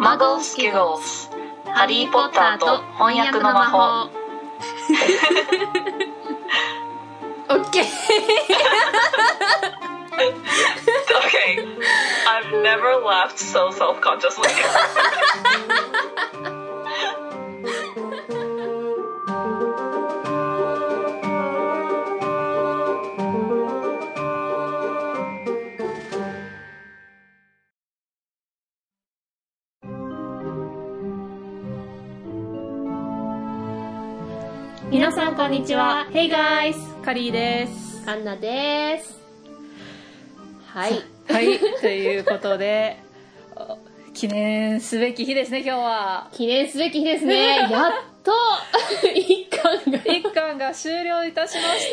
マゴスキルス、ハリーポッターと翻訳の魔法。 オッケー。 Okay, I've never laughed so self-consciously. 皆さんこんにちは。 Hey guys、 カリーです。 カンナです。はいはいということで記念すべき日ですね。今日は記念すべき日ですね。やっと一巻が終了いたしました。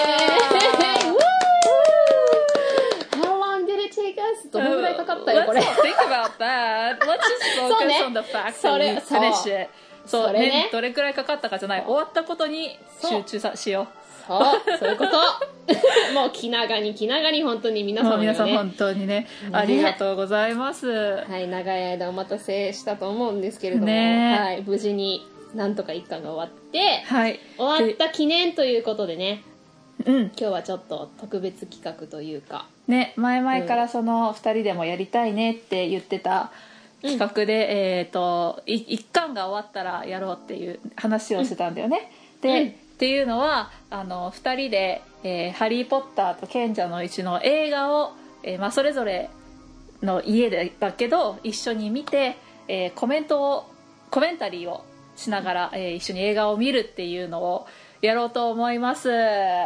How long did it take us? どのぐらいかかったよこれ。 Let's not think about that. Let's just focus on the fact that we finished it. そうね、どれくらいかかったかじゃない、終わったことに集中しよう。 そういうこともう気長に本当に皆様にね、 皆さん本当にね、ありがとうございます。 はい、長い間お待たせしたと思うんですけれども、 ね、 はい、無事になんとか一巻が終わって、 はい、 終わった記念ということでね、 今日はちょっと特別企画というかね、前々からその2人でもやりたいねって言ってた企画で、一巻が終わったらやろうっていう話をしてたんだよね。で、っていうのは2人で、ハリー・ポッターと賢者の石の映画を、それぞれの家でだけど一緒に見て、コメンタリーをしながら、一緒に映画を見るっていうのをやろうと思います。イエ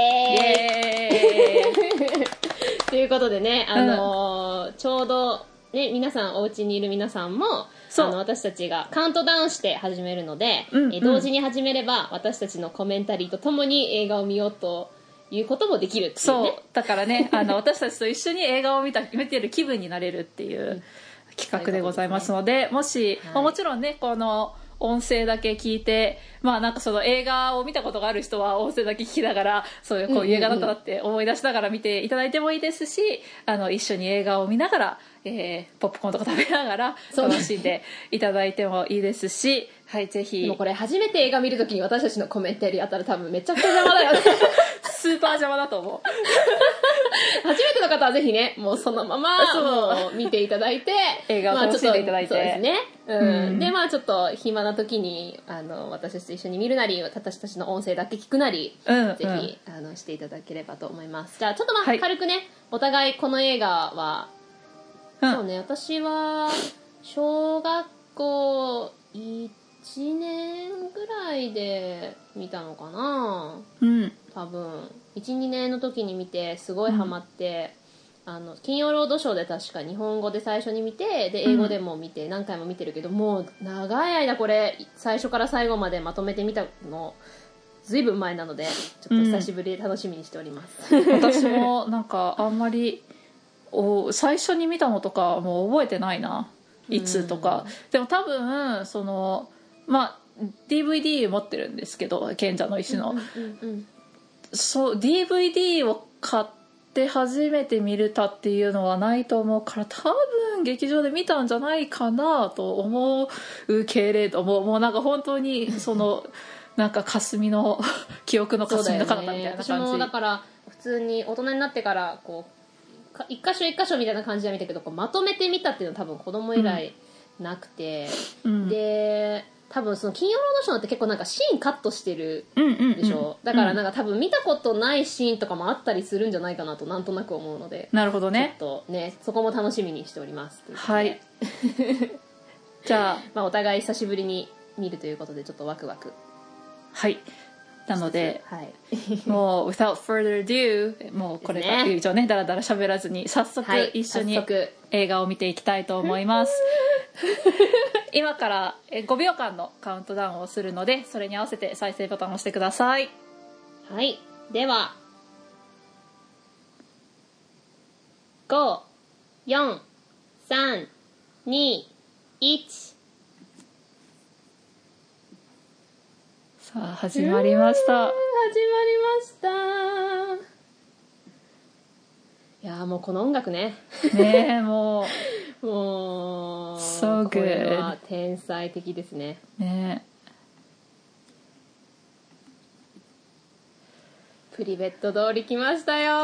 ーイということでね、ちょうどね、皆さんお家にいる皆さんも私たちがカウントダウンして始めるので、同時に始めれば私たちのコメンタリーとともに映画を見ようということもできるっていうね。 そうだからね私たちと一緒に映画を見てる気分になれるっていう企画でございますので、もし、もちろんねこの音声だけ聞いて、なんかその映画を見たことがある人は音声だけ聞きながら、こういう映画だったなって思い出しながら見ていただいてもいいですし、一緒に映画を見ながら、ポップコーンとか食べながら楽しんでいただいてもいいですし、はい、ぜひ。 でもこれ初めて映画見るときに私たちのコメントやりあったら多分めちゃくちゃ邪魔だよね。 スーパー邪魔だと思う。 初めての方はぜひね、もうそのままもう見ていただいて、 映画を楽しんでいただいて、 そうですね。でちょっと暇な時に私たちと一緒に見るなり、私たちの音声だけ聞くなり、ぜひしていただければと思います。じゃあちょっと軽くね、お互いこの映画は、そうね、私は小学校1年ぐらいで見たのかな、多分 1,2 年の時に見てすごいハマって、金曜ロードショーで確か日本語で最初に見て、で英語でも見て、何回も見てるけど、もう長い間これ最初から最後までまとめてみたのずいぶん前なので、ちょっと久しぶりで楽しみにしております、 私もなんかあんまり最初に見たのとかもう覚えてないな、いつとか。でも多分DVD 持ってるんですけど、賢者の石の、そう DVD を買って初めて見れたっていうのはないと思うから、多分劇場で見たんじゃないかなと思うけれども、もうなんか本当にそのなんか霞の記憶の霞の彼方みたいな感じ。 私もだから普通に大人になってからこう一箇所一箇所みたいな感じで見たけど、まとめて見たっていうのは多分子供以来なくて、で多分その金曜ロードショーって結構なんかシーンカットしてるでしょ、だからなんか多分見たことないシーンとかもあったりするんじゃないかなとなんとなく思うので、 なるほどね、 ちょっとねそこも楽しみにしております。 はいじゃあ、 お互い久しぶりに見るということでちょっとワクワク。 はいなので、 はい、 もう without further ado もうこれから以上ねだらだら喋らずに早速一緒に映画を見ていきたいと思います、今から5秒間のカウントダウンをするので、それに合わせて再生ボタンを押してください。 はい、では5、4、3、2、1。 さあ始まりました。 始まりました。いやもうこの音楽ね。 ねえもうもう So good これは天才的ですね。 ね。 プリベット通り来ましたよ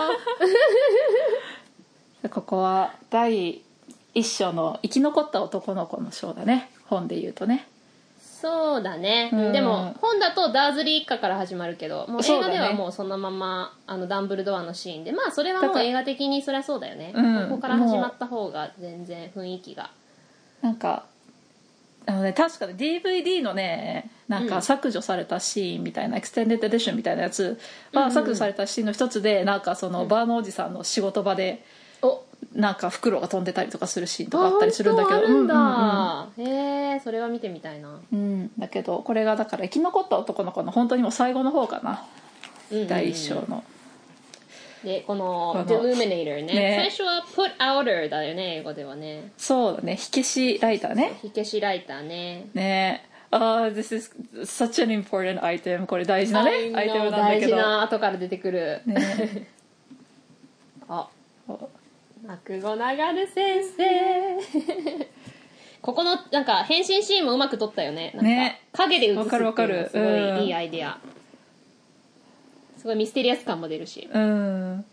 ここは第一章の生き残った男の子の章だね、本で言うとね。 そうだね、でも本だとダーズリー一家から始まるけど、もう映画ではもうそのままダンブルドアのシーンで、まあそれはもう映画的にそりゃそうだよね、ここから始まった方が全然雰囲気がなんか確かに DVD のねなんか削除されたシーンみたいな、エクステンデッドエディションみたいなやつは削除されたシーンの一つで、なんかそのバーのおじさんの仕事場でなんか袋が飛んでたりとかするシーンとかあったりするんだけど、 へえ、それは見てみたいな。 だけどこれがだから生き残った男の子の本当にもう最後の方かな、第一章の。 でこの Deluminator ね、最初は Put Outer だよね、英語ではね。 そうだね、火消しライターね。 火消しライターね。 ねthis is such an important item。 これ大事なねアイテムなんだけど、 大事な後から出てくる、ね、あ、マクゴナガル先生ここのなんか変身シーンもうまく撮ったよね。なんか影で映すっていうのがすごいいいアイディア、すごいミステリアス感も出るし。 マギー・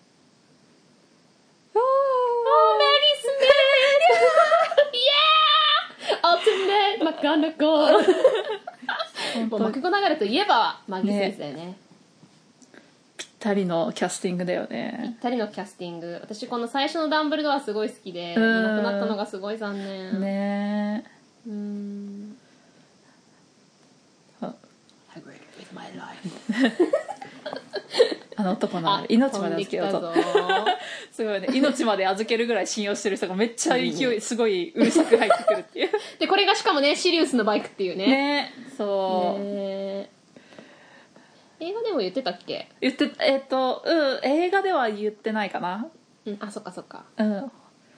スミスイエー Ultimate マカナゴもうマクゴナガルといえばマギー先生だよね。 ぴったりのキャスティングだよね。 ぴったりのキャスティング。私この最初のダンブルドアすごい好きで、亡くなったのがすごい残念ね。あの男の命まで預けようとすごいね、命まで預けるぐらい信用してる人がめっちゃ勢いすごい、うるさく入ってくるっていうでこれがしかもねシリウスのバイクっていうね。 そう映画でも言ってたっけ？ 言って映画では言ってないかな。 あ、そっかそっか。 あ、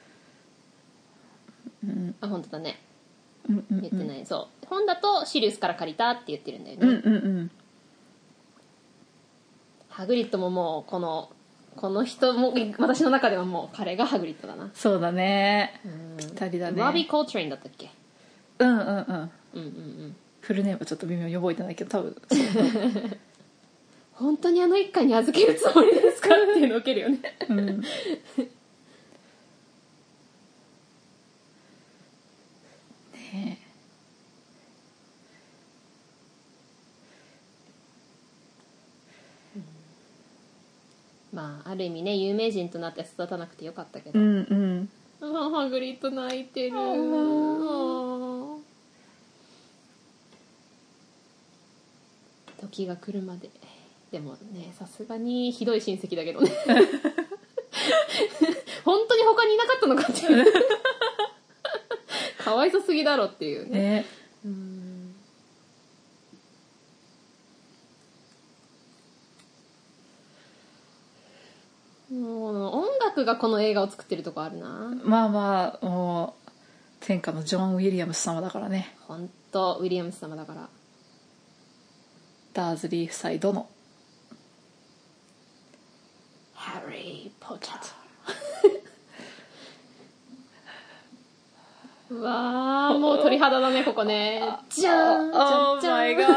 本当だね。言ってない。そう本だとシリウスから借りたって言ってるんだよね。ハグリッドももうこの人も私の中ではもう彼がハグリッドだな。 そうだね、ぴったりだね。 ロビー・コートレインだったっけ？ フルネームちょっと微妙に覚えてないけど多分本当にあの一家に預けるつもりですかっていうのを受けるよね。 ねえ、 まあある意味ね有名人となって育たなくてよかったけど、ハグリッド泣いてる。時が来るまで。でもね、さすがにひどい親戚だけどね本当に他にいなかったのかっていうかわいそすぎだろっていうね。もう音楽がこの映画を作ってるとこあるな。 まあまあもう天下のジョン・ウィリアムス様だからね。 本当ウィリアムス様だから。 ダーズリー夫妻殿ハリー・ポッターうわーもう鳥肌だねここね。じゃーん。 Oh my god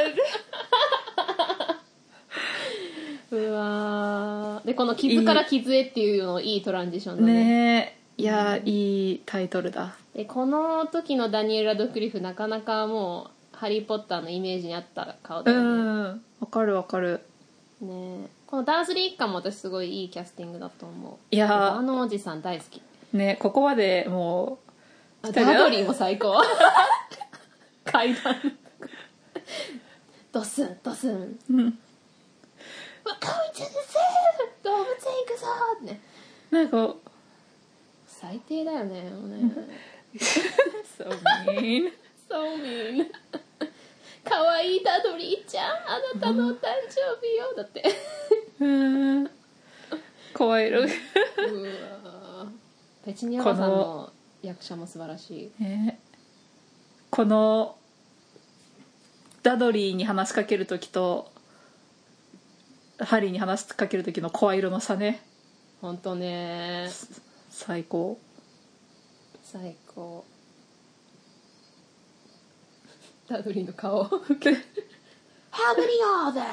うわーでこの傷から傷へっていうのいいトランジションだね。 ねえ、いやいいタイトルだ。 でこの時のダニエル・ラドクリフなかなかもうハリー・ポッターのイメージに合った顔だよね。 わかるわかるね。このダーズリー一家も私すごいいいキャスティングだと思う。 いやあのおじさん大好きね。ここまでもうダドリーも最高階段ドスンドスン、We're going to the zoo 動物園行くぞってね。 なんか最低だよねもうね So mean So mean かわいいダドリーちゃんあなたのお誕生日よだって怖い色うわペチニアマさんの役者も素晴らしい、 このダドリーに話しかける時とハリーに話しかける時の声色の差ね。 本当ね。 最高。 最高。ダドリーの顔ハグリオーで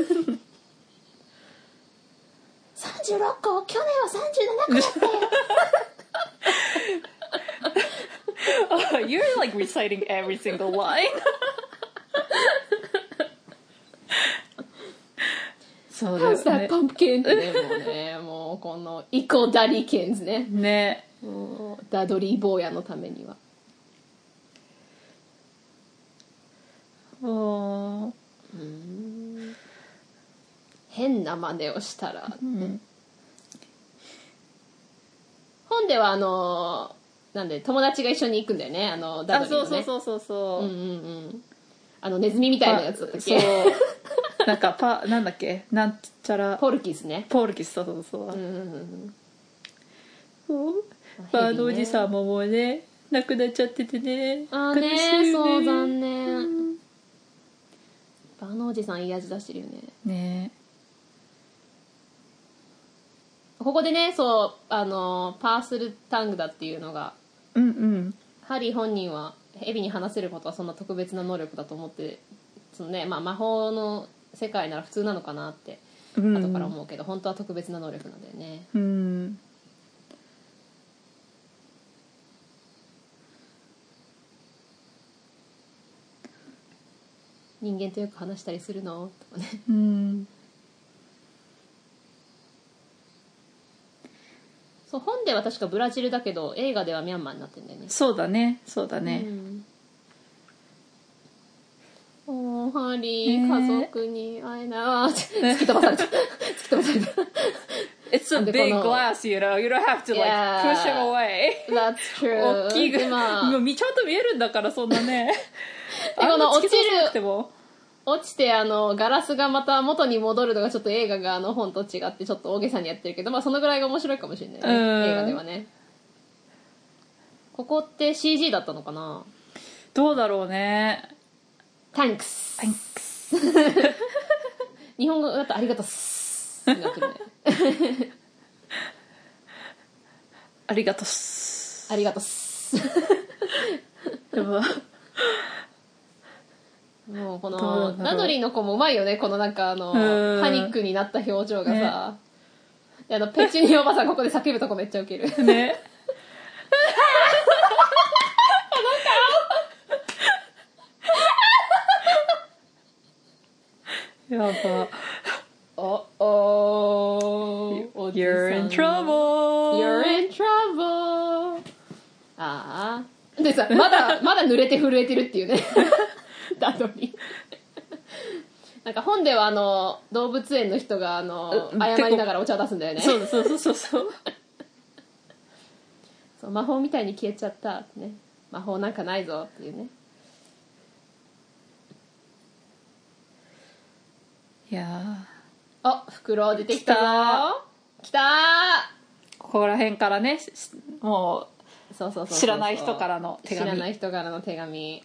36個、去年は37個だったよ Oh, you're like reciting every single line. そうだよ How's that ね。 pumpkin? ってね、もうね、もうこのイコダリケンズね。 ね。 もうダドリー坊やのためには。変な真似をしたら、本ではなんで友達が一緒に行くんだよね、ダドリーのね。そうネズミみたいなやつだったっけ。 そうなんかなんだっけ、なんちゃらポルキスね。 ポルキス、そうそうバードおじさんももうね亡くなっちゃっててね。 あーね、そう残念。バーのおじさんいい味出してるよね。 ね。 ここでね、そうパースルタングだっていうのが、ハリー本人はエビに話せることはそんな特別な能力だと思って、そのね、魔法の世界なら普通なのかなって後から思うけど、本当は特別な能力なんだよね。人間とよく話したりするのとかね。そう、本では確かブラジルだけど映画ではミャンマーになってんだよね。 そうだね、そうだね。 おー、ハリー、家族に会えない。突き飛ばされた。突き飛ばされた。 It's a big glass, you know. You don't have to like push him away. That's true. 大きいぐらい。もうちゃんと見えるんだから、そんなね。 で、この落ちてガラスがまた元に戻るのがちょっと映画が本と違ってちょっと大げさにやってるけど、まあそのぐらいが面白いかもしれないね、映画ではね。ここって CG だったのかな。 どうだろうね。 Thanks 日本語だとありがとうっすになってるね。 ありがとうっす。 ありがとうっす。 でももうこのナドリーの子もうまいよね、このなんかパニックになった表情がさ、ね、ペチュニーおばさんここで叫ぶとこめっちゃウケるね。 やば。 You're in trouble. You're in trouble. ああ。でさ、まだ濡れて震えてるっていうね。ダドリー。なんか本では動物園の人が謝りながらお茶を出すんだよね。 そうそう、魔法みたいに消えちゃったってね。魔法なんかないぞっていうね。 いやあ、袋出てきたぞ。来たー。 ここら辺からね、もう知らない人からの手紙。 知らない人からの手紙。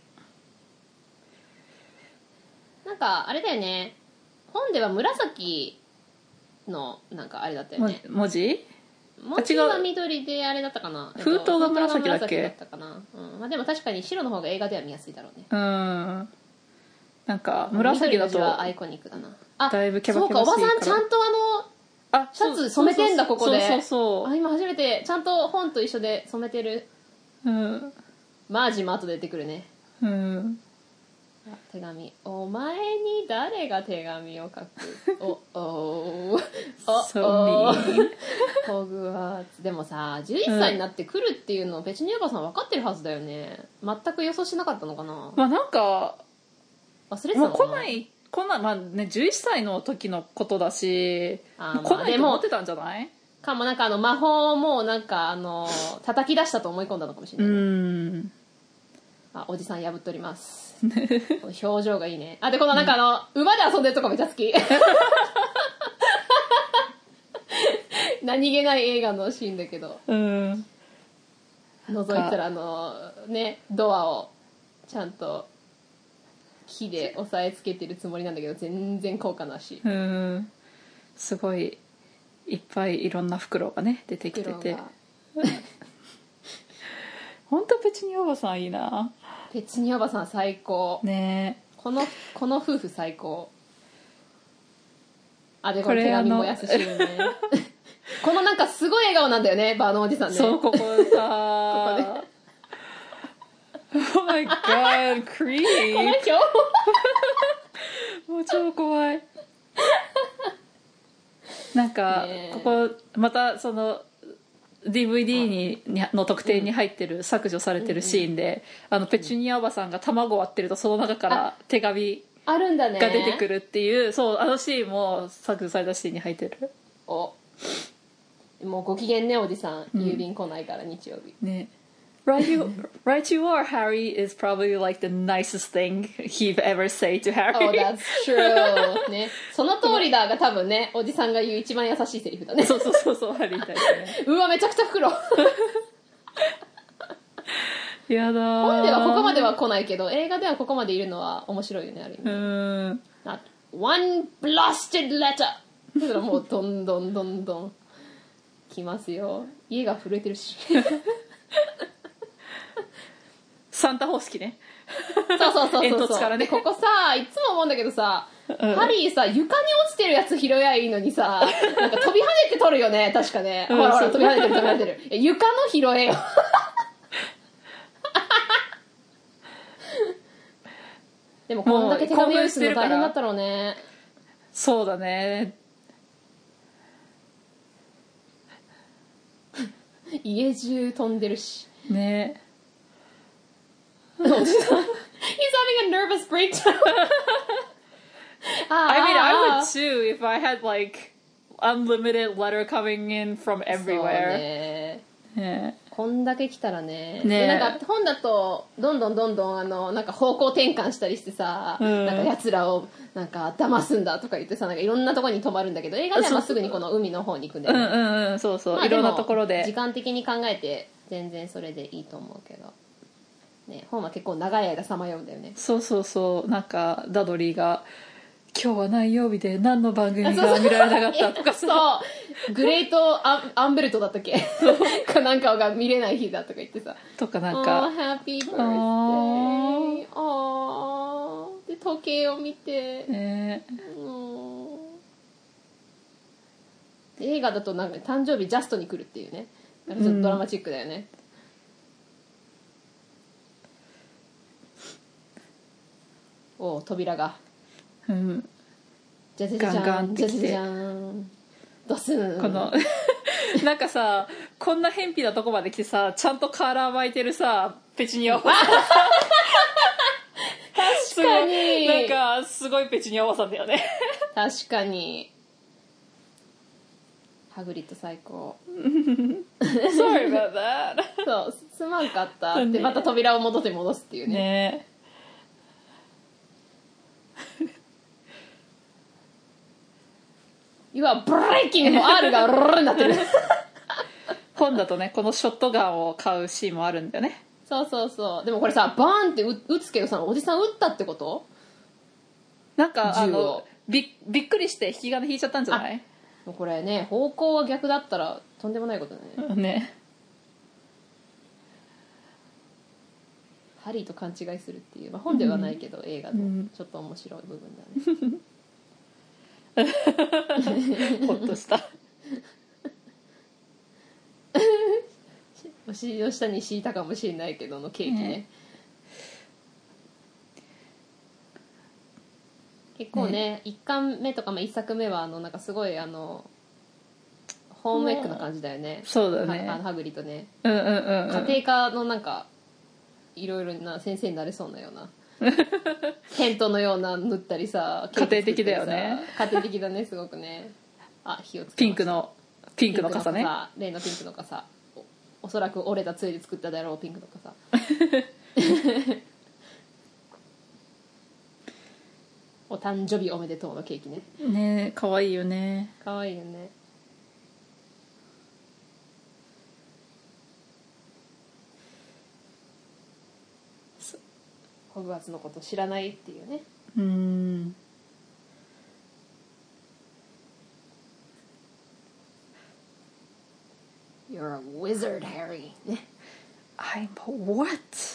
なんかあれだよね、本では紫のなんかあれだったよね。 文字は緑であれだったかな。 封筒が紫だっけ。 だったかな。まあでも確かに白の方が映画では見やすいだろうね。 なんか紫だとアイコニックだな。あ、 だいぶケバケバしいから。 そうか、おばさんちゃんとシャツ染めてんだ、ここで。あ、今初めてちゃんと本と一緒で染めてる。マージも後で出てくるね。手紙。お前に誰が手紙を書く。ホグワーツ。でもさ、11歳になって来るっていうのをペチュニアおばさん分かってるはずだよね。全く予想しなかったのかな。 まあなんか忘れてたのかな。 来ない、まあね、11歳の時のことだし、来ないと思ってたんじゃないかも。なんか魔法をもうなんか叩き出したと思い込んだのかもしれない。あ、おじさん破っております。表情がいいね。あ、でこのなんか馬で遊んでるとこめっちゃ好き。何気ない映画のシーンだけど、覗いたらね、ドアをちゃんと木で押さえつけてるつもりなんだけど全然効果なし。 すごいいっぱいいろんな袋がね出てきてて、 本当ペチュニアおばさんいいな。 ペチュニアおばさん最高ね。 この夫婦最高。あでこれ手紙燃やすシーンねこのなんかすごい笑顔なんだよねバーのおじさんね。 そうここさここねOh my god creep この人もう超怖いなんか、ここまたその DVD の特典に入ってる、削除されてるシーンで、ペチュニアおばさんが卵を割ってるとその中から手紙あるんだねが出てくるっていう、そうシーンも削除されたシーンに入ってる。 おもうご機嫌ねおじさん、郵便来ないから日曜日ね。Right you are, Harry is probably like the nicest thing he've ever said to Harry. Oh, that's true. ね、その通りだが多分ね、おじさんが言う一番優しいセリフだね。 そう、ハリーに対してね。 うわ、めちゃくちゃ袋。 やだー。 本ではここまでは来ないけど、映画ではここまでいるのは面白いよね、ある意味。Not one blasted letter! だからもうどんどん来ますよ。家が震えてるし。 サンタ方式ね。 そう煙突からね。 でここさいつも思うんだけどさ、ハリーさ床に落ちてるやつ拾えばいいのにさなんか飛び跳ねて取るよね確かね、ほら飛び跳ねてる床の拾えよでもこんだけ手紙用意するの大変だったろうね。 そうだね。 家中飛んでるしね。 He's having a nervous breakdown. I mean, I would too if I had like unlimited letter coming in from everywhere. ね、こんだけ来たらね。 ね、 なんか本だとどんどんなんか方向転換したりしてさ、なんか奴らをなんか騙すんだとか言ってさ、なんかいろんなところに止まるんだけど、映画ではまっすぐにこの海の方に行くんだよね。 そう、 まあ、 いろんなところで時間的に考えて全然それでいいと思うけど。ね、本は結構長い間さまようんだよね。 そうなんかダドリーが今日は何曜日で何の番組が見られなかったとかそうグレートアンベルトだったっけかなんかが見れない日だとか言ってさとかなんかハッピーバースデーで時計を見て、映画だとなんか誕生日ジャストに来るっていうね、なんかちょっとドラマチックだよね、お扉が、じゃじゃじゃじゃんじゃじゃじゃんドスンこのなんかさこんな偏僻なとこまで来てさちゃんとカーラー巻いてるさペチュニアおばさん確かになんかすごいペチュニアおばさんだよね確かにハグリッド最高 Sorry about that そうすまんかったってまた扉を戻すっていうねYou are breaking の R がルルルになってる本だとねこのショットガンを買うシーンもあるんだよね。 そうでもこれさバーンって撃つけどさおじさん撃ったってこと？ なんかびっくりして引き金引いちゃったんじゃない？ これね方向が逆だったらとんでもないことだね。 ねハリーと勘違いするっていう、まあ、本ではないけど、映画のちょっと面白い部分だねほっとしたお尻の下に敷いたかもしれないけどのケーキね、結構ね1巻目とか、まあ、1作目はなんかすごいホームメイクな感じだよね。 そうだねハグリとね、 家庭科のなんかいろいろな先生になれそうなようなテントのような塗ったりさ家庭的だよね。 家庭的だねすごくね。あ火をつけました。 ピンクの傘ね。 例のピンクの傘、おそらく折れた杖で作ったであろうピンクの傘お誕生日おめでとうのケーキね。 ね可愛いよね。 可愛いよね。ホグワーツのこと知らないっていうね。You're a wizard, Harry ね。 I'm what?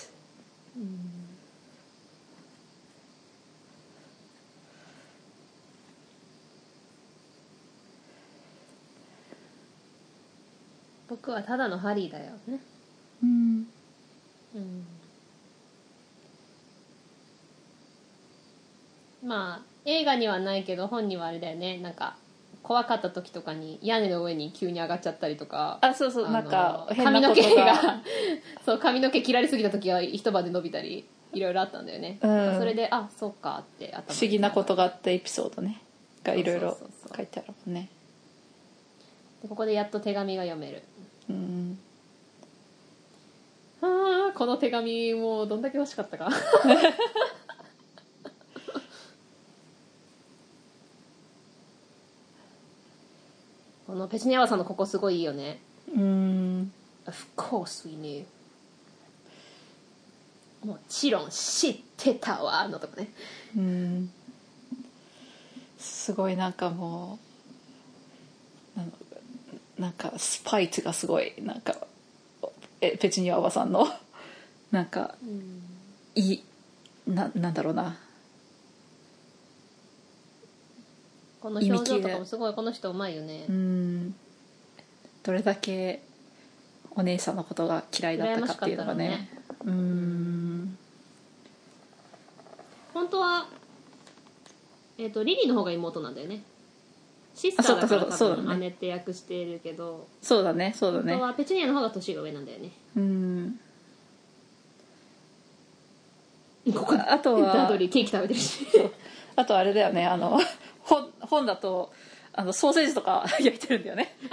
僕はただのハリーだよね。 うん、 まあ映画にはないけど本にはあれだよね、なんか怖かった時とかに屋根の上に急に上がっちゃったりとか、 そうそう、なんか髪の毛がそう髪の毛切られすぎた時は一晩で伸びたりいろいろあったんだよね、それでそうかって頭不思議なことがあったエピソードねがいろいろ書いてあるもんね。 でここでやっと手紙が読める。この手紙もうどんだけ欲しかったかこのペチュニアワさんのここすごいいいよね。Of course we knew。 もちろん知ってたわのとこね。 すごいなんかもうなんかスパイスがすごいなんかペチュニアおばさんのなんかなんだろうな、 この表情とかもすごいこの人うまいよね。 どれだけお姉さんのことが嫌いだったかっていうのがね。 本当はリリーの方が妹なんだよね。シスターだから多分姉って訳してるけど、 そうだねそうだね。 本当はペチュニアの方が年が上なんだよね。 あとはダドリーケーキ食べてるしあとあれだよね、本だとソーセージとか焼いてるんだよね。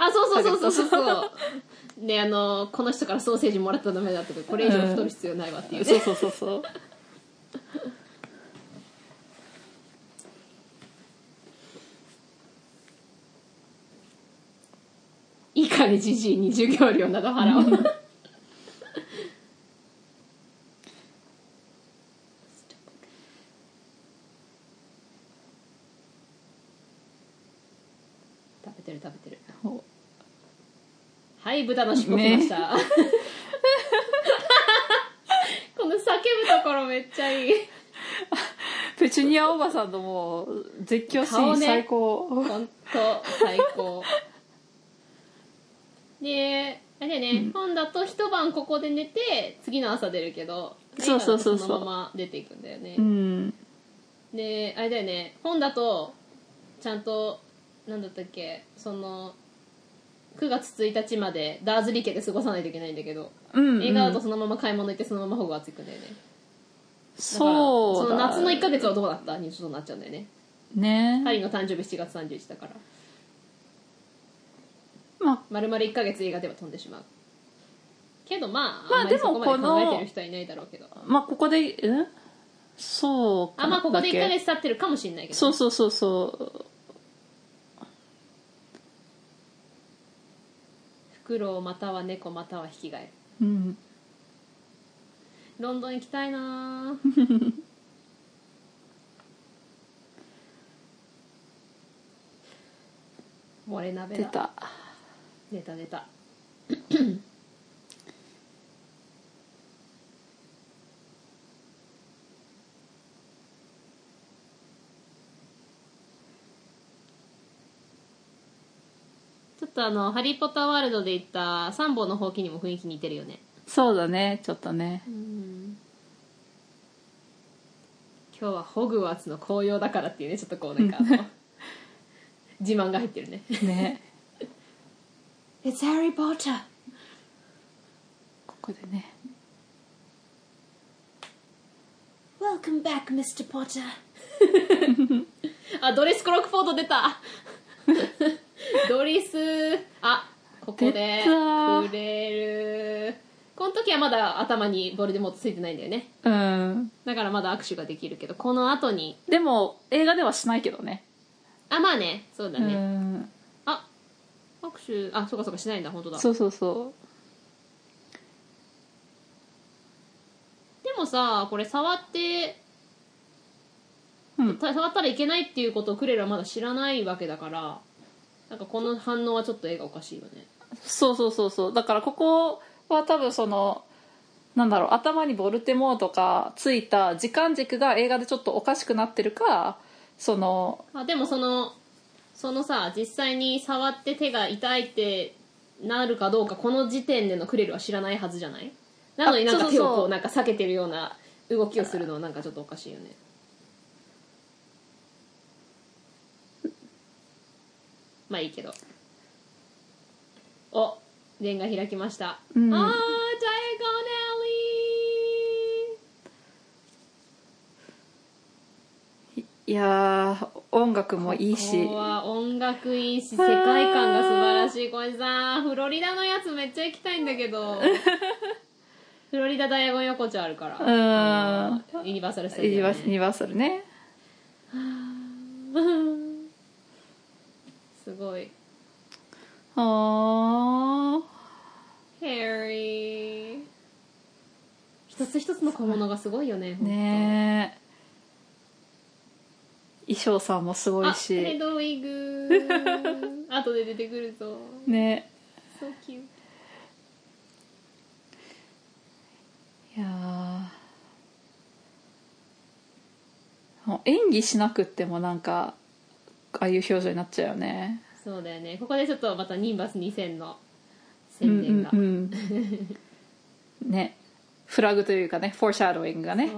そうね、この人からソーセージもらったらダメだとか、これ以上太る必要ないわっていうね、 そういいかねじじいに授業料など払おう食べてるはい豚の尻尾きました、ね、この叫ぶところめっちゃいいペチュニアおばさんのもう絶叫シーン最高、 本当最高であれだよね、本だと一晩ここで寝て次の朝出るけど、 そのまま出ていくんだよね。であれだよね、本だとちゃんとなんだったっけ、その9月1日までダーズリー家で過ごさないといけないんだけど、映画だとそのまま買い物行ってそのままホグワーツ行くんだよね。その夏の1ヶ月はどうだったにちょっとなっちゃうんだよね。ハリーの誕生日7月31日だから、丸々1ヶ月映画では飛んでしまうけど、まあでもこの考えてる人はいないだろうけど、 ここでそうかここで1ヶ月経ってるかもしれないけど、ね、 そうフクロウまたは猫またはヒキガエル、ロンドン行きたいなモレ鍋だ。出たちょっとハリーポッターワールドで行った3本のほうきにも雰囲気似てるよね。 そうだね、ちょっとね。 今日はホグワーツの紅葉だからっていうね、ちょっとこうなんか自慢が入ってるね。 ね。 It's Harry Potter。 ここでね。 Welcome back, Mr. Potter ドレス・クロックフォード出たドリス、ここでくれる。この時はまだ頭にボルデモートついてないんだよね。だからまだ握手ができるけど、この後に。 でも映画ではしないけどね。 まあね、そうだね。握手、そうかしないんだ、本当だ。 そうでもさ、これ触って触ったらいけないっていうことをクレルはまだ知らないわけだから、なんかこの反応はちょっと絵がおかしいよね。 そうだからここは多分そのなんだろう、頭にボルテモーとかついた時間軸が映画でちょっとおかしくなってるか、そのでもそのさ、実際に触って手が痛いってなるかどうかこの時点でのクレルは知らないはずじゃない？なのになんか手をこうなんか避けてるような動きをするのはなんかちょっとおかしいよね。まあいいけど。お、レンが開きました。 うん、 ダイアゴナリー。いや音楽もいいし、 ここは音楽いいし世界観が素晴らしい。これさ、フロリダのやつめっちゃ行きたいんだけどフロリダダイアゴン横丁あるから、ユニバーサルスタジオ、ね、 ユニバーサルねすごい。ヘリー一つ一つの小物がすごいよね。 ねえ、衣装さんもすごいし、 ヘドウィグ後で出てくるぞね。 So cute。 いや演技しなくってもなんかああいう表情になっちゃうよね。 そうだよね。ここでちょっとまたニンバス2000の宣伝が、 ね、フラグというかね、フォーシャドウイングがね。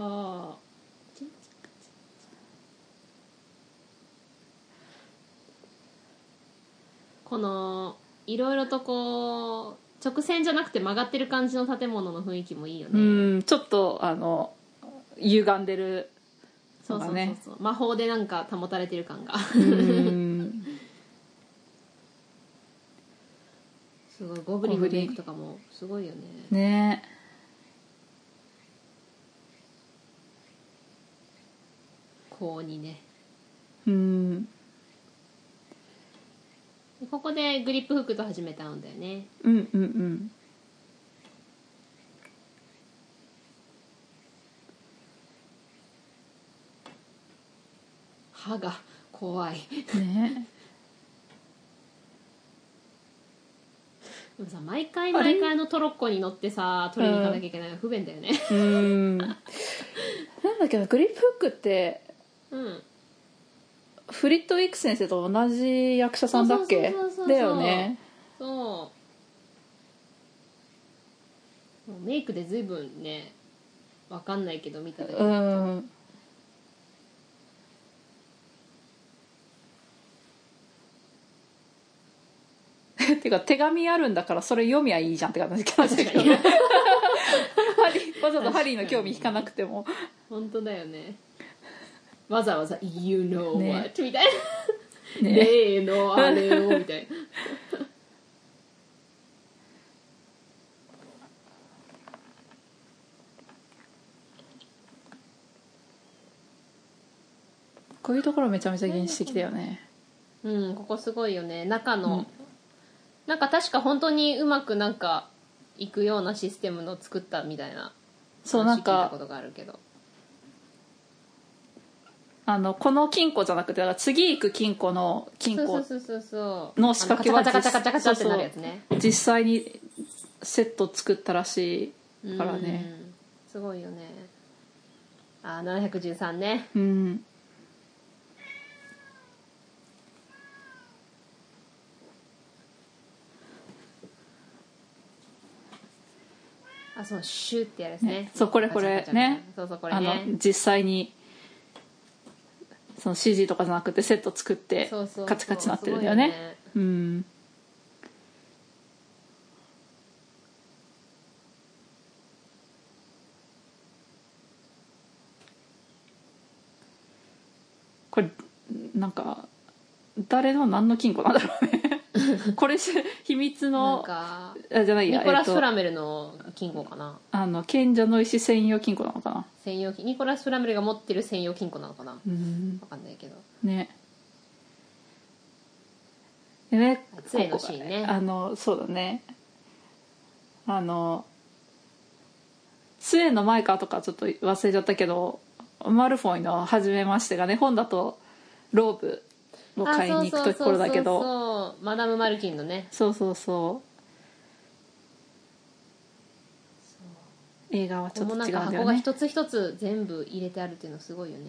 このいろいろとこう直線じゃなくて曲がってる感じの建物の雰囲気もいいよね。 ちょっと歪んでるのがね、そう魔法でなんか保たれてる感がすごい。ゴブリンのメイクとかもすごいよね。 ね。 こうにね。ここでグリップフックと始めたんだよね。歯が怖いね。 でもさ、毎回のトロッコに乗ってさ取りに行かなきゃいけないの不便だよね。 なんだっけな、グリップフックってフリットウィック先生と同じ役者さんだっけ？だよね。そうメイクで随分ね、分かんないけど見ただけてか手紙あるんだからそれ読みゃいいじゃんって感じだけどわざわざハリーの興味引かなくても本当だよね。わざわざ「You know what、ね」みたいな「 ね、 例のあれを」みたいなこういうところめちゃめちゃ原始的だよね。 ここすごいよね。中の、なんか確か本当にうまくなんかいくようなシステムの作ったみたいななんか聞いたことがあるけど、 この金庫じゃなくて次行く金庫の仕掛けは実際にセット作ったらしいからね。 すごいよね。713ね。そうシューってやるやつね。 そうこれね。 これね。 実際にその CG とかじゃなくてセット作ってカチカチなってるんだよね。これなんか誰の何の金庫なんだろうねこれ秘密のじゃないや、 ニコラス・フラメルの金庫かな。 賢者の石専用金庫なのかな。 ニコラス・フラメルが持ってる専用金庫なのかな。分かんないけどね。でね、 杖のシーンね。 そうだね。杖の前かとかちょっと忘れちゃったけど、マルフォイの初めましてがね、本だとローブを買いに行くところだけど、 マダム・マルキンのね。 映画はちょっと違うんだよね。 このなんか箱が一つ一つ全部入れてあるっていうのすごいよね。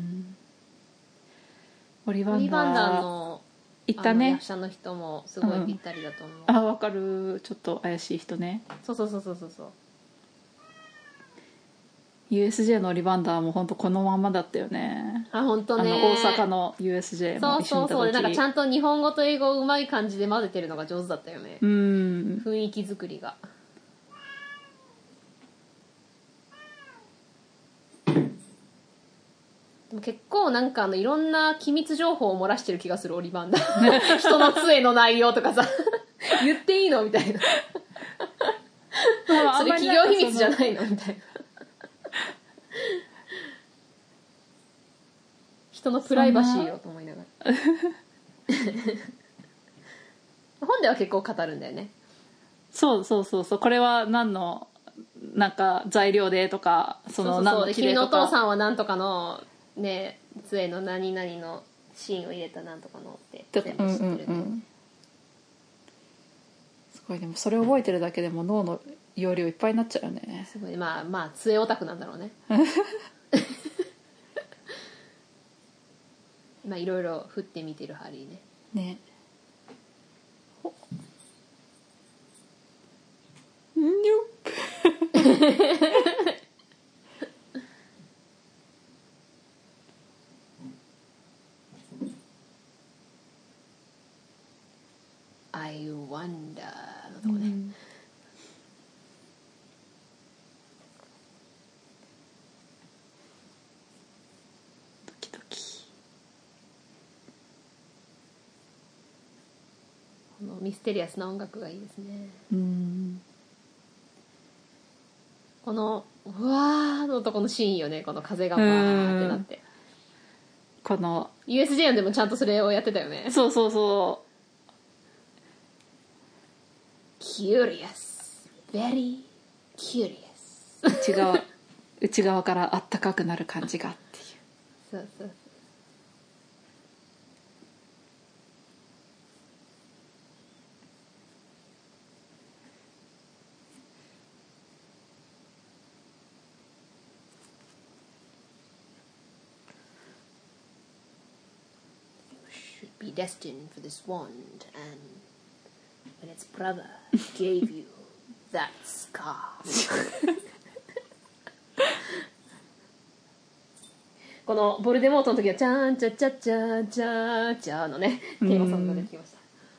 オリバンオリバンダーダーの行ったね。 役者の人もすごいぴったりだと思う。 あ、わかる。ちょっと怪しい人ね。 そうそうそうそうそうそう。 USJ のオリバンダーも本当このまんまだったよね。 あ、本当ね。 大阪の USJ も一緒にいた時。 そうそうそう。なんかちゃんと日本語と英語をうまい感じで混ぜてるのが上手だったよね。雰囲気作りが。でも結構なんかいろんな機密情報を漏らしてる気がするオリバンダー。人の杖の内容とかさ言っていいのみたいな。それ企業秘密じゃないのみたいな。人のプライバシーをと思いながら本では結構語るんだよね。 そうそうそうそう。これは何のなんか材料でとか、その何の木でとか。 君のお父さんは何とかのね杖の何々のシーンを入れた何とかのって全部知ってるんで、 すごい。でもそれ覚えてるだけでも脳の容量いっぱいになっちゃうよね。 すごい。まあ杖オタクなんだろうね。まあいろいろ振ってみてるハリーね。 ね。 I wonder のとこね。 ドキドキ。 このミステリアスな音楽がいいですね。このうわーのとこのシーンよね。この風がバーってなって、 この USJ でもちゃんとそれをやってたよね。 そうそうそう。 Curious, very curious 内側からあったかくなる感じがっていう。 そうそうそう。Be destined for this wand, and when its brother gave you that scar このボルデモートの時はチャーンチャチャチャチャチャのねテーマソングが出てきました。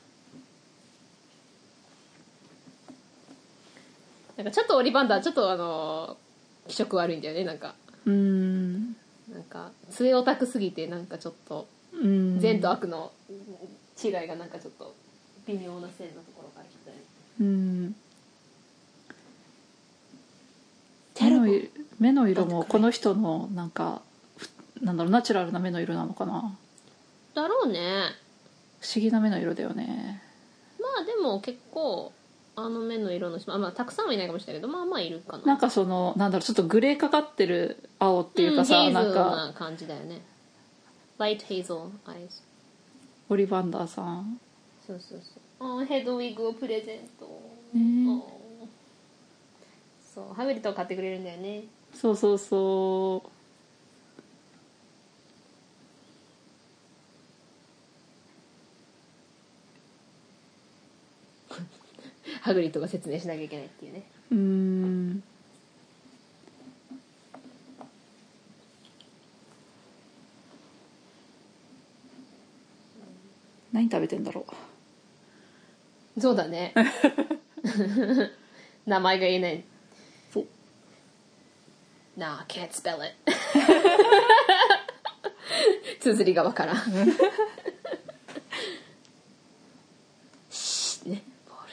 なんかちょっとオリバンダーちょっと気色悪いんだよね。なんか杖オタクすぎてなんかちょっと善と悪の違いがなんかちょっと微妙な線のところから来たり。 目の色もこの人のなんかなんだろう、ナチュラルな目の色なのかな。 だろうね。 不思議な目の色だよね。 まあでも結構目の色の人、まあたくさんはいないかもしれないけど、まあまあいるかな。 なんかそのなんだろう、ちょっとグレーかかってる青っていうかさ、 なんかヘイズルなな感じだよね。ライトヘイズルアイズ。 オリバンダーさん。 そうそうそう。ヘッドウィッグをプレゼント。そうハグリッドを買ってくれるんだよね。 そうそうそう。 ハグリッドが説明しなきゃいけないっていうね。 何食べてんだろう。そうだね。名前が言えない。Nah, I can't spell it. 綴りがわからん。ね。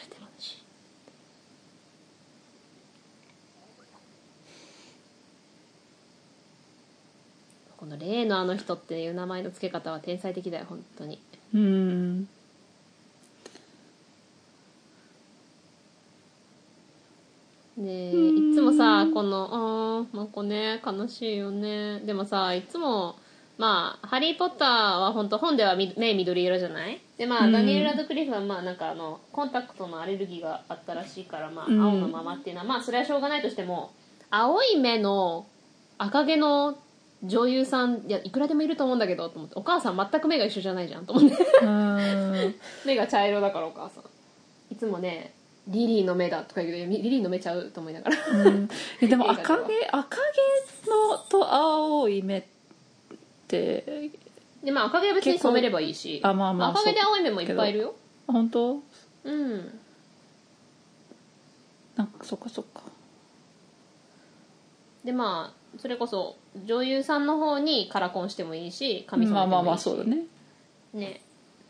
この例のあの人っていう名前の付け方は天才的だよ本当に。ねえいつもさこのなんかね悲しいよね。でもさいつもまあハリー・ポッターは本では目緑色じゃない。でまあダニエル・ラドクリフはまあなんかコンタクトのアレルギーがあったらしいからまあ青のままっていうのはまあそれはしょうがないとしても青い目の赤毛の女優さんいくらでもいると思うんだけどと思って、お母さん全く目が一緒じゃないじゃんと思って目が茶色だからお母さんいつもねリリーの目だとか言うけどリリーの目ちゃうと思いながらでも赤毛のと青い目ってで、まあ、赤毛は別に染めればいいし、 まあまあ、 赤毛で青い目もいっぱいいるよ。 本当？ うん。 なんかそっかそっか。 でまあそれこそ女優さんの方にカラコンしてもいいし髪染めてもいいし、 まあまあそうだね。 ね。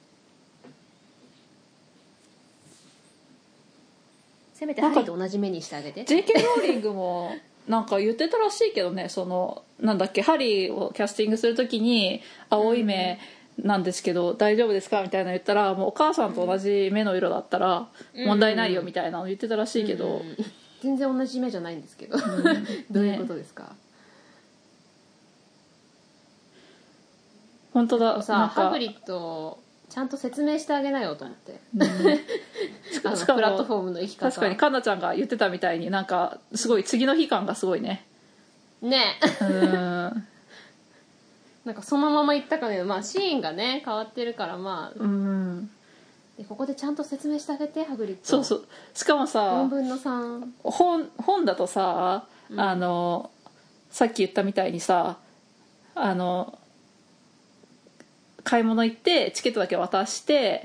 せめてハリーと同じ目にしてあげて。 JK ローリングもなんか言ってたらしいけどね、そのなんだっけ、ハリーをキャスティングするときに青い目なんですけど、大丈夫ですかみたいなの言ったら、もうお母さんと同じ目の色だったら問題ないよみたいなの言ってたらしいけど、 全然同じ目じゃないんですけどどういうことですか、ね、 本当だ。 さハグリッドちゃんと説明してあげなよと思って、プラットフォームの生き方。 確かにカンナちゃんが言ってたみたいになんかすごい次の日感がすごいね。 なんかそのまま言ったかね、まあシーンがね変わってるからまあ、でここでちゃんと説明してあげてハグリッド。 そうそう。しかもさ 4分の3 本だとさ、さっき言ったみたいにさ買い物行ってチケットだけ渡して、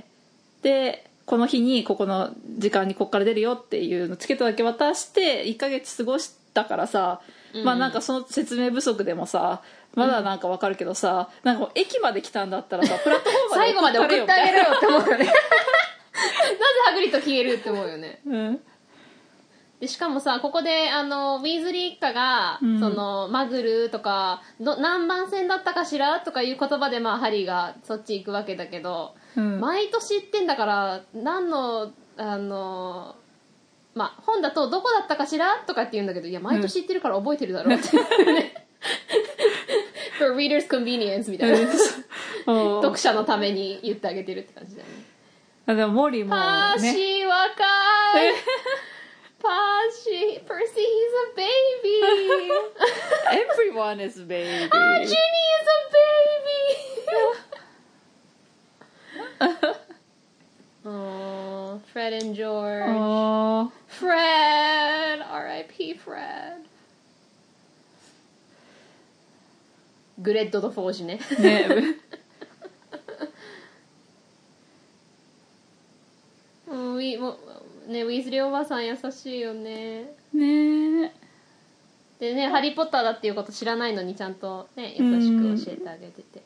でこの日にここの時間にここから出るよっていうのチケットだけ渡して1ヶ月過ごしたからさ、まあなんかその説明不足でもさまだなんかわかるけどさ、なんか駅まで来たんだったらさプラットフォーム最後まで送ってあげるよって思うよねなぜハグリッド消えるって思うよね。でしかもさここでウィーズリー一家が、そのマグルとか何番線だったかしらとかいう言葉で、まあ、ハリーがそっち行くわけだけど、毎年行ってんだから何のまあ本だとどこだったかしらとかって言うんだけど、いや毎年行ってるから覚えてるだろうってFor reader's convenience みたいな読者のために言ってあげてるって感じだよね。 でもモリもね、 パーシー若いPercy, he's a baby. Everyone is a baby. Ginny is a baby. Oh, Fred and George. Oh. Fred, R.I.P. Fred. グレッドとフォージね。 ねね、ウィーズリーおばさん優しいよね。 ねでね、ハリーポッターだっていうこと知らないのにちゃんとね優しく教えてあげてて。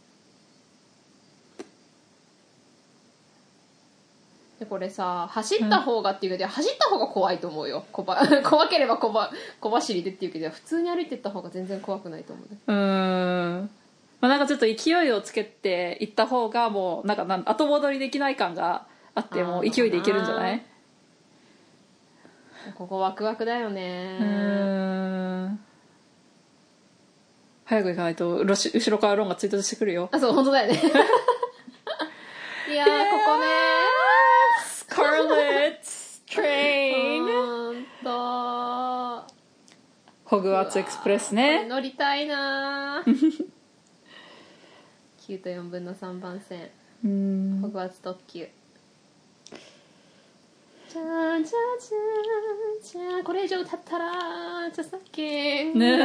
でこれさ走った方がっていうけど、走った方が怖いと思うよ。怖ければ小走りでっていうけど、普通に歩いてった方が全然怖くないと思うね。 まあ、なんかちょっと勢いをつけて行った方がもうなんか後戻りできない感があって、もう勢いでいけるんじゃない？ ここワクワクだよね。 早く行かないと後ろからロンが追突してくるよ。 あ、そう本当だよねいやー、ここねスカーレット・トレイン、 ほんとホグワーツエクスプレスね。 乗りたいな9と4分の3番線ホグワーツ特急。じゃーじゃーじゃーじゃー、これ以上歌ったら著作権ね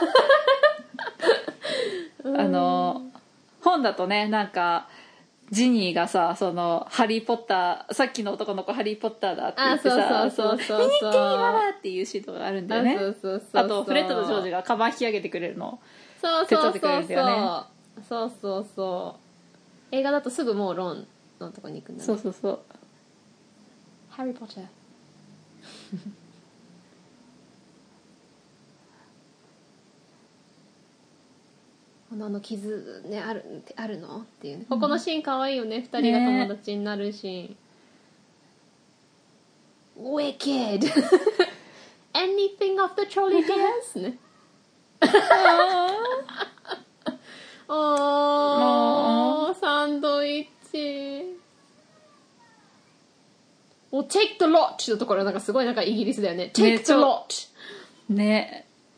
本だとね、なんかジニーがさ、そのハリーポッター、さっきの男の子ハリーポッターだって言ってさ、 そう見に行っていいママっていうシーンとかがあるんだよね。あとフレッドとジョージがカバン引き上げてくれるの手伝ってくれるんだよね。 そう映画だとすぐもうロンのとこに行くんだね。 そうハリーポッター傷ねあるのっていうね。ここのシーンかわいいよね。2人が友達になるシーン、Wicked Anything of the Trolley Dance ねサンドイッチTake the lot のところなんかすごいなんかイギリスだよね。Take the lot ね。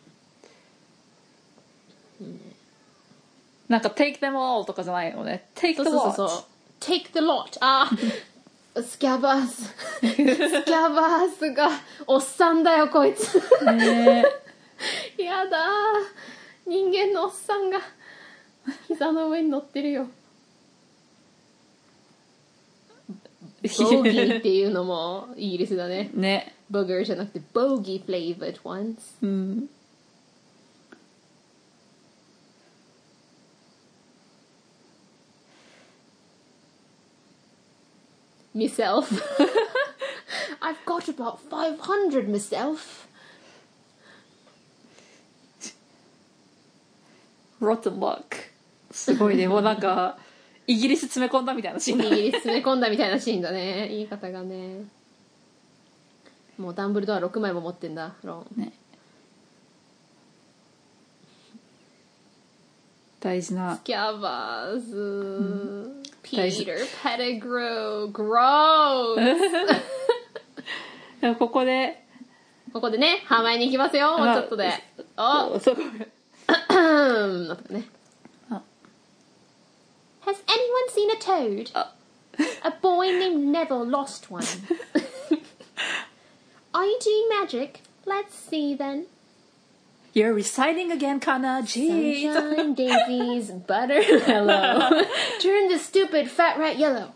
なんか take them all とかじゃないのね take the そう lot そうそう take the lot スキャバースがおっさんだよこいつねやだ人間のおっさんが膝の上に乗ってるよボーギーっていうのもイギリスだねねボーガーじゃなくてボーギー flavored ones うん myself I've got about 500 myself rotten luck すごいねもうなんかイギリス詰め込んだみたいなシーンだイギリス詰め込んだみたいなシーンだね言い方がねもうダンブルドア6枚も持ってんだロン、 ね、大事なスキャバーズ、ピーター・ペテグローグローここでねハワイに行きますよもうちょっとでそこなんとかねHas anyone seen a toad? A boy named Neville lost one. Are you doing magic? Let's see then. You're reciting again, Kana. Jeez. Sunshine, daisies, buttermellow. Turn the stupid fat rat yellow.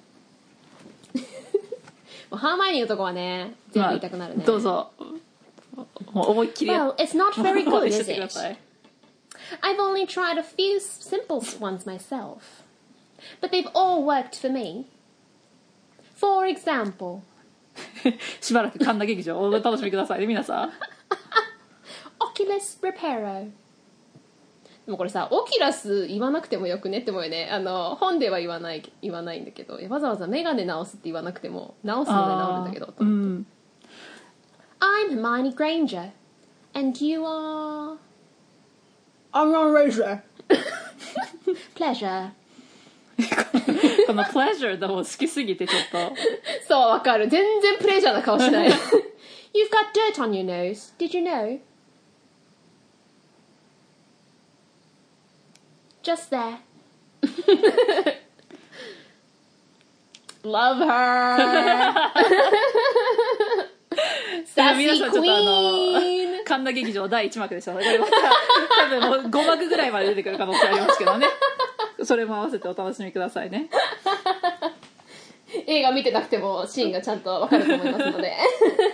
もうハーマイオニーのとこはね全部言いたくなるね、 どうぞもう思いっきり Well, it's not very good, is して it? ください I've only tried a few simple ones myself. But they've all worked for me. For example, しばらく神田劇場をお楽しみくださいね皆さん Oculus Reparo. でもこれさ、オキュラス言わなくてもよくねって思うよね。本では言わないんだけど、わざわざメガネ直すって言わなくても、直すので直るんだけど。 うん、 I'm Hermione Granger. And you are... I'm Ron Razor. Pleasure. この pleasure でも好きすぎてちょっとそう、わかる。全然プレジャーな顔しない。You've got dirt on your nose. Did you know? Just there. Love her. 皆 Sassy さんちょっと queen. 神田劇場第1幕でしたねこれまた多分もう5幕ぐらいまで出てくる可能性ありますけどねそれも合わせてお楽しみくださいね映画見てなくてもシーンがちゃんとわかると思いますので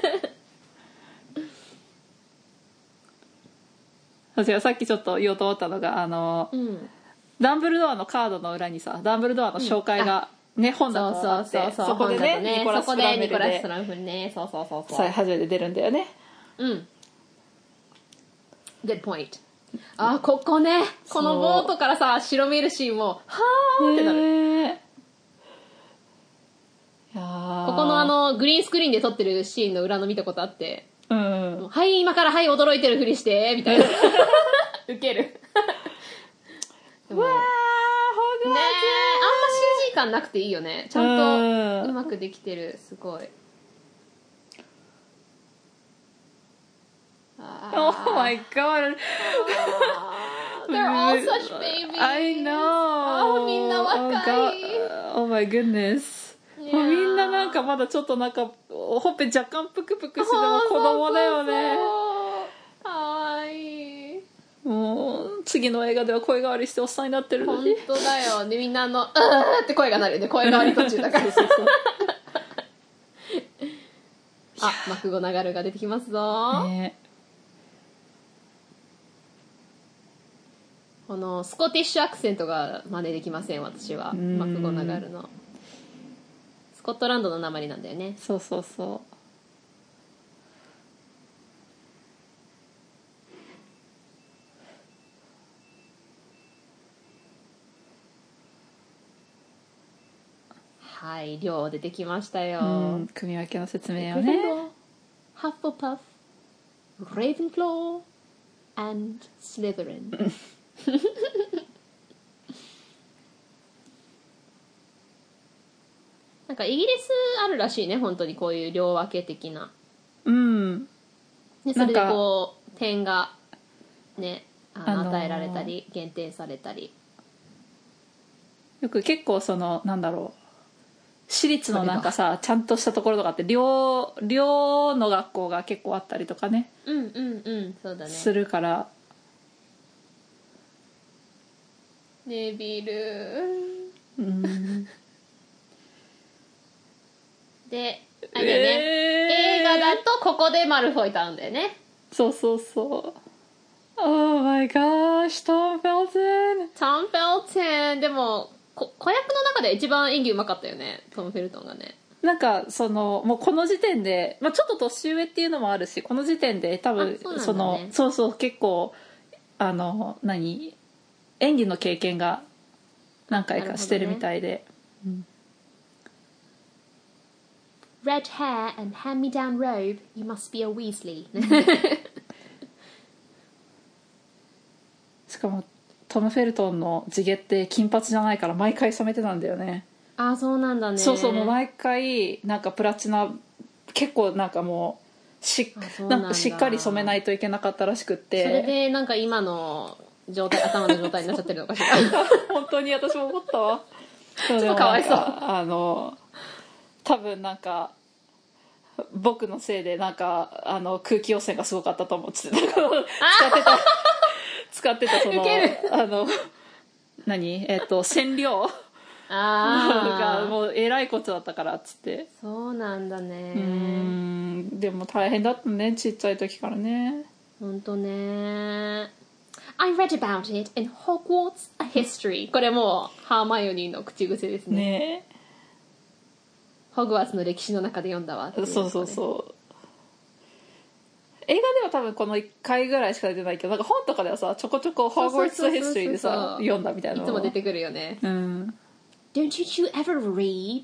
私はさっきちょっと言おうと思ったのがダンブルドアのカードの裏にさダンブルドアの紹介が、本だったのがあってそこでねニコラス・フランメルでそう初めて出るんだよね Good point ここねこのボートからさ白見えるシーンもはーってなる、 いやここのグリーンスクリーンで撮ってるシーンの裏の見たことあってうんはい今からはい驚いてるふりしてみたいなウケるうわーほぐねえあんま CG 感なくていいよねちゃんとうまくできてるすごい Oh my god They're all such babies I know みんな若い Oh my goodness みんななんかまだちょっとなんかほっぺ若干プクプクしても子供だよねかわいいもう次の映画では声変わりしておっさんになってるの本に当だよでみんなうーって声が鳴るよね声変わり途中だからマクゴナガルが出てきますぞ、 ねこのスコティッシュアクセントが真似できません私はマクゴナガルのスコットランドの訛りなんだよねそうそうそうはい量出てきましたよ組み分けの説明をねハッフォパフレイブンクロー and スリザリンなんかイギリスあるらしいね本当にこういう両分け的なうんでそれでこう点がね与えられたり限定されたり、 よく結構そのなんだろう、私立のなんかさちゃんとしたところとかって寮の学校が結構あったりとかね、 そうだね、 するから。 ネビルであれだよね、映画だとここでマルフォイと会うんだよね。 そうそうそう。Oh my gosh, Tom Felton。でも子役の中で一番演技うまかったよね、トム・フェルトンがね。 なんかそのもうこの時点で、まあ、ちょっと年上っていうのもあるし、この時点で多分そのそうそう結構演技の経験が何回かしてるみたいで、 Red hair and hand-me-down robe, you must be a Weasley しかもトム・フェルトンの地毛って金髪じゃないから毎回染めてたんだよね。 あ、そうなんだね。 そうそう、もう毎回なんかプラチナ結構なんかもうなんかしっかり染めないといけなかったらしくって、 それでなんか今の頭の状態になっちゃってるのかしら本当に私も思ったわ。 ちょっとかわいそう。 多分なんか僕のせいでなんか空気汚染がすごかったと思って使ってたその染料がもうえらいことだったからっつって。 そうなんだね。 でも大変だったね、ちっちゃい時からね。 ほんとね。I read about it in Hogwarts A History。 これもうハーマイオニーの口癖ですね。ホグワーツの歴史の中で読んだわっていう、ね、 そうそうそう。映画では多分この1回ぐらいしか出てないけど、なんか本とかではさちょこちょこホグワーツヒストリーでさ読んだみたいなのいつも出てくるよね。Don't you ever read?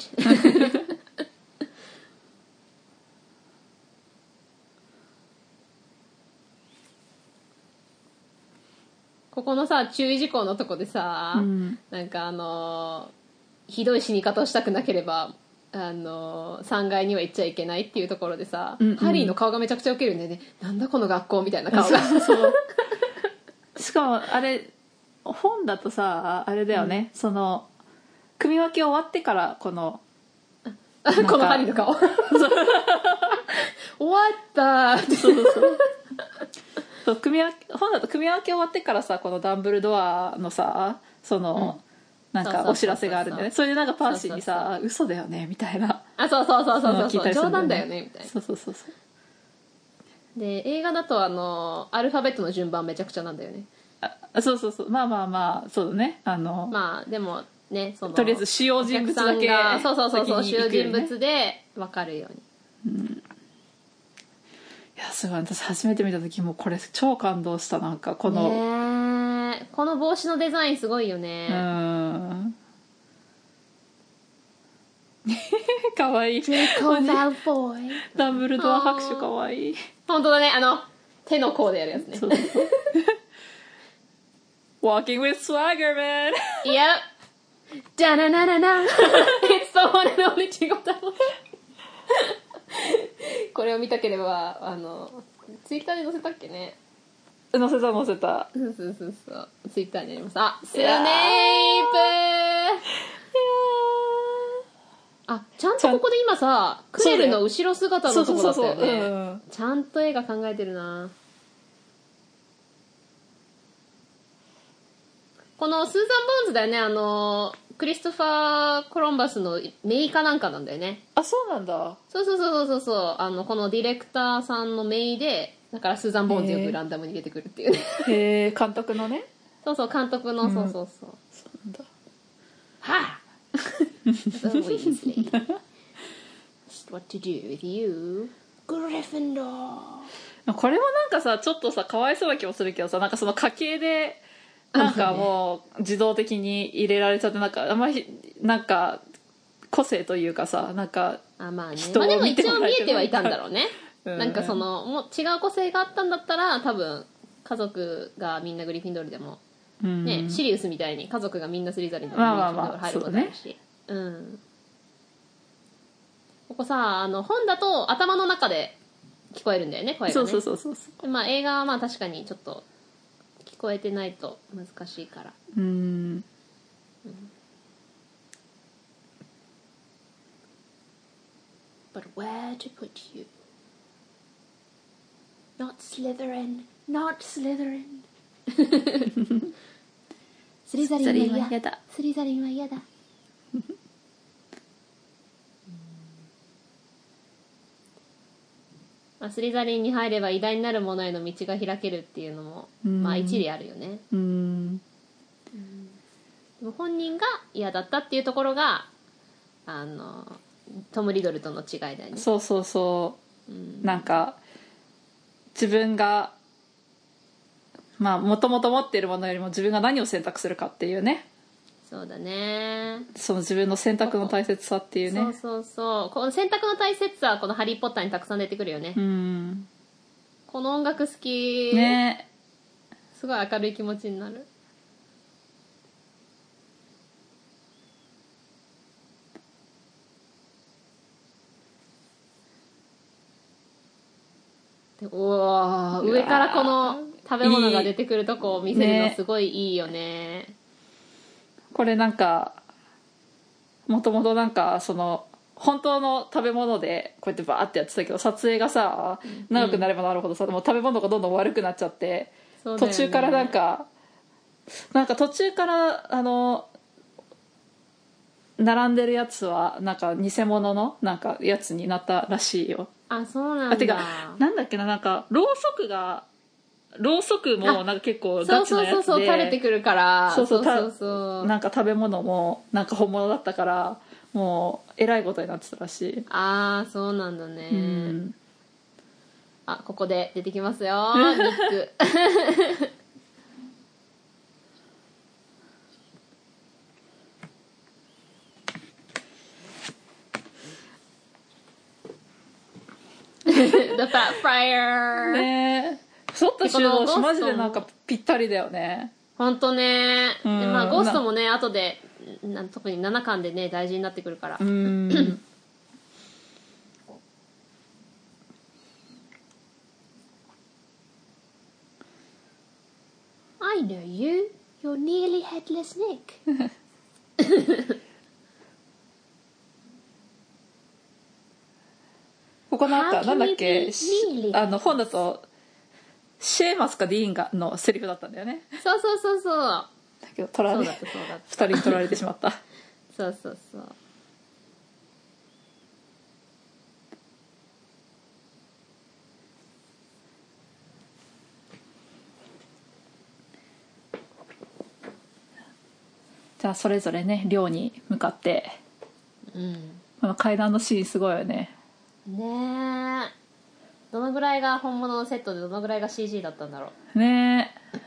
ここのさ注意事項のとこでさ、なんかひどい死に方をしたくなければ3階には行っちゃいけないっていうところでさ、ハリーの顔がめちゃくちゃウケるんだよね。なんだこの学校みたいな顔がそうしかもあれ本だとさあれだよね、その組み分け終わってからこのこのハリーの顔終わったってそう本だと組み分け終わってからさこのダンブルドアのさその、なんかお知らせがあるんだよね。それでなんかパーシーにさ嘘だよねみたいな、 そう冗談だよねみたいな。 そうで映画だとアルファベットの順番めちゃくちゃなんだよね。 そうまあそうだね。 まあでもね、そのとりあえず主要人物だけそう主要人物で分かるように。 いやすごい、私初めて見た時もこれ超感動した。なんかこのこの帽子のデザインすごいよね。 かわいい。ダンブルドア拍手かわいい。 本当だね、手の甲でやるやつね。そう Walking with swagger, man. Yep. Da-na-na-na-na. It's the one and only チゴタロ。これを見たければツイッターで載せたっけね。 載せたそうツイッターにあります。あ、スネイプ。あ、ちゃんとここで今さクレルの後ろ姿のとこだったよね。ちゃんと映画考えてるな。このスーザン・ボーンズだよね。クリストファー・コロンバスの姪かなんかなんだよね。 あ、そうなんだ。 そうこのディレクターさんの姪で、だからスーザン・ボーンズよくランダムに出てくるっていうね。 へえ、監督のね。 そう監督の、そうそうだ。 はあSo easily. What to do with you? Gryffindor. これもなんかさちょっとさかわいそうな気もするけどさ、なんかその家系でなんかもう自動的に入れられちゃって、なんかあんまりなんか個性というかさ、なんか人を見てもらえて、でも一応見えてはいたんだろうね。なんかそのもう違う個性があったんだったら多分家族がみんなグリフィンドールでも、ね、シリウスみたいに家族がみんなスリザリンでもグリフィンドール入ることだし、ここさ本だと頭の中で聞こえるんだよね、声がね。 そう映画はまあ確かにちょっと聞聞こえてないと難しいから。But where to put you? Not Slytherin, not Slytherin. スリザリンは嫌だ。スリザリンは嫌だ。まあ、スリザリンに入れば偉大になる者への道が開けるっていうのも、まあ一理あるよね。でも本人が嫌だったっていうところがトム・リドルとの違いだよね。 そうそうそう、なんか自分がまあもともと持っているものよりも自分が何を選択するかっていうね。 そうだね。 その自分の選択の大切さっていうね。 そうそうそう。この選択の大切さはこのハリーポッターにたくさん出てくるよね。この音楽好き。ね。すごい明るい気持ちになる。で上からこの食べ物が出てくるとこを見せるのすごいいいよね。 これなんかもともとなんかその本当の食べ物でこうやってバーってやってたけど、撮影がさ長くなればなるほどさ、もう食べ物がどんどん悪くなっちゃって、ね、途中からなんか途中から並んでるやつはなんか偽物のなんかやつになったらしいよ。 あ、そうなんだ。 てかなんだっけな、なんかろうそくもなんか結構ガチなやつで、 そう垂れてくるから、 そうなんか食べ物もなんか本物だったからもうえらいことになってたらしい。 ああ、そうなんだね。あ、ここで出てきますよニック。The Fat Friar ねえ、太った収納しマジでなんかぴったりだよね。 ほんとね。で、まあゴーストもね後で特に7巻でね大事になってくるから。I know you. You're nearly headless Nick. ここなんかなんだっけ、本だとシェーマスかディーンがのセリフだったんだよね。 そうだけど2人に取られてしまった。 そうじゃあそれぞれね寮に向かって、この階段のシーンすごいよね。 ねえ、どのぐらいが本物のセットでどのぐらいが CG だったんだろうねえ。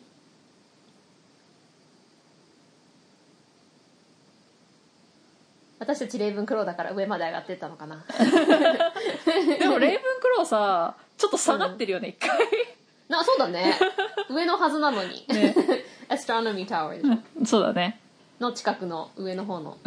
私たちレイブンクローだから上まで上がってったのかな。 でもレイブンクローさちょっと下がってるよね、一回。 そうだね。上のはずなのに、ね、アストロノミータワーでしょ、 そうだね、 の近くの上の方の。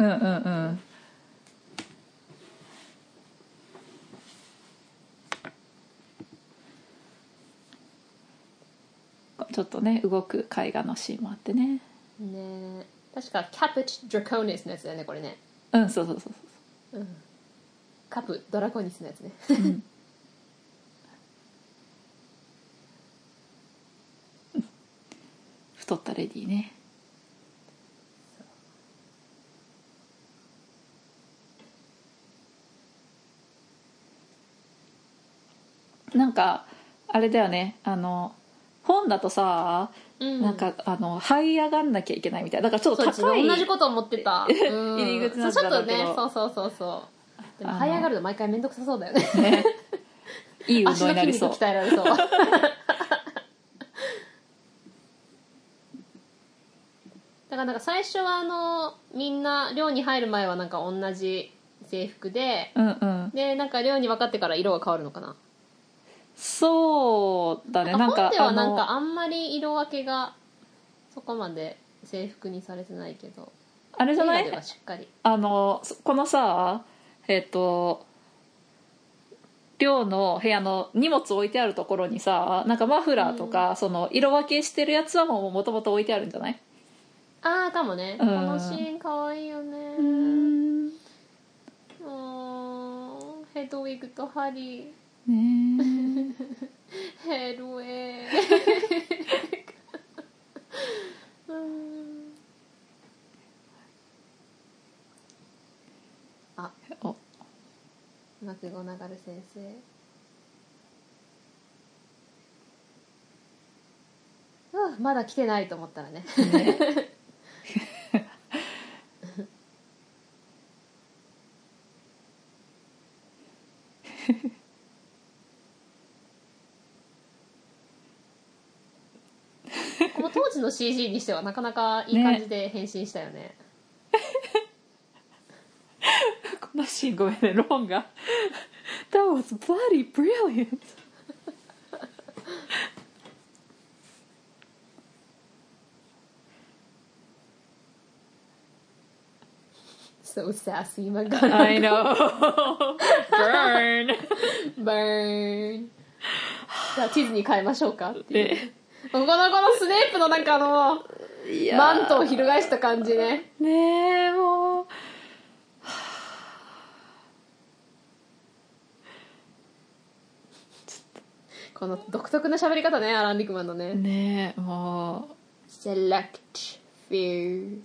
ちょっとね動く絵画のシーンもあってね。 ね、確かキャプチ・ドラコニスのやつだよねこれね。 そう、 カプ・ドラコニスのやつね。 太ったレディーね。なんかあれだよね、本だとさ、なんか這い上がんなきゃいけないみたいな、だからちょっと高い、 同じこと思ってた。 入り口なんだけど、 ちょっとね、そうでも這い上がるの毎回めんどくさそうだよね。 いい運動になりそう。 足の筋肉鍛えられそう。だからなんか最初はみんな寮に入る前はなんか同じ制服で、でなんか寮に分かってから色が変わるのかな。 そうだね。 なんか本ではなんかあんまり色分けがそこまで制服にされてないけど、 あれじゃない？ 映画ではしっかり。 このさ寮の部屋の荷物置いてあるところにさ、なんかマフラーとか、その色分けしてるやつはもともと置いてあるんじゃない？ ああかもね、このシーンかわいいよね。ヘドウィグとハリーねヘドウィグあおマクゴナガル先生、まだ来てないと思ったらねこの当時の CG にしてはなかなかいい感じで変身したよね。 このシーンごめんね、ロンがThat was bloody brilliant So sassy, McGonagall. I know Burn Burn じゃあ地図に変えましょうかっていう、このスネープのなんかマントを翻した感じね。 ねえもうこの独特な喋り方ね、アラン・リクマンのね。 ねえもう Select fear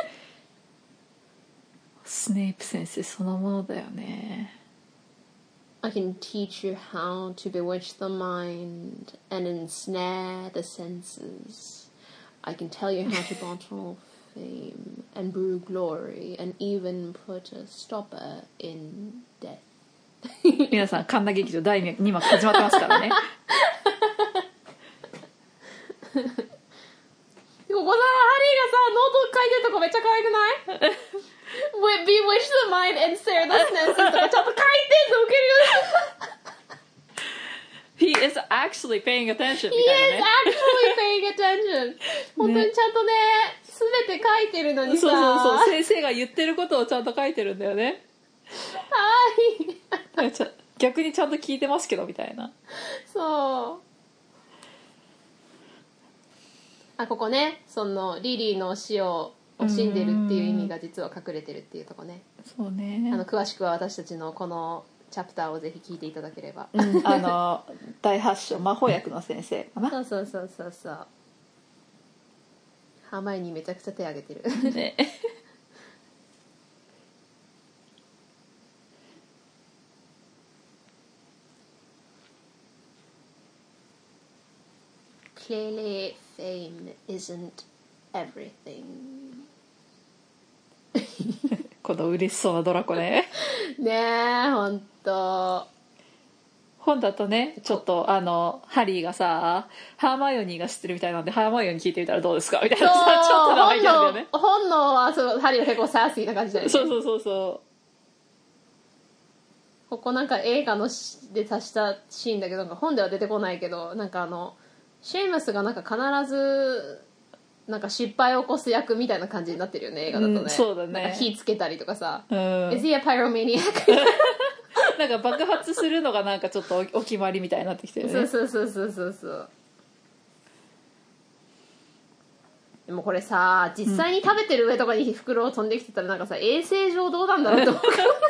スネイプ先生そのものだよね。 I can teach you how to bewitch the mind and ensnare the senses. I can tell you how to bottle fame and brew glory and even put a stopper in death. 皆さん神田劇場第2幕始まってますからねここさ、ハリーがさ、ノート書いてるとこめっちゃ可愛くない？Bewitch the mind and stare the senses とかちゃんと書いてんのウケるよ。 He is actually paying attention み He たいな is ね actually paying attention 本当にちゃんとね、全て書いてるのにさ、 そう先生が言ってることをちゃんと書いてるんだよね。 はい逆にちゃんと聞いてますけどみたいな。 そう、ここね、そのリリーの死を惜しんでるっていう意味が実は隠れてるっていうとこね。 そうね。 詳しくは私たちのこのチャプターをぜひ聞いていただければ、 第8章魔法薬の先生かな。 そうハーマイオニーめちゃくちゃ手挙げてるね Clearly fame isn't everything この嬉しそうなドラコねねえ、ほんと本だとね、ちょっとハリーがさ、ハーマイオニーが知ってるみたいなんで、ハーマイオニー聞いてみたらどうですかみたいなさ、ちょっと生意気なんだよね。 本能はそう、ハリーは結構サーシーな感じだよね。 そうここなんか映画ので足したシーンだけど、なんか本では出てこないけど、なんかシェイムスがなんか必ずなんか失敗を起こす役みたいな感じになってるよね、映画だとね。 そうだね。 なんか火つけたりとかさ、 Is he a pyromaniac? なんか爆発するのがなんかちょっとお決まりみたいになってきてるね。 そう。でもこれさ、実際に食べてる上とかに袋を飛んできてたらなんかさ、衛生上どうなんだろうと思う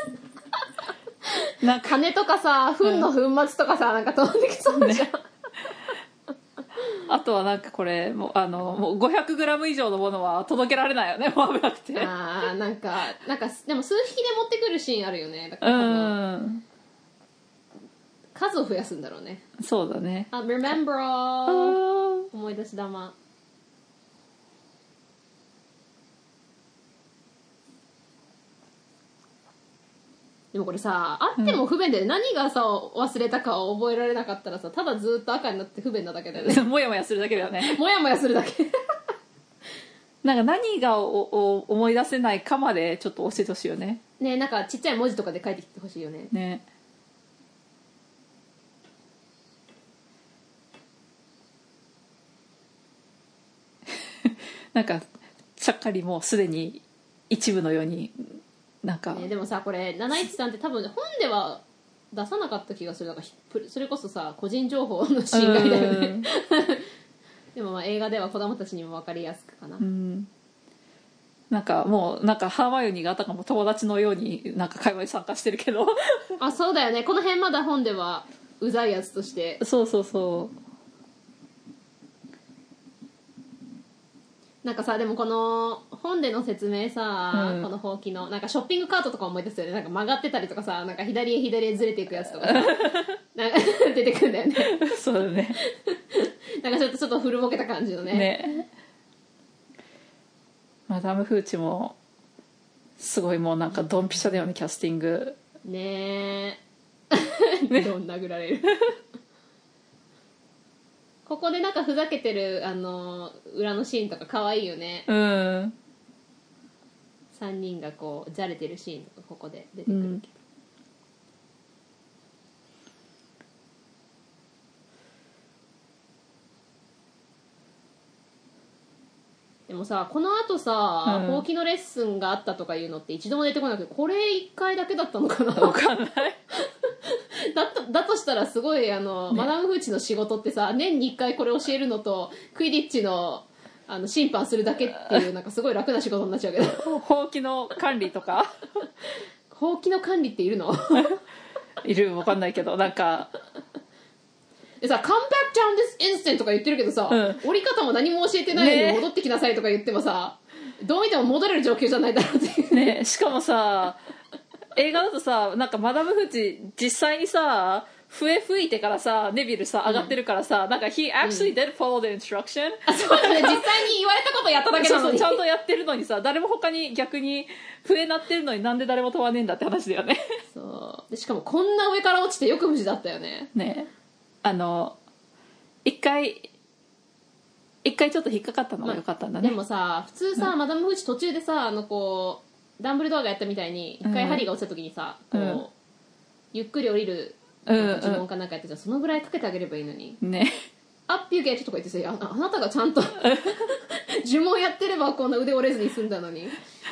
なんか羽とかさ、糞の粉末とかさ、なんか飛んできそうじゃん、ね。 あとはなんかこれもう500g 以上のものは届けられないよね、もう危なくて。 なんかでも数匹で持ってくるシーンあるよね。だから数を増やすんだろうね。 そうだね。 remember 思い出し玉。でもこれさ、あっても不便で、何がさ忘れたかを覚えられなかったらさ、ただずっと赤になって不便なだけだよね。 もやもやするだけだよね。 もやもやするだけなんか何が思い出せないかまでちょっと教えてほしいよね。 ね、なんかちっちゃい文字とかで書いてきてほしいよね。 ね。なんかちゃっかりもうすでに一部のようになんか、 ね、でもさこれ713って多分本では出さなかった気がする。なんかそれこそさ個人情報の侵害だよねでもまあ映画では子供たちにも分かりやすくかな。 なんかもうなんかハーマイオニーがあたかも友達のようになんか会話に参加してるけどあ、そうだよね。この辺まだ本ではうざいやつとしてそうそうそう。 なんかさ、でもこの本での説明さ、このほうきのなんかショッピングカートとか思い出すよね。なんか曲がってたりとかさ、なんか左へずれていくやつとかさなんか出てくるんだよねそうだねなんかちょっと古ぼけた感じのね。 マダム・フーチもすごいもうなんかドンピシャだよね、キャスティングねえどん殴られるここでなんかふざけてる裏のシーンとか可愛いよね。3人がこうじゃれてるシーンとかここで出てくるけど、でもさこのあとさ、ほうきのレッスンがあったとかいうのって一度も出てこなくて、これ1回だけだったのかな。 分かんないだとしたらすごいマダム・フーチの仕事ってさ、年に1回これ教えるのとクイディッチの審判するだけっていうなんかすごい楽な仕事になっちゃうけどほうきの管理とかほうきの管理っているのいる、分かんないけどなんかでさ「Come back down this instant」とか言ってるけどさ、折り方も何も教えてないのに戻ってきなさいとか言ってもさ、どう見ても戻れる状況じゃないだろうっていうね。しかもさ映画だとさ、なんかマダム・フーチ実際にさ笛吹いてからさネビルさ上がってるからさ、なんか he actually did follow the instruction、 そうだね、実際に言われたことやっただけなのにそうちゃんとやってるのにさ、誰も他に逆に笛鳴ってるのになんで誰も飛ばねえんだって話だよねそうで、しかもこんな上から落ちてよく無事だったよね。 ね、一回ちょっと引っかかったのがよかったんだね、 でもさ普通さ、マダム・フーチ途中でさこうダンブルドアがやったみたいに一回ハリーが落ちた時にさ、こうゆっくり降りる呪文かなんかやってたら、そのぐらいかけてあげればいいのにね。 アッピューゲートとか言ってさ、あなたがちゃんと呪文やってればこんな腕折れずに済んだのに。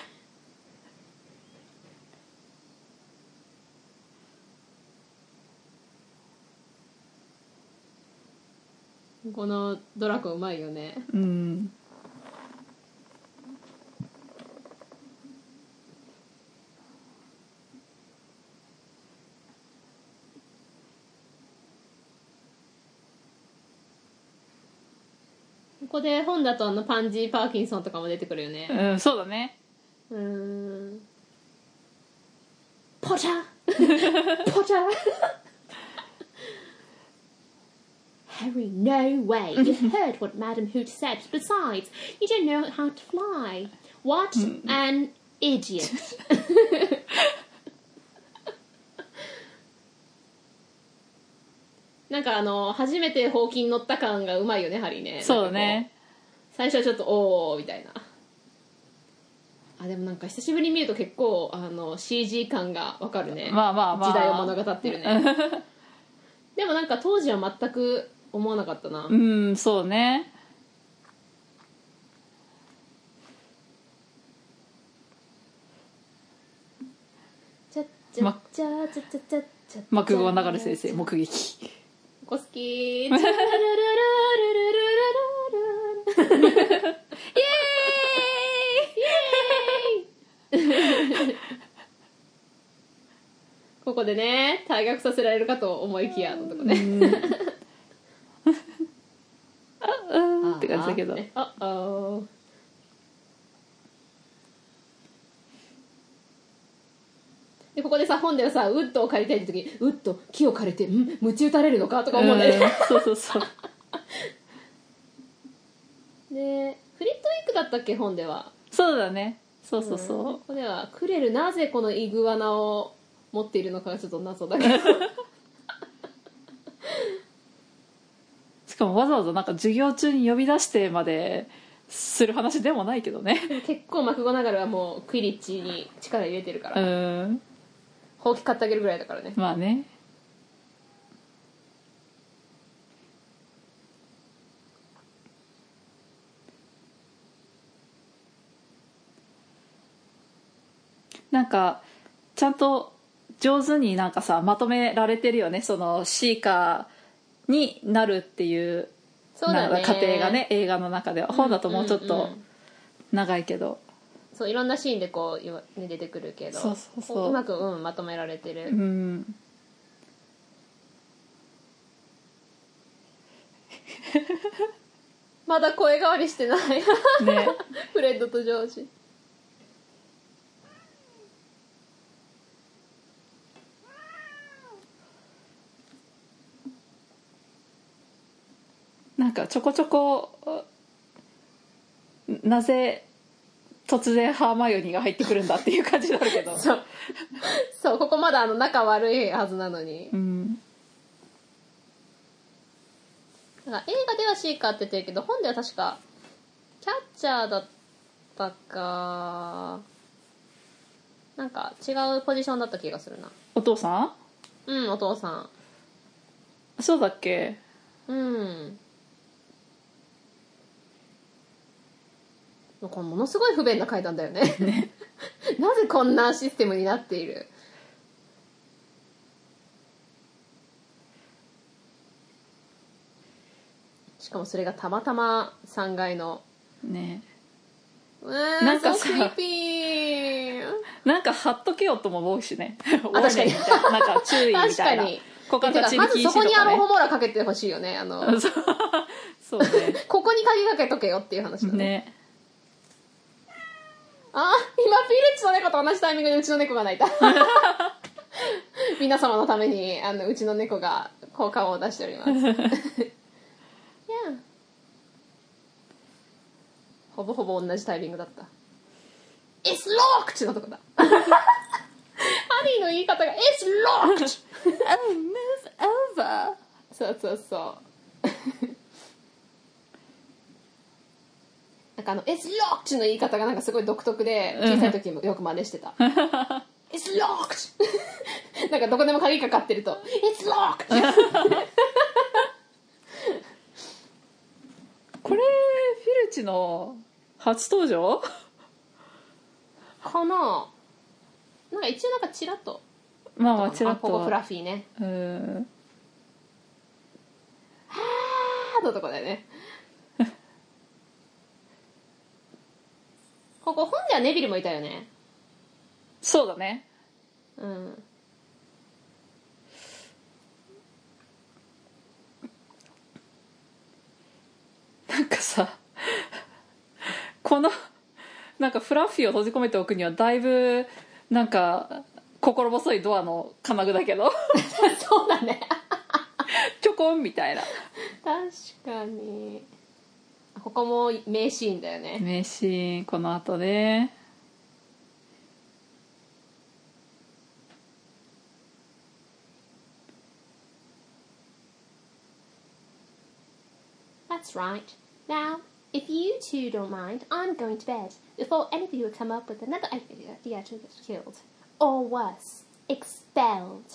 このドラコンうまいよね。ここで本だとパンジー・パーキンソンとかも出てくるよね。 そうだね。 ポチャポチャHarry, no way. You heard what Madam Hoot said. Besides, you don't know how to fly. What an idiot. なんか初めてほうきに乗った感がうまいよね、ハリーね。 そうだね。 最初はちょっとおーみたいな。あ、でもなんか久しぶりに見ると結構CG 感がわかるね。 まあまあまあ。 時代を物語ってるね。でもなんか当時は全く思わなかったな。 そうね。マクゴナガル先生目撃。 こ好き。イエーイここでね退学させられるかと思いきやのとこね。 って感じだけど。 でここでさ本ではさウッドを借りたいって時にウッド木を借りて鞭打たれるのかとか思うんだよね。 そうそうそう。 でフリットウィックだったっけ本では。 そうだね。そうそうそう。 ここではクレルなぜこのイグアナを持っているのかがちょっと謎だけど。 しかもわざわざなんか授業中に呼び出してまでする話でもないけどね。 結構マクゴナガルはもうクイリッチに力入れてるから。ほうき買ってあげるぐらいだからね。 まあね。なんかちゃんと上手になんかさまとめられてるよね、そのシーカーになるっていうそうだね過程がね、映画の中では。本だともうちょっと長いけど、 そういろんなシーンでこう、ね、出てくるけど、 そうそうそう、 うまく、まとめられてる。まだ声変わりしてないねフレッドとジョージ。 なんかちょこちょこなぜ突然ハーマイオニーが入ってくるんだっていう感じになるけどそうここまだ仲悪いはずなのに、だから映画ではシーカーって言ってるけど、本では確かキャッチャーだったかなんか違うポジションだった気がするな。 お父さんお父さん。 そうだっけ。 これものすごい不便な階段だよねなぜこんなシステムになっている。しかもそれがたまたま3階のね。 なんかさ、 なんか貼っとけよとも思うしね確かになんか注意みたいな。ここ立ち入り禁止とかね。まずそこにアロホモラかけてほしいよね。 そうねここに鍵かけとけよっていう話だね。今ピルチの猫と同じタイミングでうちの猫が鳴いた皆様のためにうちの猫が効果音を出しておりますほぼほぼ同じタイミングだった。 It's locked のとこだハリーの言い方が It's locked Oh move over そうそうそうなんかIt's locked の言い方がなんかすごい独特で、小さい時もよく真似してたIt's locked なんかどこでも鍵かかってると It's locked これフィルチの初登場かな。なんか一応なんかチラッとまあチラッとここフラッフィーねはーのとこだよねここ本ではネビルもいたよね。 そうだね。なんかさこのなんかフラッフィーを閉じ込めておくにはだいぶなんか心細いドアの金具だけどそうだねちょこんみたいな。 確かにここも名シーンだよね。 名シーン。この後ね。 That's right. Now, if you two don't mind, I'm going to bed before any of you come up with another idea to get killed. Or worse, expelled.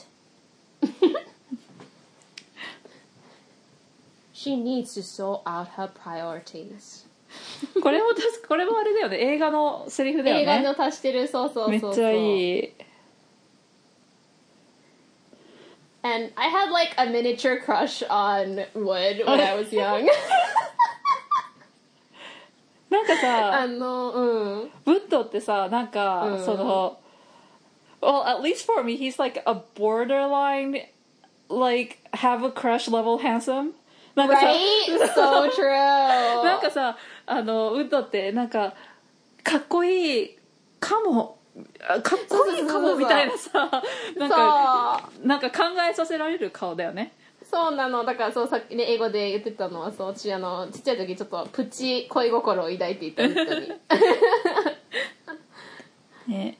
She needs to sort out her priorities. これもあれだよね。映画のセリフだよね。 映画の足してる。そうそうそうそう。 めっちゃいい。 And I had like a miniature crush on Wood when I was young. なんかさ、 ウッドってさ、なんか、その、well, at least for me, he's like a borderline, like, have a crush level handsome. なんかさ、 right? So true. なんかさ、ウッドってなんかかっこいいかもみたいなさ、なんか考えさせられる顔だよね。 そうなの。だからそうさっきね英語で言ってたのは、そう私ちっちゃい時ちょっとプチ恋心を抱いていた人にね。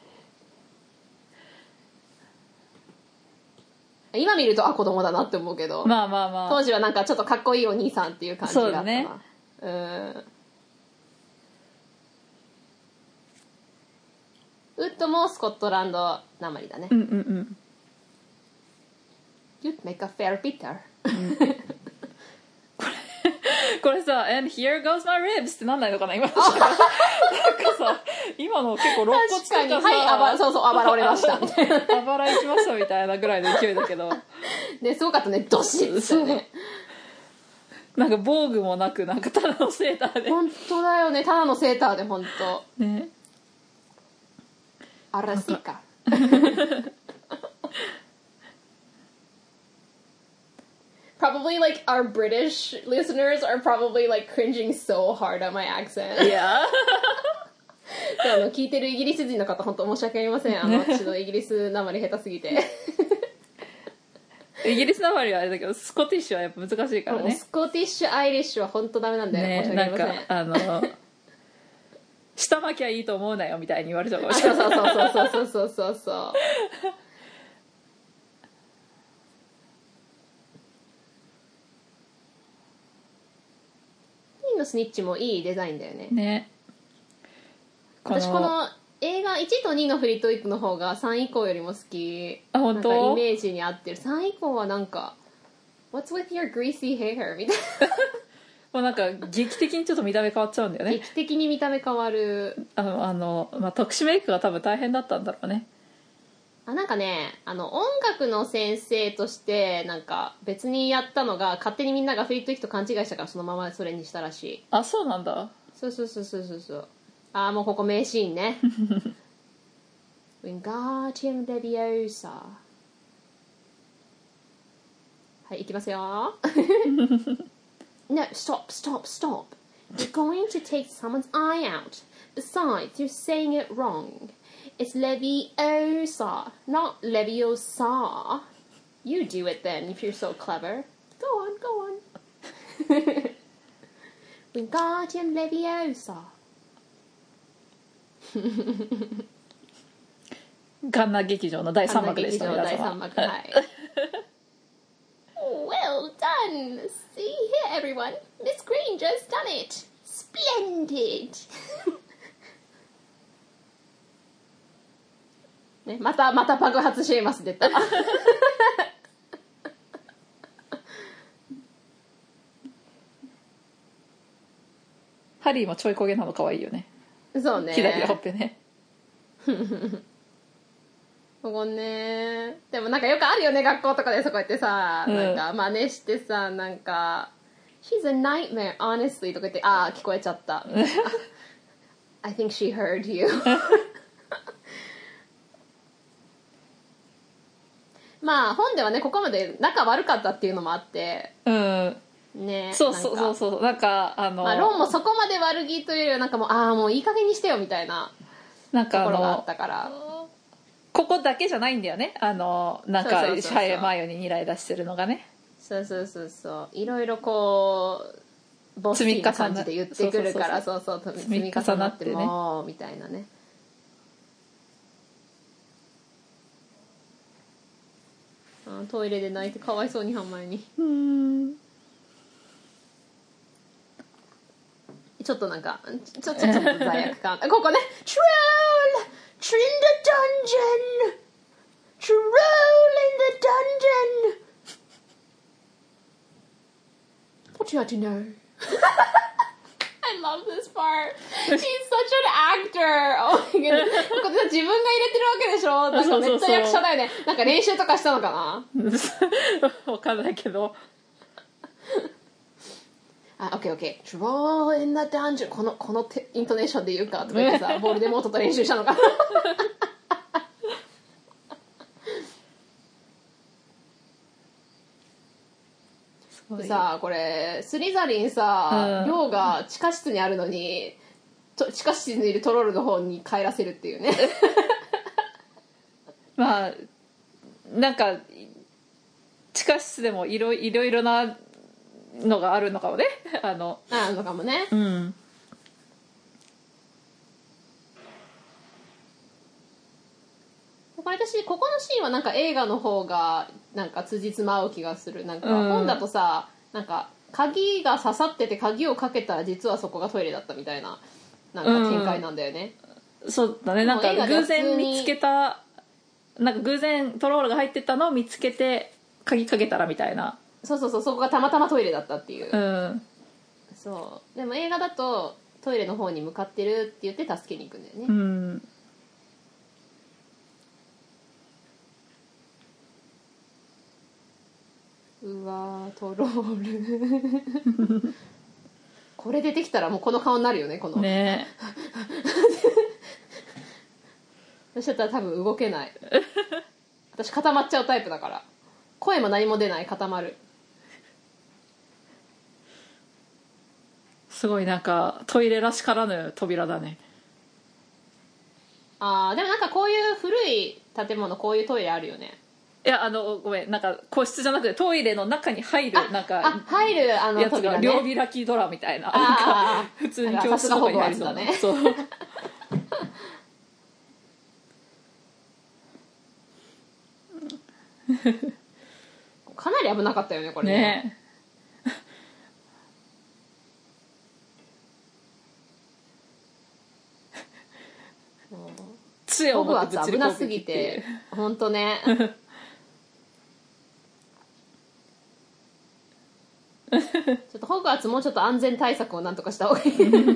今見ると子供だなって思うけど、 まあまあまあ当時はなんかちょっとかっこいいお兄さんっていう感じだったな。そうだね。ウッドもスコットランドなまりだね。You'd make a fair bitter. ここれさ「And here goes my ribs」ってなんないのかな今のなんかさ今の結構肋骨とかさ確かにはいそうそうあばら折れましたみたいなあばら行きましたみたいなぐらいの勢いだけどですごかったねドシッとねなんか防具もなくなんかただのセーターで本当だよねただのセーターで本当ねあらしいかProbably like our British listeners are probably like cringing so hard at my accent. Yeah 聞いてるイギリス人の方本当申し訳ありません私のイギリスなまり下手すぎてイギリスなまりはあれだけどスコティッシュはやっぱ難しいからねスコティッシュアイリッシュは本当ダメなんで、 ね、 申し訳ありませんなんか下巻きはいいと思うなよみたいに言われちゃうかもしそうれないそうピンのスニッチもいいデザインだよねね私この映画1と2のフリットウィックの方が3以降よりも好きあ本当なんかイメージに合ってる3以降はなんか What's with your greasy hair? みたいなもうなんか劇的にちょっと見た目変わっちゃうんだよね劇的に見た目変わるまあ、特殊メイクが多分大変だったんだろうねなんかね音楽の先生としてなんか別にやったのが勝手にみんながフリットウィックと勘違いしたからそのままそれにしたらしいあそうなんだそうもうここ名シーンねWingardium Leviosa はい行きますよNo, stop. You're going to take someone's eye out. Besides, you're saying it wrong. It's Leviosa, not Leviosa. You do it then, if you're so clever. Go on. Wingardium Leviosa. ガンナ劇場の第3幕でしたガンナ劇場第3幕はいWell done! See here, everyone. Miss Granger's done it. Splendid! ね、また爆発シェイマス出た。 ハリーもちょい焦げなの可愛いよね。 そうね。 左のほっぺね。 ここねでもなんかよくあるよね学校とかでそこやってさ、なんか真似してさなんか「She's a nightmare honestly」とか言って聞こえちゃったI think she heard you まあ本ではねここまで仲悪かったっていうのもあってねそうなんかロンもそこまで悪気というよりはなんかもういい加減にしてよみたいなところがあったからここだけじゃないんだよねなんかハイマイオにイライラしてるのがねそういろいろこうボスティーな感じで言ってくるからそう積み重なってもみたいなねトイレで泣いてかわいそうにハンマイにちょっとなんかちょっと罪悪感ここねTroll in the dungeon Troll in the dungeon What do you have to know? I love this part. He's such an actor. Oh my goodness. ここで自分が入れてるわけでしょなんかめっちゃ役者だよね。なんか練習とかしたのかなわかんないけど。 OK. Troll in the dungeon. このイントネーションで言うかとか言ってさ、ボルデモートと練習したのかなさあこれスリザリンさ、寮が地下室にあるのに地下室にいるトロールの方に帰らせるっていうねまあなんか地下室でもいろいろなのがあるのかもねあるのかもね私ここのシーンはなんか映画の方がなんか辻褄合う気がするなんか本だとさなんか鍵が刺さってて鍵をかけたら実はそこがトイレだったみたいななんか展開なんだよね、 そうだねなんか偶然見つけたなんか偶然トロールが入ってたのを見つけて鍵かけたらみたいなそうそこがたまたまトイレだったっていう、 そうでも映画だとトイレの方に向かってるって言って助けに行くんだよね、 うん。 うわートロールこれ出てきたらもうこの顔になるよねこのね。 私だったら多分動けない私固まっちゃうタイプだから声も何も出ない固まる。 すごいなんかトイレらしからぬ扉だね。 あーでもなんかこういう古い建物こういうトイレあるよね。 いやごめん、なんか個室じゃなくてトイレの中に入るなんか入るやつが扉ね、 両開きドラみたいな、なんか普通に教室とかにありそうな、 ね、 そうかなり危なかったよねこれね。 杖を持って危なすぎて本当ねちょっとホグワーツもうちょっと安全対策をなんとかした方がいい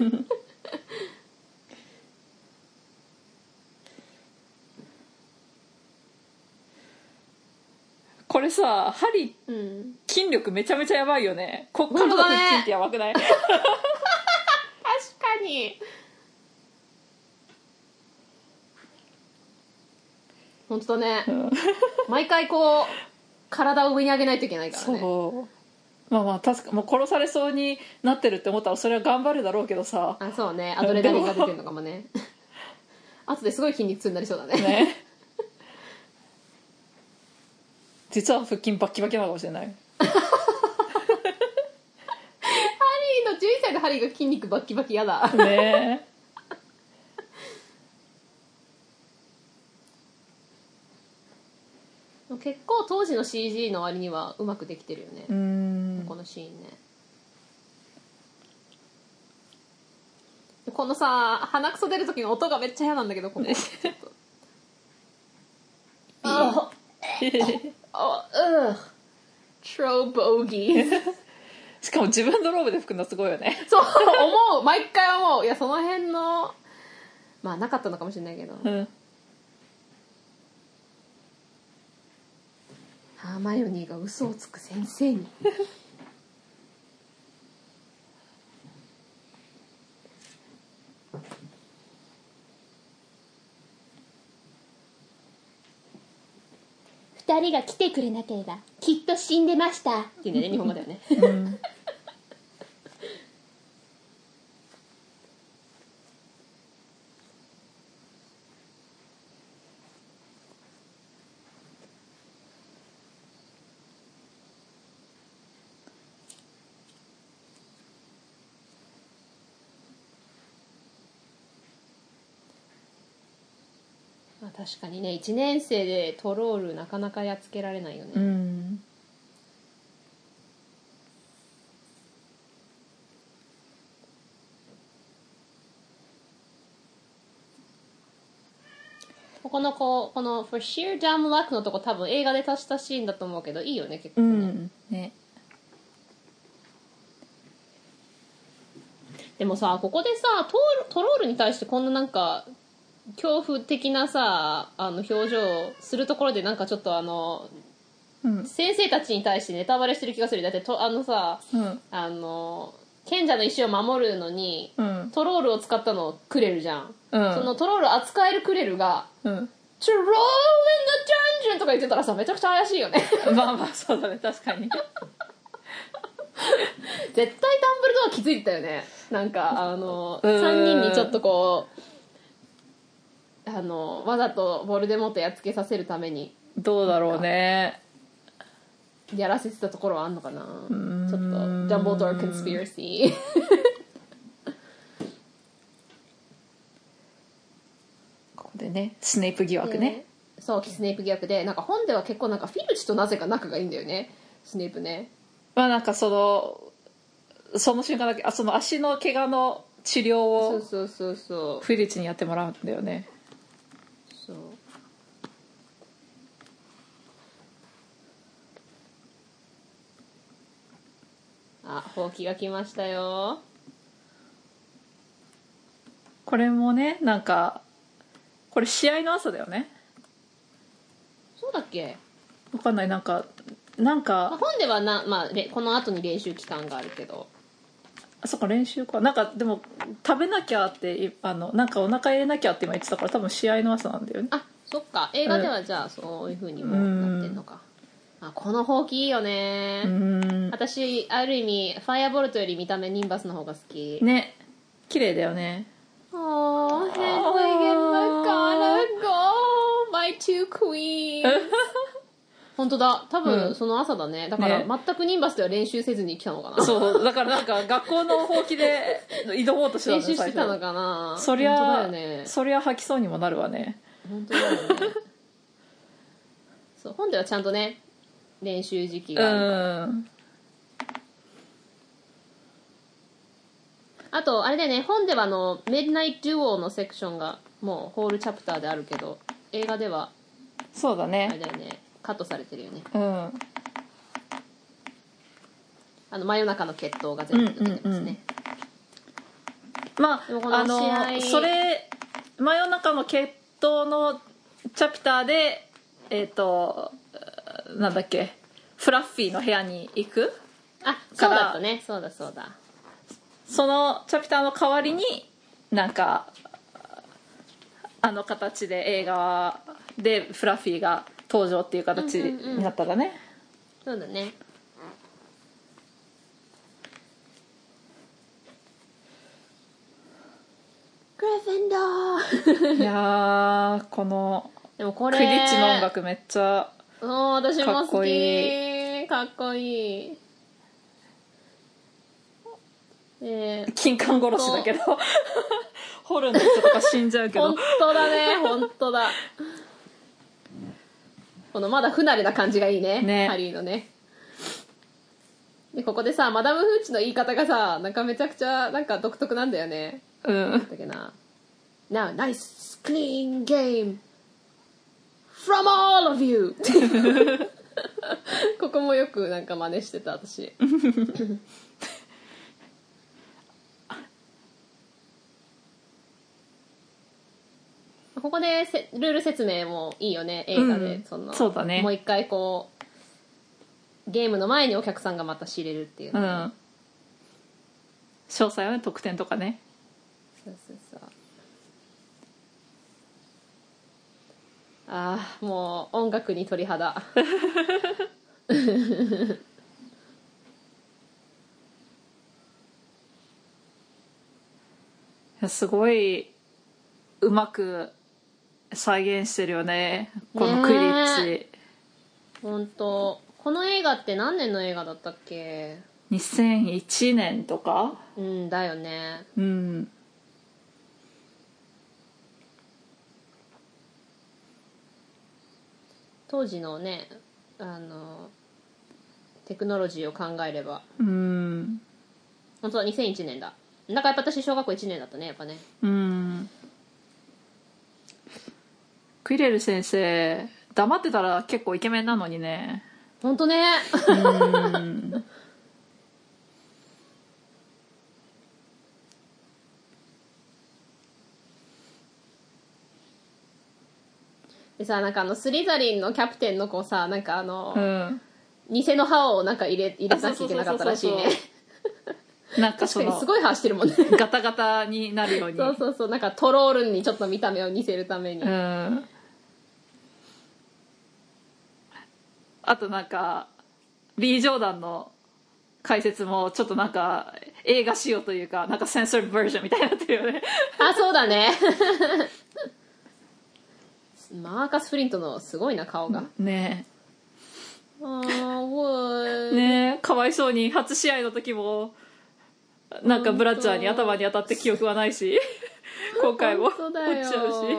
これさハリー、うん、筋力めちゃめちゃやばいよね。こっからの腹筋ってやばくない？ 確かに本当だね、うん、毎回こう体を上に上げないといけないからね。 そうまあまあ確かもう殺されそうになってるって思ったらそれは頑張るだろうけどさ。 あそうね、アドレナリンが出てるのかもね後ですごい筋肉痛になりそうだ ね実は腹筋バッキバキなのかもしれないハリーの11歳のハリーが筋肉バッキバキやだね結構当時の CG の割にはうまくできてるよね、このシーンね。このさ鼻くそ出る時の音がめっちゃ嫌なんだけどここちょっと超ボギーしかも自分のローブで拭くのすごいよねそう思う、毎回思う。いやその辺のまあなかったのかもしれないけど、ハーマイオニーが嘘をつく先生に2人が来てくれなければきっと死んでましたっていうね日本語だよね、確かにね1年生でトロールなかなかやっつけられないよね、この「For sheer dumb luck」のとこ多分映画で足したシーンだと思うけどいいよね結構ね、でもさここでさトロールに対してこんななんか恐怖的なさ表情をするところでなんかちょっと先生たちに対してネタバレしてる気がする。だってさ、賢者の石を守るのに、トロールを使ったのクレルじゃん、そのトロール扱えるクレルが、To roll in the dungeon とか言ってたらさめちゃくちゃ怪しいよねまあまあそうだね確かに絶対ダンブルドア気づいてたよね。なんか3人にちょっとこうわざとボルデモートやっつけさせるためにどうだろうねやらせてたところはあんのかな。ちょっとダンブルドアコンスピラシーここでねスネイプ疑惑ね。 そうスネイプ疑惑でなんか本では結構なんかフィルチとなぜか仲がいいんだよねスネイプね。 まあなんかその瞬間だけその足の怪我の治療をフィルチにやってもらうんだよね。 そうほうが来ましたよ。 これもね、なんかこれ試合の朝だよね。 そうだっけ。 わかんない。なんか本ではこの後に練習期間があるけど。 そっか、練習か。なんかでも食べなきゃってなんかお腹入れなきゃって今言ってたから、多分試合の朝なんだよね。 あ、そっか。映画ではじゃあそういう風にもなってんのか。このほうきいいよね。私ある意味ファイアボルトより見た目ニンバスの方が好きね。綺麗だよね。 Oh, Hedwig and McGonagall, my two queens. 本当だ。多分その朝だね。だから全くニンバスでは練習せずに来たのかな。 そうだからなんか学校のほうきで挑もうとしてたの。 練習してたのかな。 そりゃ本当だよね。 そりゃ吐きそうにもなるわね。 本当だよね。そう、本ではちゃんとね練習時期があるから。あとあれだよね、本ではミッドナイト・デュオのセクションがもうホールチャプターであるけど、映画ではそうだね、 あれだよね、カットされてるよね。真夜中の決闘が全部出てますね。 まあそれ真夜中の決闘のチャプターでなんだっけ、フラッフィーの部屋に行く。 あ、そうだったね。そうだそうだ。 そのチャプターの代わりになんか形で映画でフラッフィーが登場っていう形になったらね。 そうだね。グリフィンドー。 いやこのでもこれクリッチの音楽めっちゃ私も好き。 かっこいい。 かっこいい。 金柑殺しだけどホルンの人とか死んじゃうけど本当だね、本当だ。このまだ不慣れな感じがいい ねハリーのね。でここでさ、マダムフーチの言い方がさ、なんかめちゃくちゃなんか独特なんだよね。だっけな。Now nice clean game from all of you ここもよくなんか真似してた私ここでルール説明もいいよね、映画で。 そうだね。 もう一回こうゲームの前にお客さんがまた知れるっていうの、 詳細はね、得点とかね。 そうそうそう。もう音楽に鳥肌いやすごいうまく再現してるよね、このクリッチ。 本当。この映画って何年の映画だったっけ。 2001年とか。 だよね。当時のねテクノロジーを考えれば本当は2001年だ。だからやっぱ私小学校1年だったね、やっぱね。 クイレル先生黙ってたら結構イケメンなのにね。 本当ね。でさ、なんかスリザリンのキャプテンの子さ、なんか偽の歯をなんか入れなきゃいけなかったらしいね。 なんか確かにすごい歯してるもんね。 ガタガタになるように。 そうそうそう、なんかトロールにちょっと見た目を似せるために。 あとなんかリー・ジョーダンの解説もちょっとなんか映画仕様というか、なんかセンサーバージョンみたいになってるよね。 そうだね。マーカス・フリントのすごいな、顔がねえかわいそうに初試合の時もなんかブラッチャーに頭に当たって記憶はないし今回も落ちちゃうし。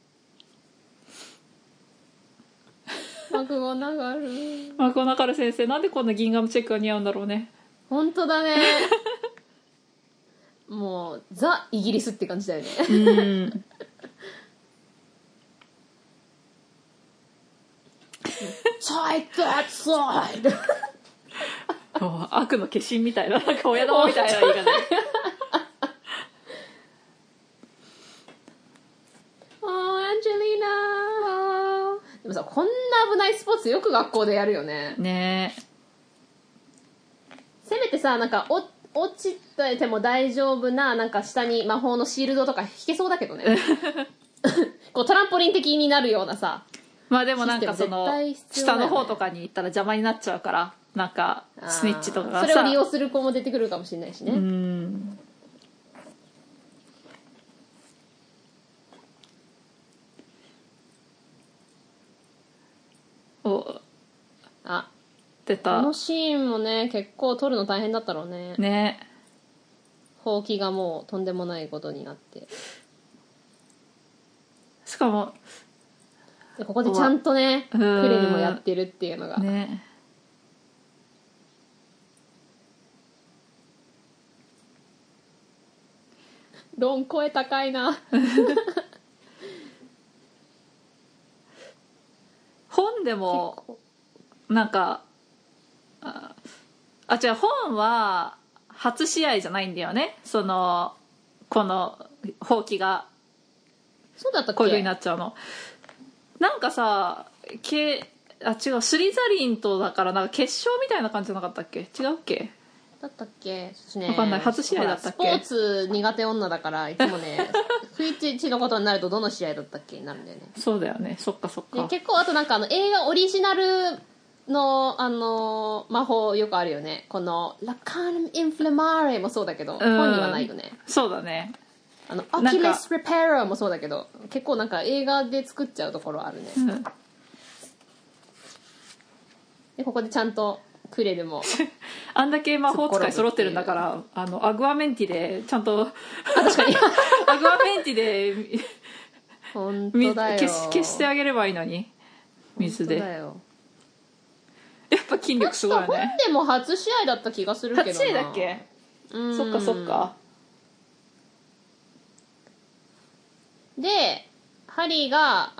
マクゴナガル先生なんでこんなギンガムチェックが似合うんだろうね。 本当だね。もうザ・イギリスって感じだよね。Take that side 悪の化身みたいな、なんか親玉みたいな言い方でアンジェリーナでもさ、こんな危ないスポーツよく学校でやるよね。 ねえ。 せめてさ、なんか落ちても大丈夫な、なんか下に魔法のシールドとか引けそうだけどねこうトランポリン的になるようなさ。 まあでもなんかその、下の方とかに行ったら邪魔になっちゃうから、なんかスニッチとかがさ、 それを利用する子も出てくるかもしれないしね。あ、 出た。 このシーンもね、結構撮るの大変だったろうね。 ね。 ほうきがもうとんでもないことになって、 しかもでここでちゃんとねクレにもやってるっていうのがね。 ロン声高いな本でもなんか違う、本は初試合じゃないんだよね、そのこのほうきがそうだったっけ、 こういう風になっちゃうの。なんかさ違う、スリザリンとだからなんか決勝みたいな感じじゃなかったっけ、違うっけ、 だったっけ、私ね、 わかんない、初試合だったっけ。 スポーツ苦手女だからいつもねクイッチのことになるとどの試合だったっけになるんだよね。 そうだよね、そっかそっか。 結構あとなんか映画オリジナルの魔法よくあるよね、このラカンインフレマーレもそうだけど本にはないよね。 そうだね、 アキレス・レペラーもそうだけど結構なんか映画で作っちゃうところあるね、でここでちゃんとクレルもあんだけ魔法使い揃ってるんだからアグアメンティでちゃんと確かにアグアメンティで本当だよ、 消してあげればいいのに、水で。 本当だよ、 やっぱ筋力すごいよね。 本でも初試合だった気がするけどな。 初試合だっけ。そっかそっか。 でハリーが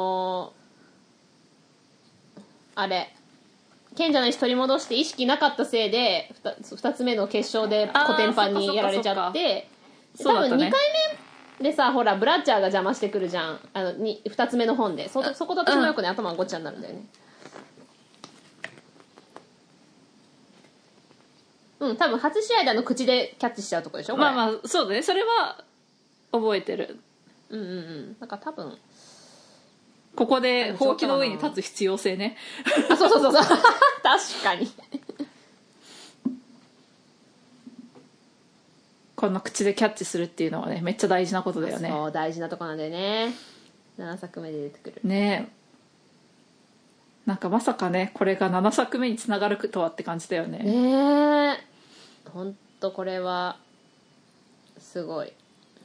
あれ賢者の石取り戻して意識なかったせいで 2つ目の決勝でコテンパンにやられちゃって、多分2回目でさ、ほらブラッチャーが邪魔してくるじゃん、2つ目の本で そこで私もよくね、頭がごっちゃになるんだよね。多分初試合で口でキャッチしちゃうとこでしょ。 まあまあそうだね、それは覚えてる。 なんか多分ここでほうきの上に立つ必要性ね。 あ、そう確かにこの口でキャッチするっていうのはね、めっちゃ大事なことだよね。 そう大事なとこなんだよね。7作目で出てくるね。なんかまさかね、これが7作目につながるとはって感じだよね。 ねえ、ほんとこれはすごい。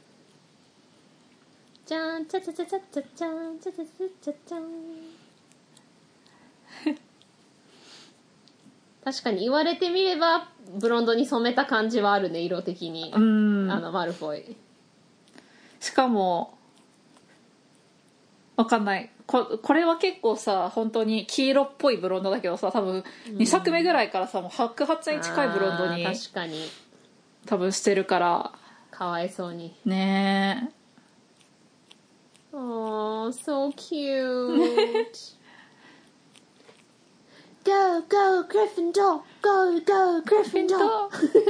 じゃん、チャチャチャチャチャチャン、チャチャチャチャチャン確かに言われてみればブロンドに染めた感じはあるね、色的に。マルフォイ。 しかもわかんない、これは結構さ本当に黄色っぽいブロンドだけどさ、多分2作目ぐらいからさもう白髪に近いブロンドに確かに多分してるからかわいそうにねえ。 Oh, so cute. Go, go, Gryffindor! Go, go, Gryffindor!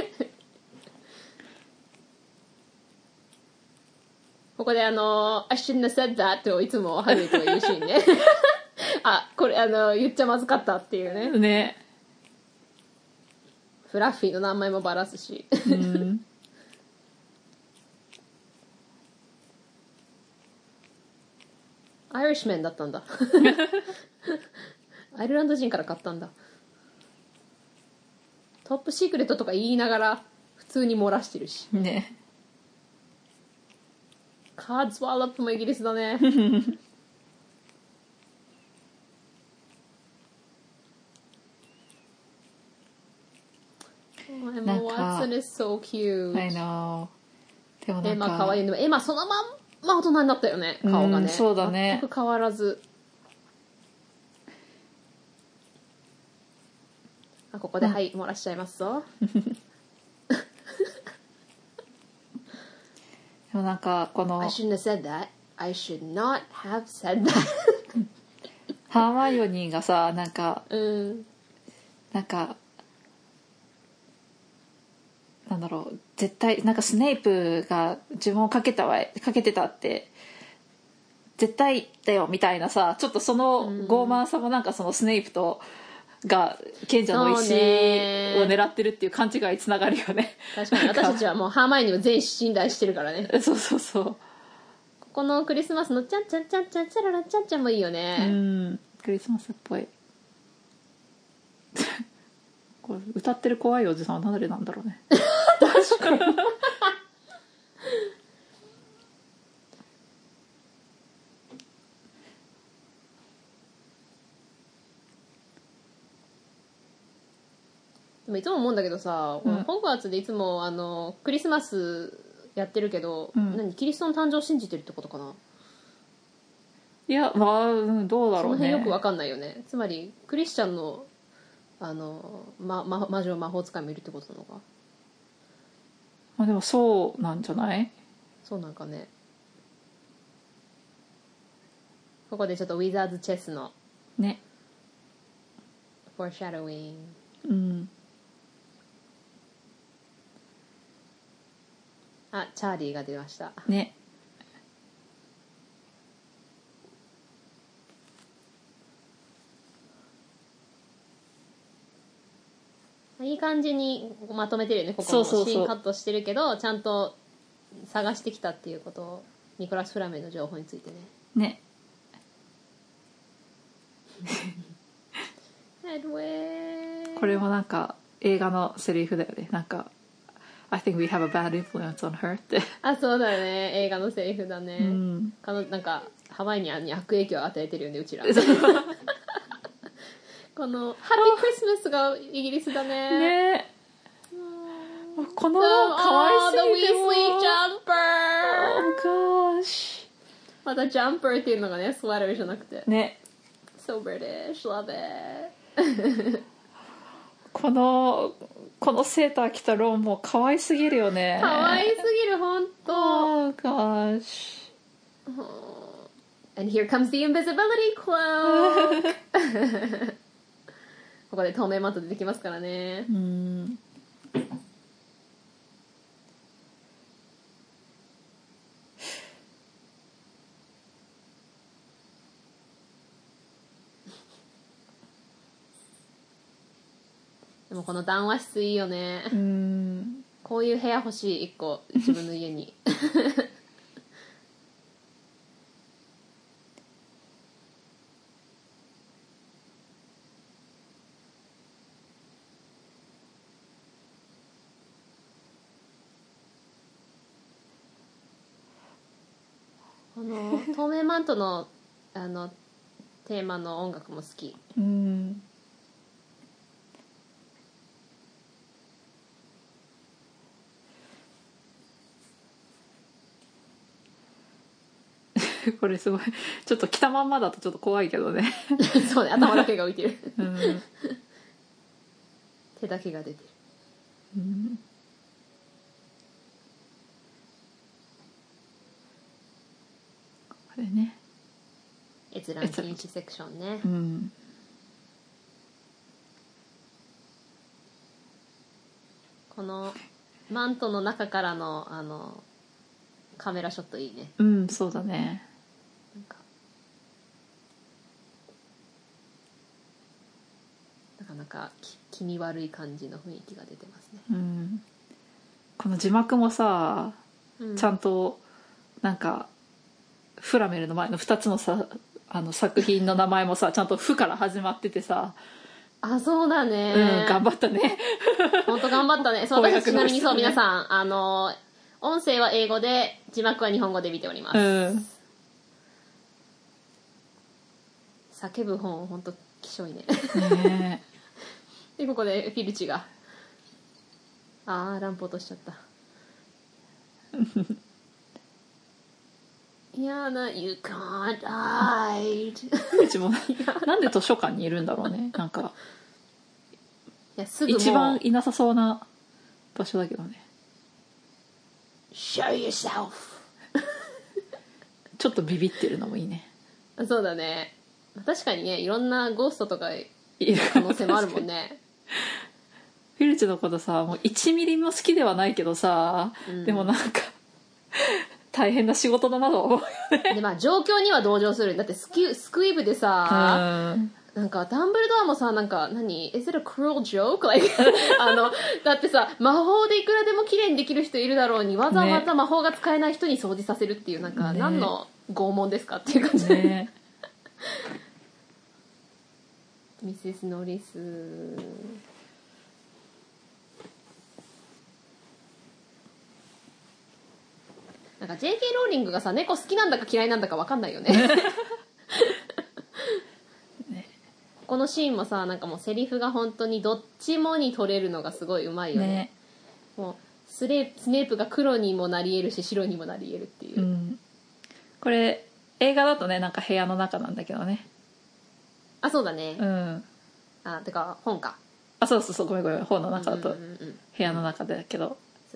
ここでI shouldn't have said that といつもハリーと言うシーンね。あ、これ言っちゃまずかったっていうね。 ね。 フラッフィーの名前もバラすし。アイリッシュメンだったんだ。アイルランド人から買ったんだ。トップシークレットとか言いながら普通に漏らしてるしね。 カーズワーラップもイギリスだね。Emma Watson is so cute. I know. でもなんかエマ可愛いね。エマそのまんま大人になったよね、顔がね。 そうだね。 全く変わらず。 ここではい漏らしちゃいますぞ。 でもなんかこの I shouldn't have said that. I should not have said that. ハーマイオニーがさなんかうんなんかなんだろう絶対なんかスネイプが自分をかけてたって絶対だよみたいなさちょっとその傲慢さもなんかそのスネイプとが賢者の石を狙ってるっていう勘違いつながるよね。 確かに私たちはもうハーマイオニーを全信頼してるからね。 そうそうそうここのクリスマスのチャンチャンチャンチャンチャララチャンチャンもいいよね。 うんクリスマスっぽい。これ歌ってる怖いおじさんは誰なんだろうね。 確かに。でもいつも思うんだけどさ、ホグワーツでいつもクリスマスやってるけど、キリストの誕生を信じてるってことかな。 いやまあ、どうだろうね。 その辺よく分かんないよね。つまりクリスチャンの魔女魔法使いもいるってことなのか。 まあでもそうなんじゃない？ そうなんかね。ここでちょっとウィザーズチェスのね。 フォーシャドウィング。 うん。 あ、チャーリーが出ましたね。 いい感じにまとめてるよね。ここもそうそうそうシーンカットしてるけどちゃんと探してきたっていうことをニコラス・フラメンの情報についてね。 ね。これもなんか映画のセリフだよね。なんか I think we have a bad influence on her ってあ、そうだね。映画のセリフだね。なんかハワイに悪影響を与えてるよね、うちら。このハッピークリスマスがイギリスだね。 ね。このかわいすぎても The Weasley Jumper Oh gosh またジャンパーっていうのがね、スウェットじゃなくてね。 So British, love it このセーター着たロンも可愛すぎるよね。 可愛すぎる、ほんと。 Oh gosh And here comes the invisibility cloak ここで透明マット出てきますからね。でもこの談話室いいよね。こういう部屋欲しい、一個自分の家にこの透明マントのテーマの音楽も好き。 これすごいちょっと着たまんまだとちょっと怖いけどねそうね、頭だけが浮いてる手だけが出てる。 これね、 閲覧禁止セクションね。このマントの中からのカメラショットいいね。 そうだね。 なかなか気味悪い感じの雰囲気が出てますね。 この字幕もさ、ちゃんとなんかフラメルの前の2つのさ作品の名前もさちゃんと「フ」から始まっててさ。 あ、そうだね。 頑張ったね。 本当頑張ったね。そう、私ちなみにそう、皆さん音声は英語で字幕は日本語で見ております。叫ぶ本本当きしょいね。でここでフィルチがランプ落としちゃった。いやな、You can't hide うちもなんで図書館にいるんだろうね。なんかいやすぐもう一番いなさそうな場所だけどね。 Show yourself ちょっとビビってるのもいいね。 そうだね。確かにね、いろんなゴーストとかいいるる可能性もあるもんね。 フィルチのことさ、もう1ミリも好きではないけどさ、でもなんか大変な仕事だなと思うよね。 でまあ状況には同情する。だってスクイブでさ、なんかダンブルドアもさ、なんか何 Is it a cruel joke? Like だってさ、魔法でいくらでも綺麗にできる人いるだろうに、わざわざ魔法が使えない人に掃除させるっていう、なんか、何の拷問ですかっていう感じで、ね、ミセス・ノリス。なんか JK ローリングがさ、猫好きなんだか嫌いなんだか分かんないよね。このシーンもさ、なんかもうセリフが本当にどっちもに取れるのがすごいうまいよね。もうスネープが黒にもなり得るし白にもなり得るっていう、 これ映画だとね、なんか部屋の中なんだけどね。 あ、そうだね。 あ、 てか本か。 あ、そうそうそう、ごめん本の中だと部屋の中だけど、 そう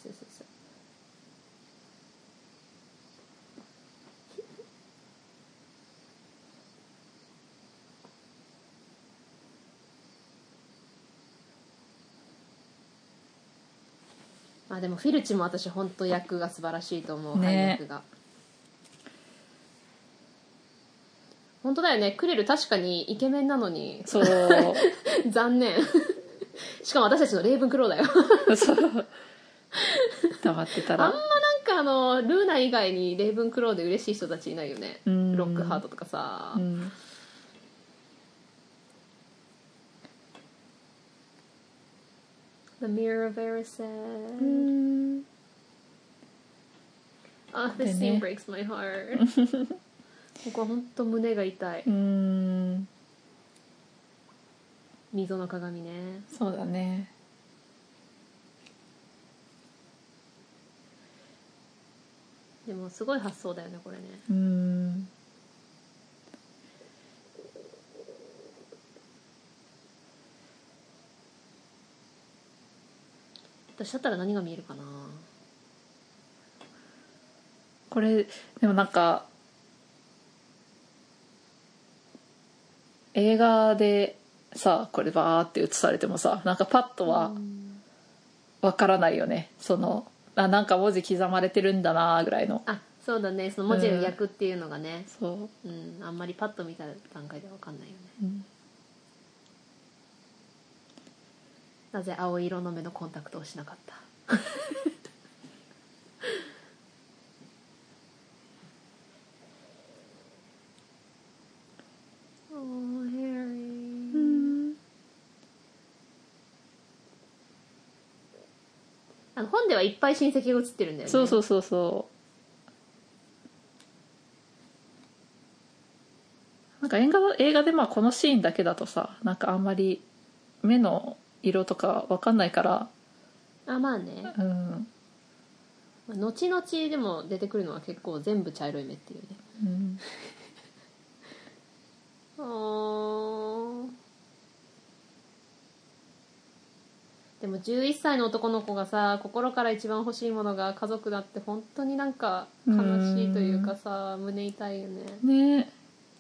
あ、でもフィルチも私本当役が素晴らしいと思う、配役が。本当だよね。クレル確かにイケメンなのに、 そう残念。しかも私たちのレイブンクローだよ。 そう黙ってたらあんまなんかルーナ以外にレイブンクローで嬉しい人たちいないよね。ロックハートとかさ、The Mirror of Erised. This scene breaks my heart. ここは本当胸が痛い。溝の鏡ね。 そうだね。 でもすごい発想だよねこれね。私だったら何が見えるかな。 これでもなんか映画でさ、これバーって映されてもさ、なんかパッとはわからないよね。なんか文字刻まれてるんだなぐらいの。 あ、そうだね。その文字の訳っていうのがね、 そう、 あんまりパッと見た段階ではわかんないよね。なぜ青色の目のコンタクトをしなかった。本ではいっぱい親戚が写ってるんだよね。 そうなんか映画でまあこのシーンだけだとさ、なんかあんまり目の色とかわかんないから。 まあね。後々でも出てくるのは結構全部茶色い目っていうね。でも11歳の男の子がさ、心から一番欲しいものが家族だって本当になんか悲しいというかさ、胸痛いよね。 ね。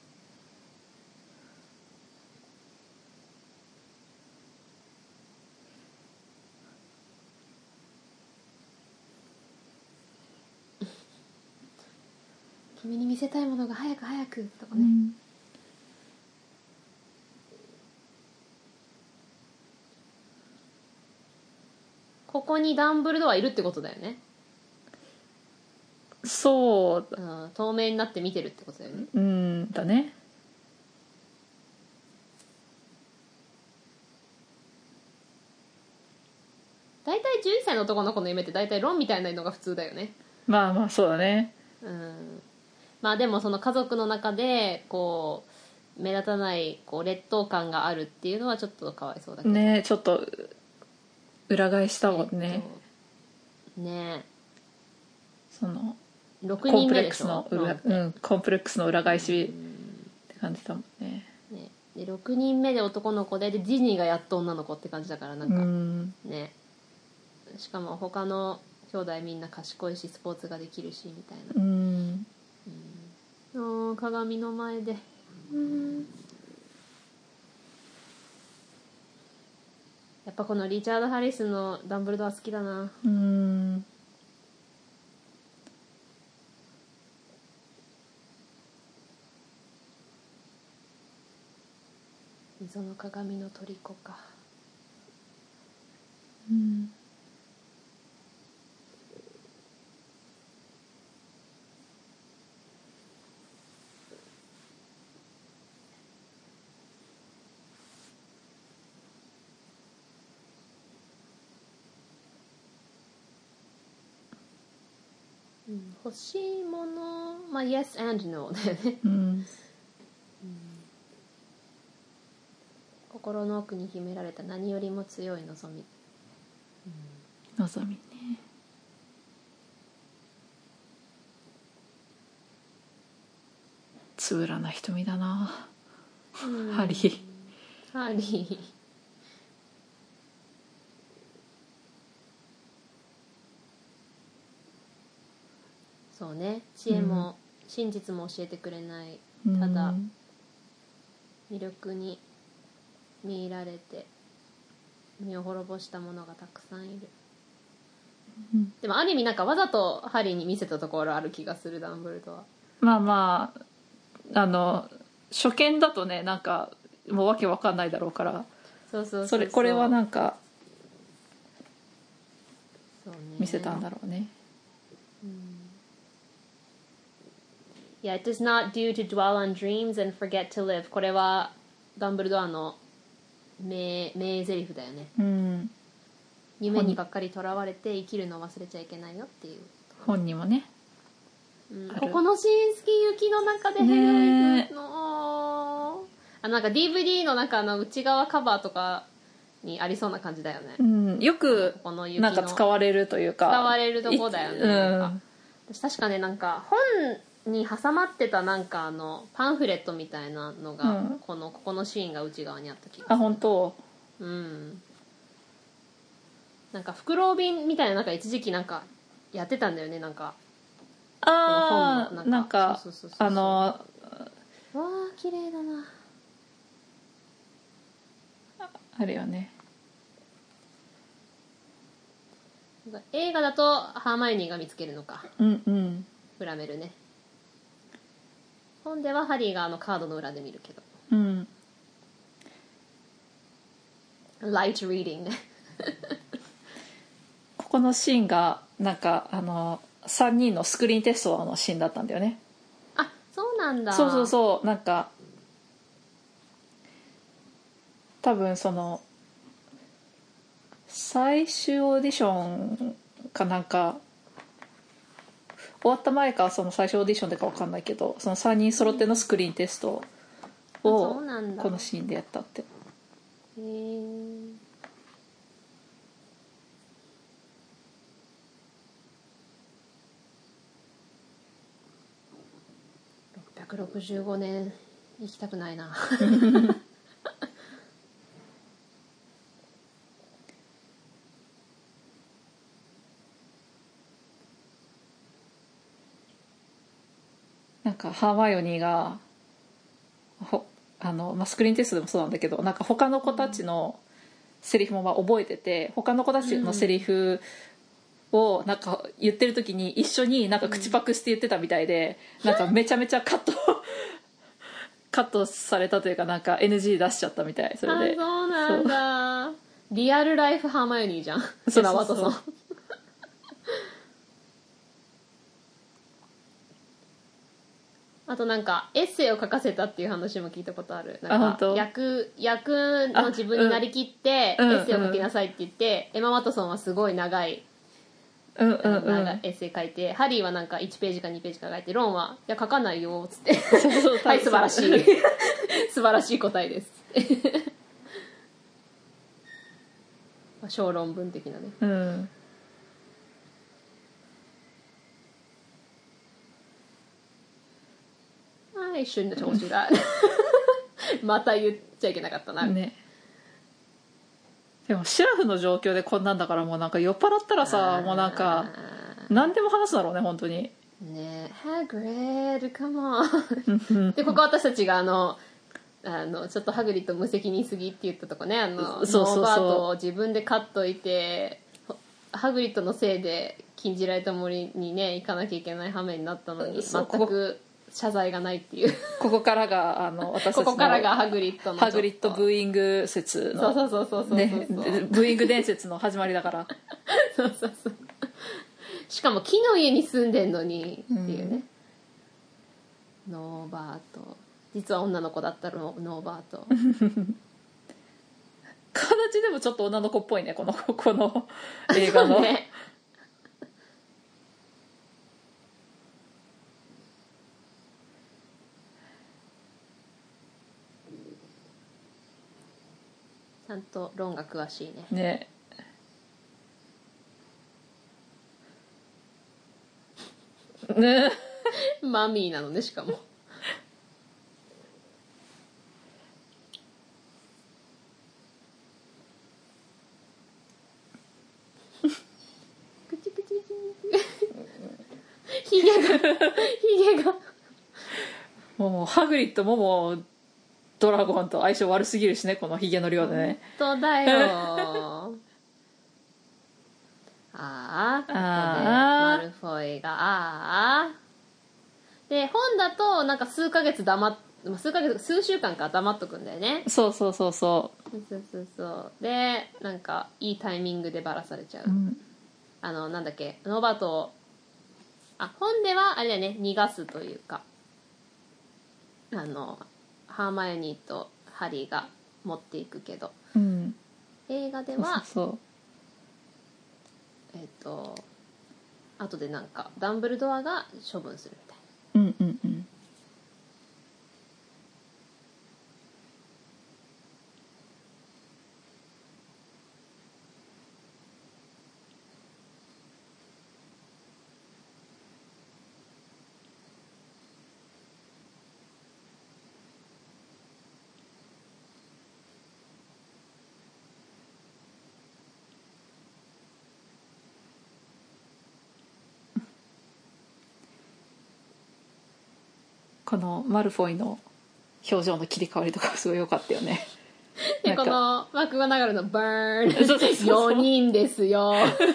君に見せたいものが早く早くとかね。ここにダンブルドアいるってことだよね。 そう、 透明になって見てるってことだよね。 だね。 大体11歳の男の子の夢って大体ロンみたいなのが普通だよね。 まあまあそうだね。 まあでもその家族の中でこう目立たないこう劣等感があるっていうのはちょっとかわいそうだけどね。ちょっと裏返したもんね。その 6人目でしょ。 コンプレックスの裏返しって感じだもんね。 で6人目で男の子でディズニーがやっと女の子って感じだからなんかね、しかも他の兄弟みんな賢いしスポーツができるしみたいな、鏡の前でやっぱこのリチャード・ハリスのダンブルドア好きだな。溝の鏡の虜か。欲しいもの、まあ Yes and No だよね、心の奥に秘められた何よりも強い望み、 望みね。つぶらな瞳だな、ハリー。 そうね、知恵も真実も教えてくれない、ただ魅力に見入られて身を滅ぼした者がたくさんいる、でもある意味なんかわざとハリーに見せたところある気がする、ダンブルドア。 まあ初見だとねなんかもうわけわかんないだろうから、これはなんか見せたんだろうね。 Yeah, it does not do to dwell on dreams and forget to live. これはダンブルドアの名台詞だよね、夢にばっかりとらわれて生きるのを忘れちゃいけないよっていう。 本にもね、 ここのシーン好き、雪の中でヘルメのなんか DVD の中の内側カバーとかにありそうな感じだよね、 よくなんか使われるというか使われるとこだよね、私確かねなんか本に挟まってたなんかパンフレットみたいなのが、ここのシーンが内側にあった気がする。 あ、本当。 なんか袋瓶みたいななんか一時期なんかやってたんだよね、なんかなんかわあ綺麗だな、 あるよね。 映画だとハーマイオニーが見つけるのか、フラメルね。本ではハリーがカードの裏で見るけど、ライトリーディングねここのシーンがなんか3人のスクリーンテストのシーンだったんだよね。 あ、そうなんだ。 そうなんか多分最終オーディションかなんか終わった前かその最初オーディションでか分かんないけど、その3人揃ってのスクリーンテストをこのシーンでやったって。へえ。 665年生きたくないななんかハーマイオニーがスクリーンテストでもそうなんだけど、なんか他の子たちのセリフも覚えてて、他の子たちのセリフをなんか言ってる時に一緒になんか口パクして言ってたみたいで、なんかめちゃめちゃカットされたというかなんか NG 出しちゃったみたい。それでそうなんだ。リアルライフハーマイオニーじゃん。そらわとさん。あとなんかエッセイを書かせたっていう話も聞いたことある。なんか役の自分になりきってエッセイを書きなさいって言って、エマ・ワトソンはすごい長いエッセイ書いて、ハリーはなんか1ページか2ページか書いて、ロンはいや書かないよっつってはい素晴らしい素晴らしい答えです小論文的なね。I shouldn't have told you that また言っちゃいけなかったな、 ね。でもシラフの状況でこんなんだから、もうなんか酔っ払ったらさ、もうなんか何でも話すだろうね本当にね。ハグリッドカモンでここ私たちがちょっとハグリッド無責任すぎって言ったとこね、 そうそうそう、 ノーバートを自分で飼っといてハグリッドのせいで禁じられた森にね行かなきゃいけない羽目になったのに全く謝罪がないっていうここからが私たちのここからがハグリッドのハグリッドブーイング説のそうね、ブーイング伝説の始まりだからそうしかも木の家に住んでんのにっていうね、ノーバート実は女の子だったのノーバート形でもちょっと女の子っぽいねこの映画の、 ね、ちゃんと論が詳しいね。 ねねマミーなのねしかもヒゲがもうハグリッドももうドラゴンと相性悪すぎるしねこのヒゲの量でね。 本当だよあここでマルフォイがで本だとなんか数週間か黙っとくんだよね。 そうでなんかいいタイミングでバラされちゃう、なんだっけノーバート本ではあれだよね逃がすというかハーマイオニーとハリーが持っていくけど、映画では後でなんかダンブルドアが処分するみたいな。 このマルフォイの表情の切り替わりとかすごい良かったよね。 でこのマクゴナガルのバーン4人ですよ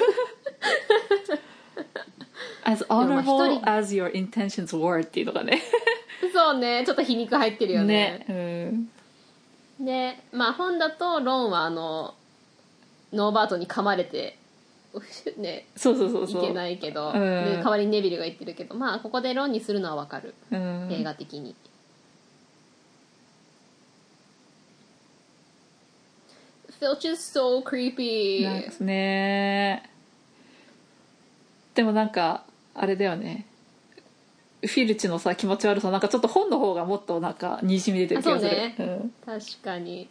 As honorable as your intentions were っていうのがねそうねちょっと皮肉入ってるよね。で本だとロンはノーバートに噛まれてね、いけないけど、で代わりにネビルが言ってるけどここでロンにするのは分かる、映画的に。Filch is so creepy なんですね。でもなんかあれだよねフィルチのさ気持ち悪さなんかちょっと本の方がもっとなんかにじみ出てる気がする。 そうね、確かに。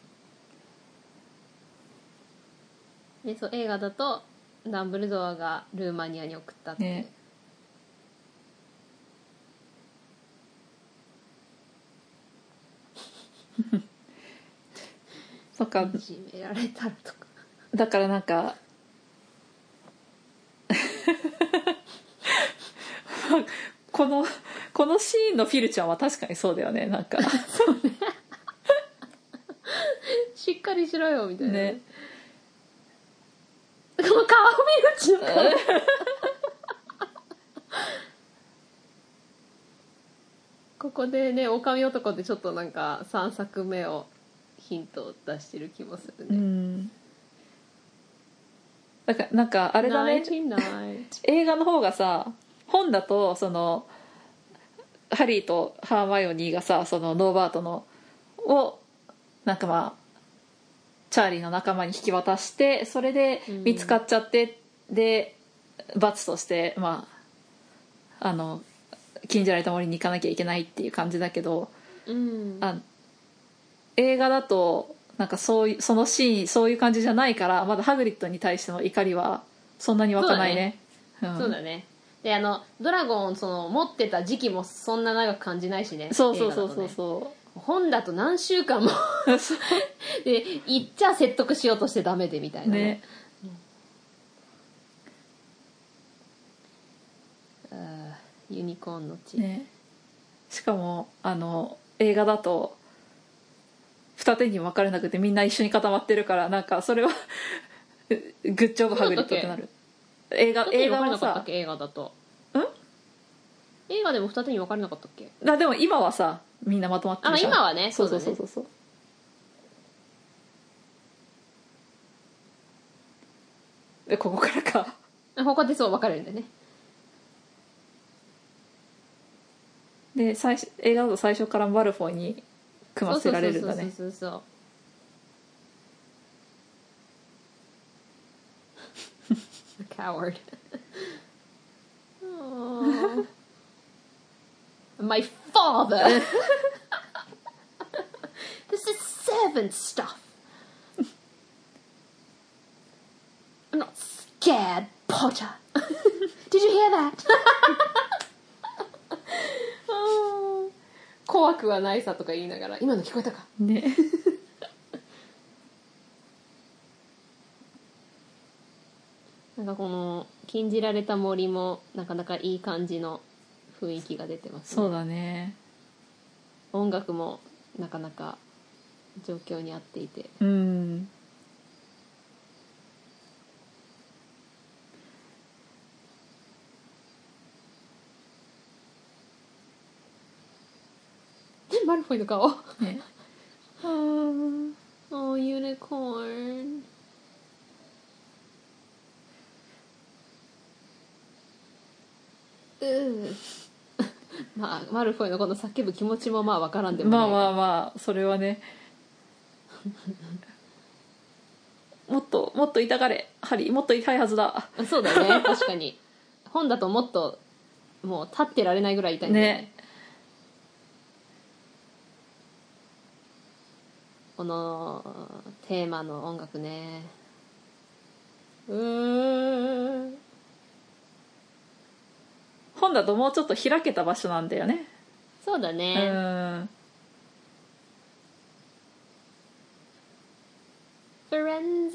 で映画だとダンブルドアがルーマニアに送ったっていう、ね、 そっかいじめられたらとかだからなんかこのシーンのフィルちゃんは確かにそうだよねなんかそうねしっかりしろよみたいなね。この顔見るちの顔ここでね狼男でちょっとなんか3作目をヒントを出してる気もするね。 だからなんかあれだね映画の方がさ本だとそのハリーとハーマイオニーがさそのノーバートのをなんかチャーリーの仲間に引き渡してそれで見つかっちゃって、で罰として禁じられた森に行かなきゃいけないっていう感じだけど、映画だとなんかそのシーンそういう感じじゃないからまだハグリッドに対しての怒りはそんなに湧かないね。 そうだね。でドラゴン持ってた時期もそんな長く感じないしね。 そう本だと何週間もで言っちゃ説得しようとしてダメでみたいなね。ユニコーンの血、 ね、しかも映画だと二手に分かれなくてみんな一緒に固まってるから、なんかそれはグッジョブハグリッドってなる。映画はさ、 映画だと映画でも二手に分かれなかったっけ。 でも今はさみんなまとまってるじゃん。 今はね、 そうだね。 でここからか。 他でそう分かれるんだよね。 で映画だと最初からマルフォイに組ませられるんだね。 そうcoward. Oh. My father. This is servant stuff. I'm not scared, Potter. Did you hear that? 怖くはないさとか言いながら、今の聞こえたかね。 なんかこの禁じられた森もなかなかいい感じの雰囲気が出てますね。 そうだね。 音楽もなかなか状況に合っていて、 うん。 マルフォイの顔ね。 Oh, unicorn. まあマルフォイのこの叫ぶ気持ちもまあ分からんでもない。 まあそれはね。もっと痛がれハリー、もっと痛いはずだ。 そうだね、確かに本だともっともう立ってられないぐらい痛いんだよね。このテーマの音楽ね。 本だともうちょっと開けた場所なんだよね。 そうだね。フィレンツ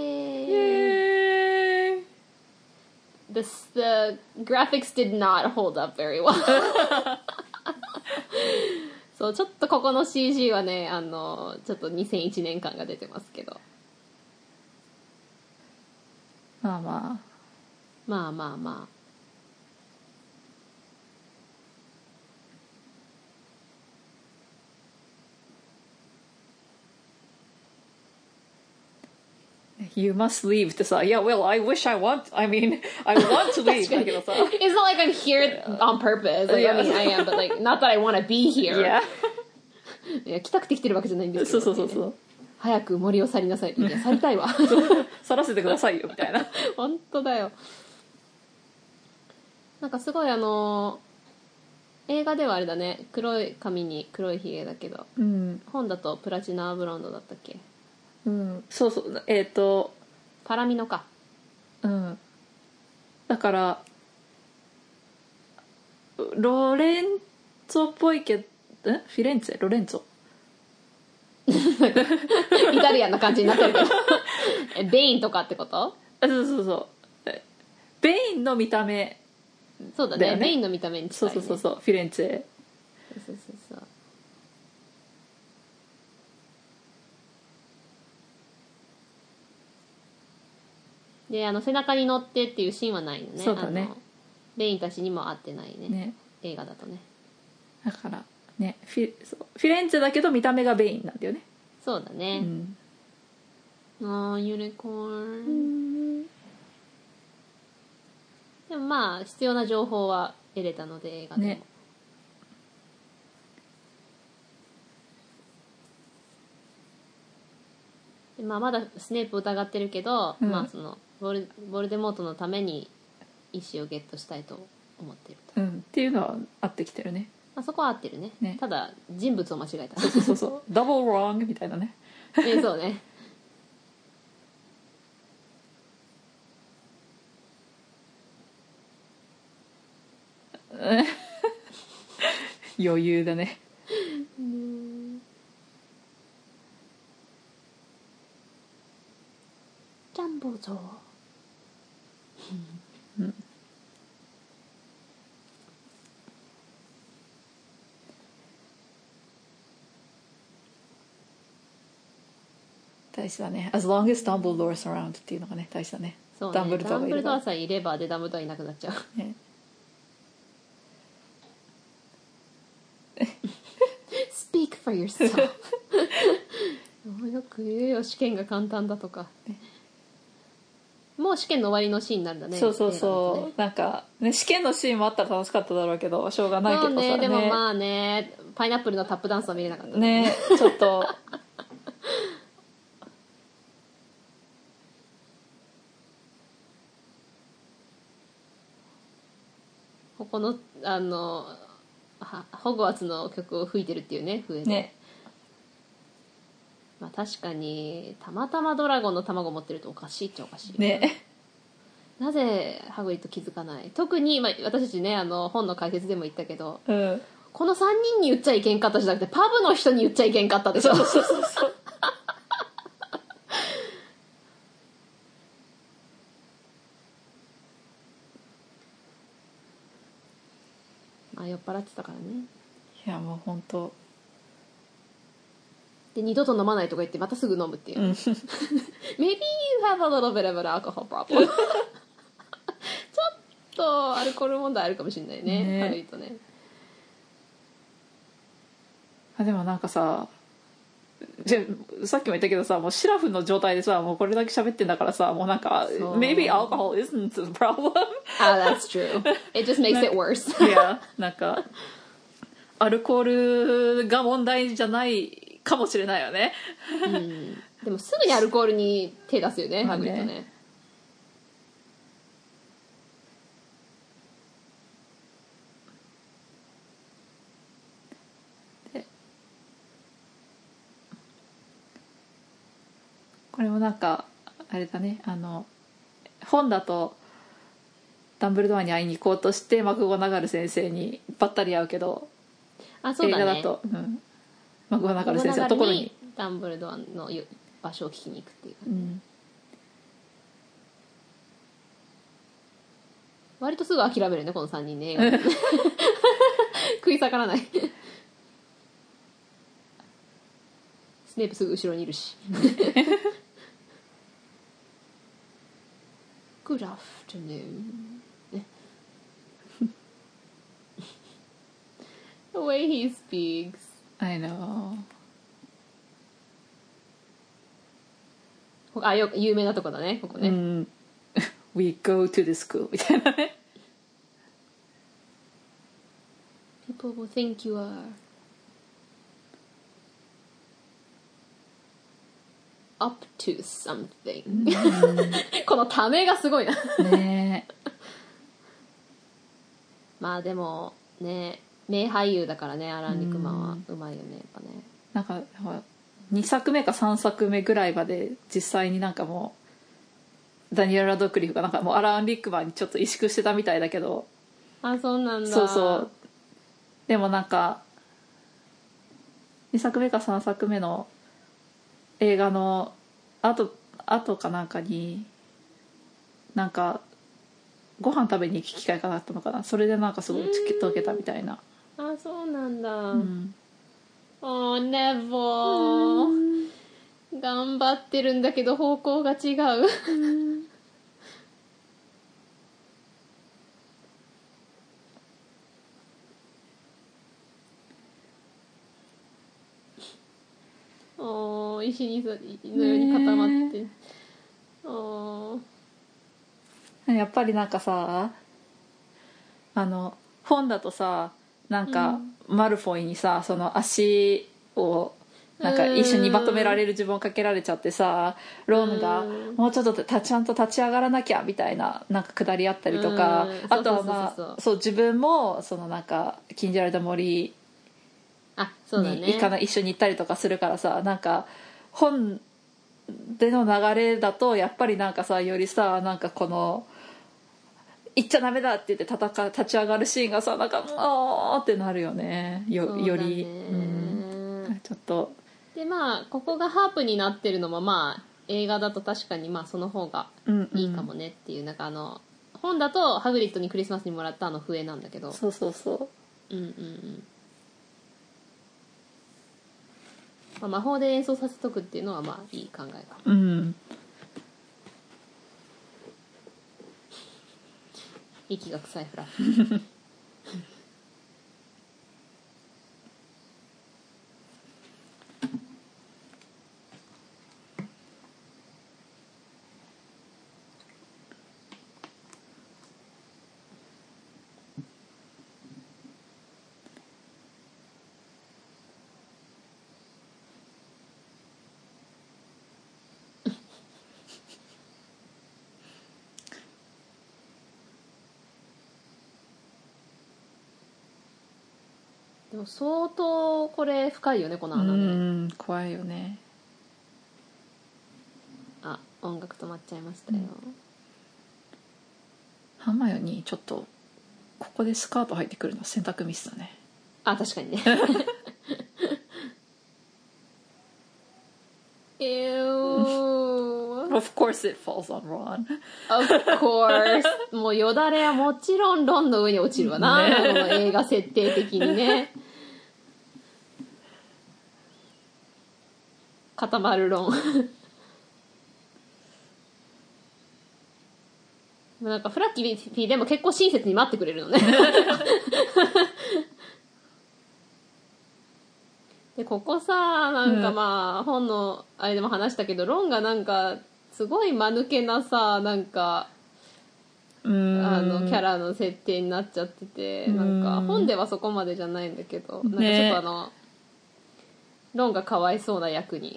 ェ。The graphics did not hold up very well. そうちょっとここの CG はね、ちょっと2001年感が出てますけど、まあ You must leave ってさ、Yeah, well, I want to leave だけどさ。 It's not like I'm here on purpose. Like, I mean, I am, but like, not that I want to be here. Yeah. いや、来たくて来てるわけじゃないんですけど、 そう。 早く森を去りなさい。いや、去りたいわ。 去らせてくださいよみたいな。 本当だよ。なんかすごい映画ではあれだね、黒い髪に黒いひげだけど、本だとプラチナブロンドだったっけ。 そうパラミノか。 だからロレンツォっぽいけど、フィレンツェ、ロレンツォイタリアンな感じになってるけどベインとかってこと？ そうベインの見た目。 そうだね、ベインの見た目に近い、ね、 そうフィレンツェ。 そうで、背中に乗ってっていうシーンはないのね。 そうだね。 ベインたちにも会ってないね、映画だとね。 だからね、フィレンツェだけど見た目がベインなんだよね。 そうだね。ユニコーン。でもまあ必要な情報は得れたので、映画でも。でまあ、まだスネープを疑ってるけど、まあそのボルデモートのために石をゲットしたいと思ってると、 っていうのは合ってきてるね。 まあ、そこは合ってる ね。ただ人物を間違えた。 そうダブルロングみたいなね。 そうね。 余裕だね。 大事だね。 As long as Dumbledore's around っていうのがね大事だね。 そうね、 ダンブルドアがいればダンブルドアさえいればでダンブルドアいなくなっちゃう、 ね、 Speak for yourself よく言うよ試験が簡単だとか、もう試験の終わりのシーンになるんだね。 そうそうそう、ね、なんか、ね、試験のシーンもあったら楽しかっただろうけどしょうがないけどさ、 ね、でもまあねパイナップルのタップダンスは見れなかったねちょっとここのホグワーツの曲を吹いてるっていうね笛で、 ね、 まあ、確かにたまたまドラゴンの卵持ってるとおかしいっちゃおかしいね。 なぜハグリッド気づかない。特に、まあ、私たちね本の解説でも言ったけど、 うん、 この3人に言っちゃいけんかったじゃなくてパブの人に言っちゃいけんかったでしょ。 そうそうそうそうまあ酔っ払ってたからね。 いやもう本当で二度と飲まないとか言ってまたすぐ飲むっていう、 うん、 Maybe you have a little bit of an alcohol problem ちょっとアルコール問題あるかもしれないね、ハグリッドね。 でもなんかささっきも言ったけどさもうシラフの状態でさもうこれだけ喋ってんだからさもうなんか Maybe alcohol isn't the problem That's true. It just makes it worse. いやなんかアルコールが問題じゃないかもしれないよね、 うん、でもすぐにアルコールに手出すよね、ハグリッドね。 これもなんかあれだね本だとダンブルドアに会いに行こうとしてマクゴナガル先生にばったり会うけど、 そうだね、 映画だと、マクゴナガル先生のところにダンブルドアの場所を聞きに行くっていう感じ、割とすぐ諦めるねこの3人ね食い下がらないスネープすぐ後ろにいるしGood afternoon. The way he speaks. I know. よく有名なとこだねここね。 We go to the school みたいなね。 People will think you are up to something このためがすごいなねまあでもね名俳優だからねアラン・リクマンはうまいよねやっぱね。 なんか2作目か3作目ぐらいまで実際になんかもうダニエル・ラドクリフがなんかもうアラン・リクマンにちょっと萎縮してたみたいだけど。 そうなんだ。 そうそうでもなんか2作目か3作目の映画のあとかなんかになんかご飯食べに行く機会があったのかな。それでなんかすごい突き解けたみたいな。 そうなんだ。ネボ頑張ってるんだけど方向が違う石のように固まってやっぱりなんかさ本だとさなんか、マルフォイにさその足をなんか一緒にまとめられる自分をかけられちゃってさロンがもうちょっとちゃんと立ち上がらなきゃみたいななんかくだりあったりとか、あとはまあそう自分もそのなんか禁じられた森に一緒に行ったりとかするからさなんか本での流れだとやっぱりなんかさよりさなんかこの行っちゃダメだって言って立ち上がるシーンがさなんかあーってなるよね より、ちょっとでまあここがハープになってるのもまあ映画だと確かにまあその方がいいかもねっていう、なんか本だとハグリッドにクリスマスにもらった笛なんだけどそうまあ、魔法で演奏させとくっていうのはまあいい考えか。 うん。 息が臭いフラッフィー。でも相当これ深いよね、この穴ね。 怖いよね。 あ、音楽止まっちゃいましたよ。 ハーマイオニーちょっとここでスカート入ってくるの選択ミスだね。 あ、確かにね。 Of course it falls on Ron. Of course. もうよだれはもちろんロンの上に落ちるわな、ね、この映画設定的にね。固まるロン。なんかフラッキーでも結構親切に待ってくれるのね。でここさ、なんかまあ、本のあれでも話したけど、ロンがなんかすごい間抜けなさ、なんかキャラの設定になっちゃってて、なんか本ではそこまでじゃないんだけど、なんかちょっとロンがかわいそうな役に。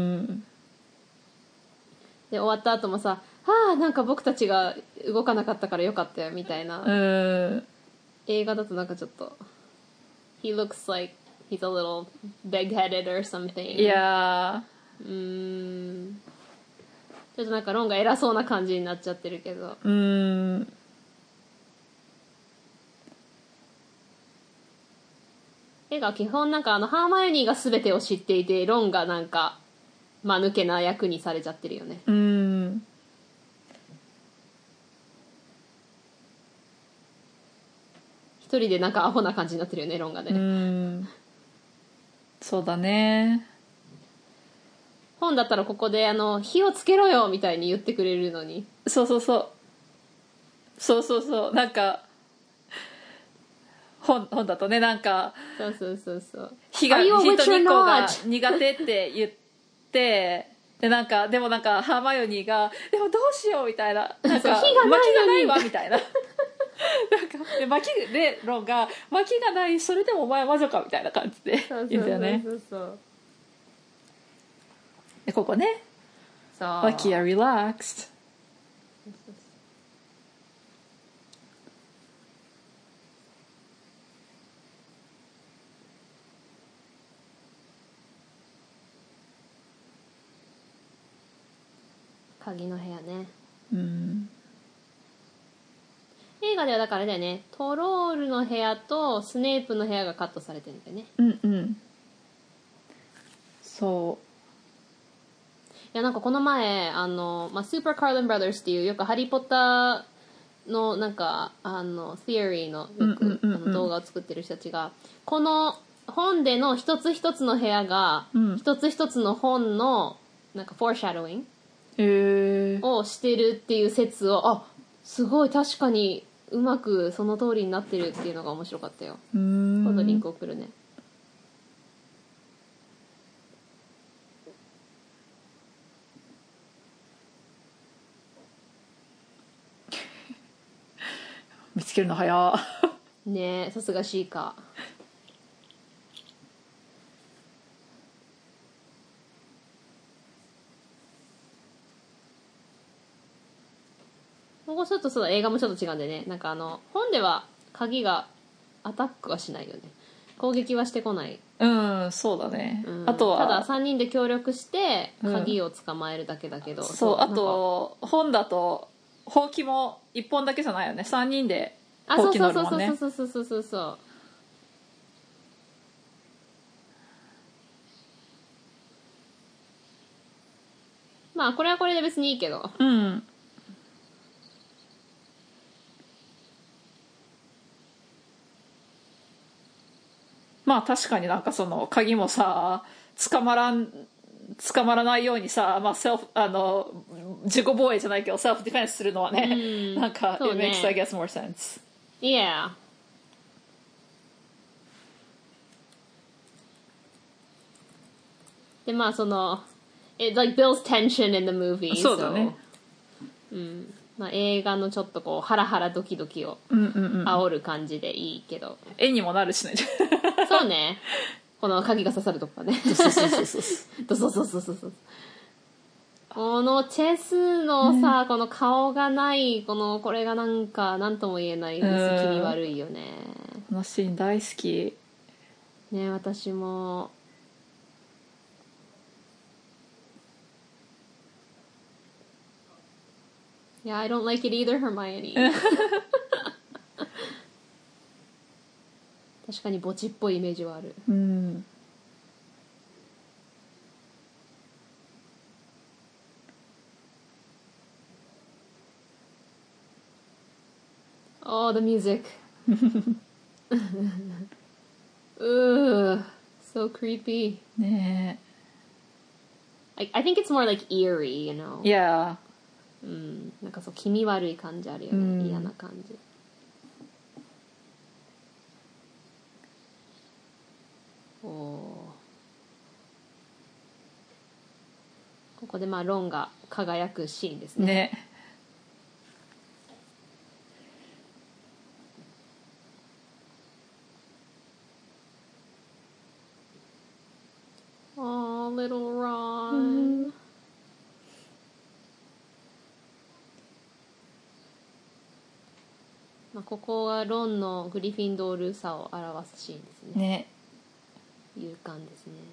で終わった後もさ、なんか僕たちが動かなかったからよかったよみたいな。映画だとなんかちょっと He looks like he's a little big-headed or something. Yeah. ちょっとなんかロンが偉そうな感じになっちゃってるけど。映画は基本なんかハーマイオニーが全てを知っていて、ロンがなんか間抜けな役にされちゃってるよね。一人でなんかアホな感じになってるよね、ロンがね。 そうだね。 本だったらここで火をつけろよみたいに言ってくれるのに。 そうなんか本だとね、なんかそう火と日光が苦手って言って、でなんかでもなんかハーマイオニーがでもどうしようみたいな、なんか薪がないわみたいな。なんかでロンが薪がない、それでもお前は魔女かみたいな感じで言うんだよね。でここね、薪はリラックス。 鍵の部屋ね。映画ではだからだよね、トロールの部屋とスネープの部屋がカットされてるんだよね。 そう。 いやなんかこの前スーパーカーレン・ブラザーズっていうよくハリー・ポッターのなんかテオリーのよく動画を作ってる人たちが、この本での一つ一つの部屋が、一つ一つの本のなんかフォーシャドウィングをしてるっていう説を、すごい確かにうまくその通りになってるっていうのが面白かったよ。今度リンク送るね。 見つけるの早ねえ、さすがシーカー。ここちょっと映画もちょっと違うんでね、なんか本では鍵がアタックはしないよね、攻撃はしてこない。 そうだね。あとはただ3人で協力して鍵を捕まえるだけだけど、 あと本だとほうきも1本だけじゃないよね、3人でほうき乗るもんね。 そうまあこれはこれで別にいいけど。 まあ確かになんかその鍵もさ捕まらないようにさ、まあ、自己防衛じゃないけどセルフディフェンスするのはね、なんか、 そうね、 it makes I guess more sense. Yeah. でまあその it like builds tension in the movie. そうだね。 まあ、映画のちょっとこうハラハラドキドキを煽る感じでいいけど、 絵にもなるしね。 そうね、この鍵が刺さるとこがね。 そう。 このチェスのさ、この顔がないこれがなんか何とも言えない気味悪いよね。 このシーン大好きね。私もYeah, I don't like it either, Hermione. 確かに墓地っぽいイメージはある。Oh, the music. Ugh, so creepy. ねえ。I think it's more like eerie, you know. Yeah. なんかそう気味悪い感じあるよね、嫌な感じ。ここでまあロンが輝くシーンですね。Oh, little Ron. まあここはロンのグリフィンドールさを表すシーンですね。勇敢ですね。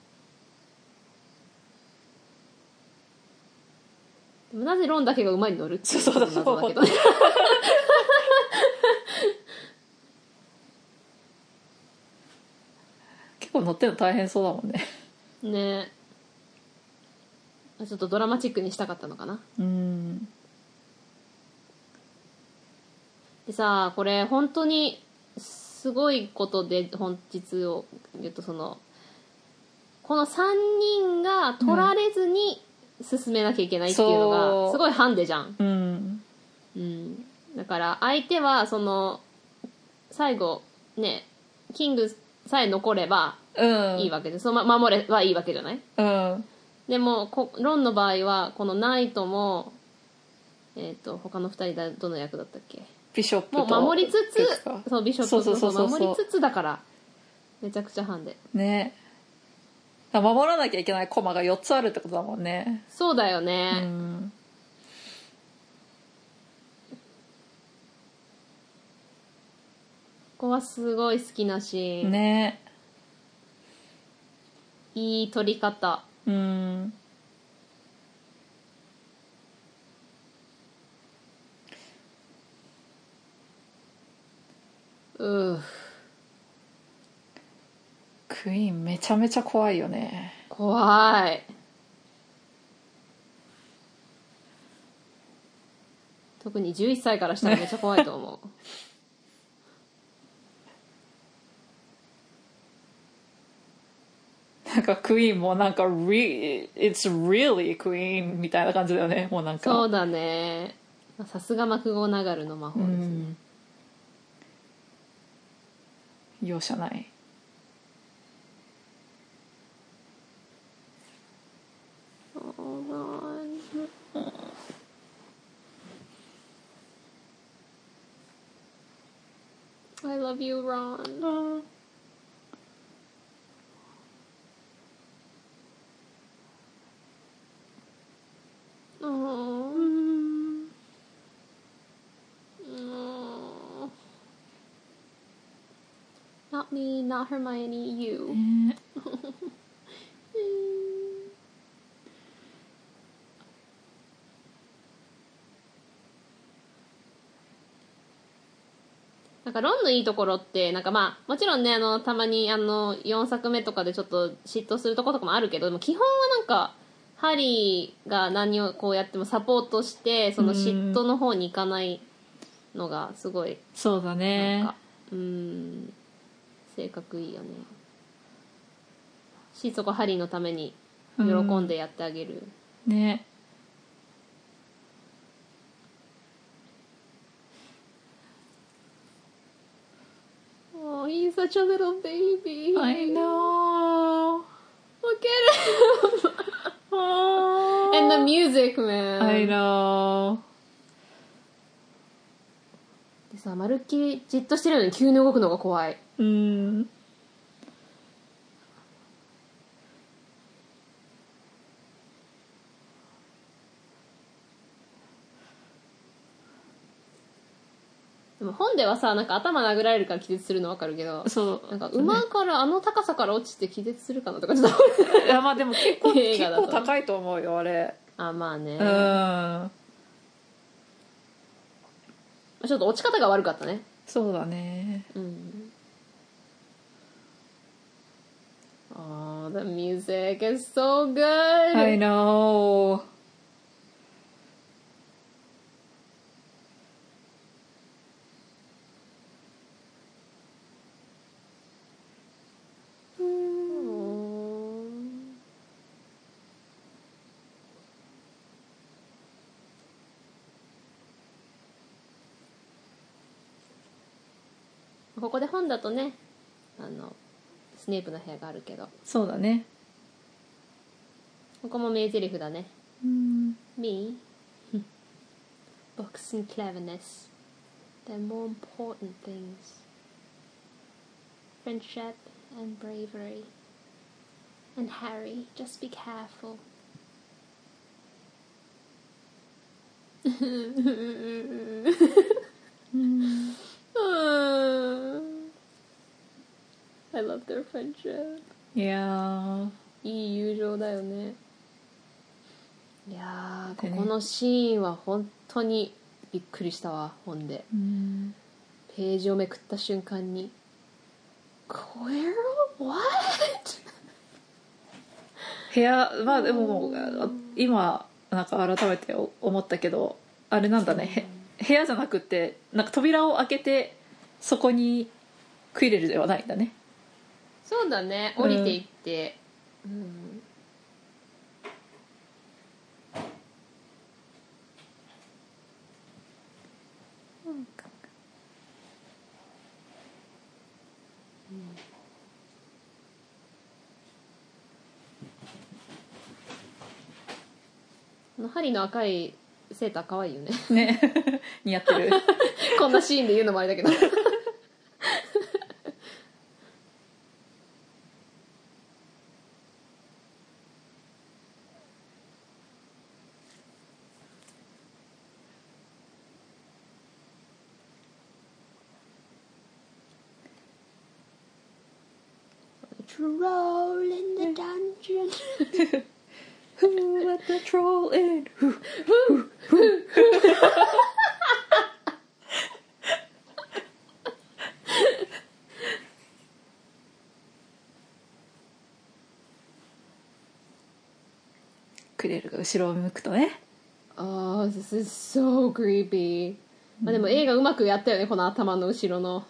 でもなぜロンだけが馬に乗るっていうの謎だけどね。 結構乗ってるの大変そうだもんね。 ねえ。ちょっとドラマチックにしたかったのかな。でさ、これ本当にすごいことで本日を言うとこの3人が取られずに進めなきゃいけないっていうのがすごいハンデじゃん。だから相手は最後ねキングさえ残ればいいわけで、守ればいいわけじゃない。でもロンの場合はこのナイトも他の2人どの役だったっけ。 ビショップともう守りつつ、ビショップと守りつつだからめちゃくちゃハンデね。守らなきゃいけないコマが4つあるってことだもんね。 そうだよね。ここはすごい好きなシーンね。 いい撮り方。 クイーンめちゃめちゃ怖いよね。 怖い。特に11歳からしたらめっちゃ怖いと思う。なんかクイーンもなんかIt's really Queen みたいな感じだよね。もうなんかそうだね。さすがマクゴナガルの魔法ですね。 容赦ない。 Oh, Ron. I love you, Ron. Not me, not Hermione, you. なんかロンのいいところってなんかまあもちろんねたまに4作目とかでちょっと嫉妬するところとかもあるけど、でも基本はなんかハリーが何をこうやってもサポートしてその嫉妬の方に行かないのがすごいそうだね。 なんか性格いいよねし、そこハリーのために喜んでやってあげる、 ね。 Oh, he's such a little baby. I know. Look at him. And the music, man. I know. でさ、まるっきりじっとしてるのに急に動くのが怖い。 うん。 でも本ではさ、なんか頭殴られるから気絶するの分かるけど、 そうなんか馬からあの高さから落ちて気絶するかなとかちょっといやまあでも結構映画だと結構高いと思うよあれ。 あ、まあね、 うんちょっと落ち方が悪かったね。 そうだね。 うん。Oh, the music is so good. I know. ここで本だとね、スネープの部屋があるけど、 そうだね。 ここも名台詞だね。 うん。 Me? Books and cleverness. They're more important things. Friendship and bravery. And Harry, just be careful. I love their friendship. いやいい友情だよね。いやー、ここのシーンは本当にびっくりしたわ、本で。ページをめくった瞬間に Quirrell? What? 部屋まあでも今なんか改めて思ったけどあれなんだね、部屋じゃなくてなんか扉を開けてそこにクイレルではないんだね。 そうだね、降りていって、針の赤いセーター可愛いよね。 ね似合ってるこんなシーンで言うのもあれだけどTroll in the dungeon. Who let the troll in? クレルが後ろを向くとね。 Oh, this is so creepy. まあでも映画うまくやったよね、この頭の後ろの。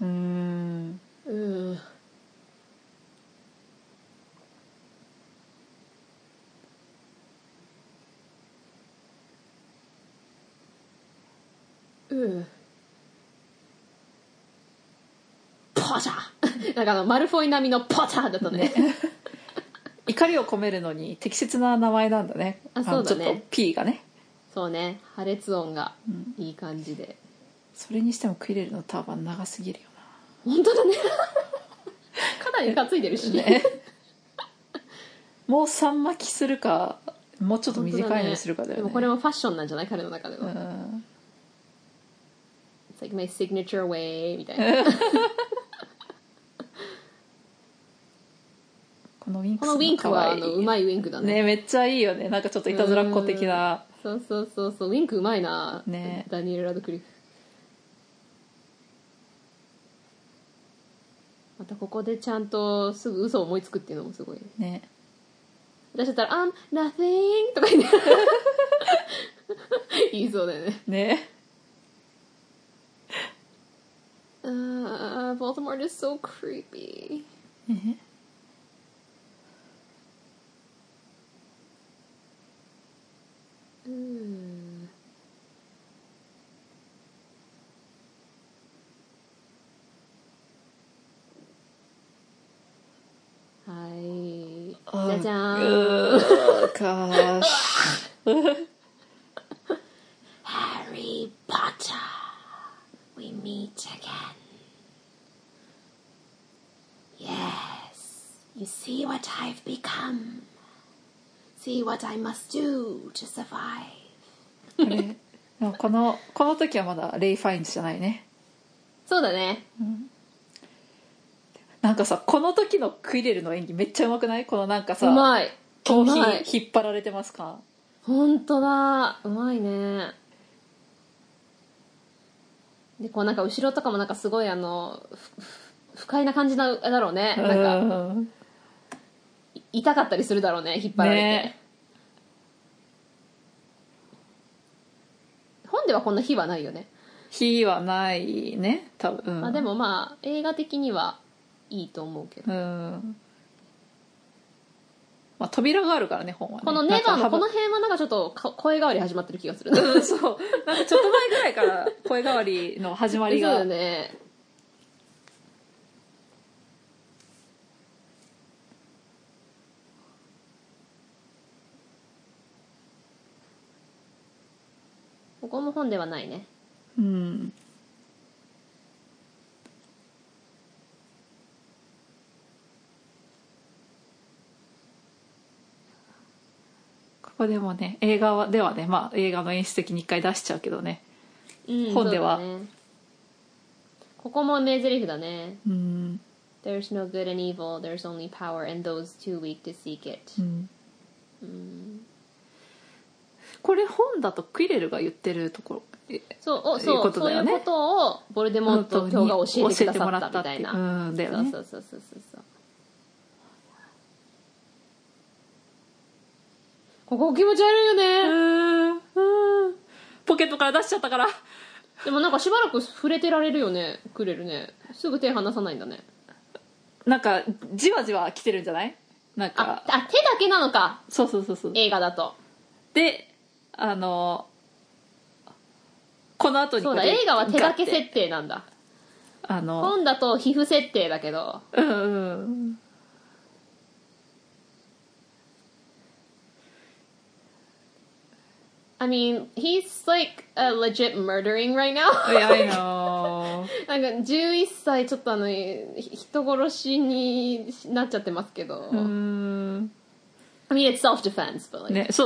ポチャなんかマルフォイ並みのポチャだったね怒りを込めるのに適切な名前なんだね。 あ、そうだね。 ちょっと P がね。 そうね、破裂音がいい感じで、 それにしてもクイレルのターバン長すぎるよな。本当だね肩に担いでるしねもう3巻きするかもうちょっと短いのにするかだよね。 でもこれもファッションなんじゃない、彼の中での。It's like my signature way みたいなこのウィンクはうまいウィンクだね。 ね、めっちゃいいよね。なんかちょっといたずらっ子的な。 そうそうそうそう、ウィンクうまいな、 ね、 ダニエル・ラドクリフ。またここでちゃんとすぐ嘘を思いつくっていうのもすごいね。 私だったら「nothing」とか言って言いそうだよね。 ね。 both Voldemort is so creepy. はい。じゃじゃーん。 Gosh. Harry Potter, we meet again. Yes, you see what I've become. See what I must do to survive. でもこの時はまだレイ・ファインズじゃないね。 そうだね。 なんかさ、この時のクイレルの演技めっちゃうまくない？このなんかさ、 うまい。 頭皮引っ張られてますか？ 本当だ、うまいね。でこうなんか後ろとかもなんかすごい不快な感じだろうね。なんか痛かったりするだろうね、引っ張られて、ね、本ではこんな火はないよね。 火はないね多分、 まあ、でもまあ映画的にはいいと思うけど、 まあ、扉があるからね本はね。 このネバのこの辺はなんかちょっと声変わり始まってる気がする、ね、 そうなんかちょっと前ぐらいから声変わりの始まりがそうね。ここも本ではないね。 ここでもね映画ではね、まあ映画の演出的に一回出しちゃうけどね、本では、 ね、ここも名台詞だね。There's no good and evil, there's only power and those too weak to seek it. これ本だとクイレルが言ってるところ、 そういうことをボルデモート教が教えてくださったみたいな。 だよね。 そうここ気持ち悪いよね。 ポケットから出しちゃったから。 でもなんかしばらく触れてられるよね、くれるね。すぐ手離さないんだね。 なんかじわじわ来てるんじゃない？なんか手だけなのか。 そう映画だと。 でこの後にそうだ、映画は手だけ設定なんだ。本だと皮膚設定だけど。I mean, he's like legit murdering right now. Yeah, I know. なんか11歳ちょっと人殺しになっちゃってますけど。I mean, it's self-defense, but like. ね、そう。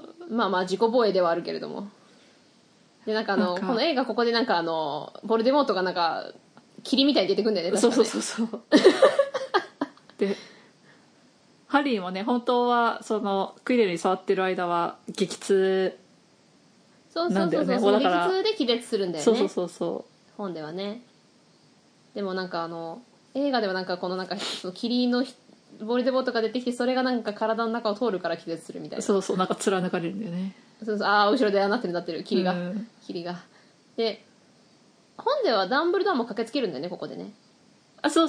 まあまあ自己防衛ではあるけれども。でなんかこの映画ここでなんかボルデモートがなんか霧みたいに出てくるんだよね。 そう。で。ハリーもね本当はそのクイレルに触ってる間は激痛なんだよね。 そう激痛で気絶するんだよね。 そう本ではね。でもなんか映画ではなんかこのなんかその霧のボルデモートが出てきてそれがなんか体の中を通るから気絶するみたいな。 そうなんか貫かれるんだよね。 後ろでなってる霧が、で本ではダンブルドアも駆けつけるんだよねここでね。 そう。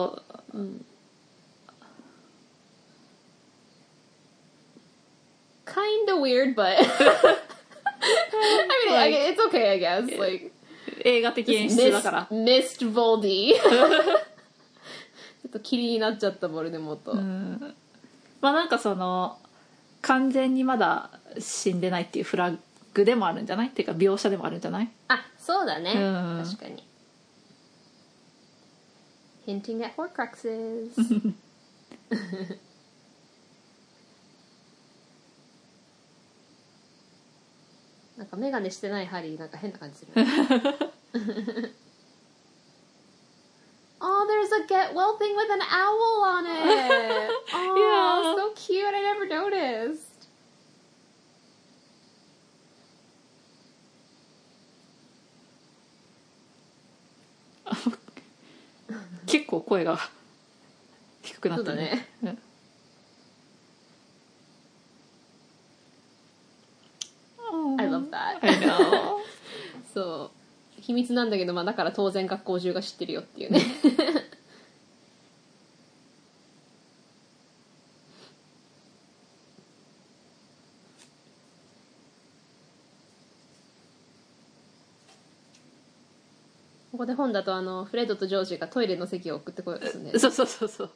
Kind of weird, but I mean, like, it's okay, I guess. Like, 映画的演出だから。 Missed Voldy. ちょっと霧になっちゃったボルデモート。 まあなんか完全にまだ死んでないっていうフラッグでもあるんじゃない？っていうか描写でもあるんじゃない？ あ、そうだね。確かに。Hinting at Horcruxes. なんかメガネしてないハリーなんか変な感じする。Oh, there's a get well thing with an owl on it. Oh, yeah. So cute. I never noticed. 結構声が低くなってるね。 そうだね。I love that. I know. そう。 秘密なんだけど、まあだから当然学校中が知ってるよっていうねここで本だとフレッドとジョージがトイレの席を送ってこようとするんで、 そうそうそうそう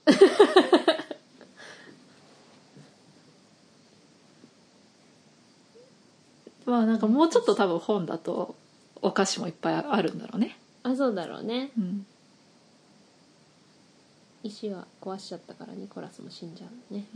まあなんかもうちょっと多分本だとお菓子もいっぱいあるんだろうね。 あ、そうだろうね。 うん、 石は壊しちゃったからニコラスも死んじゃうね。 うん、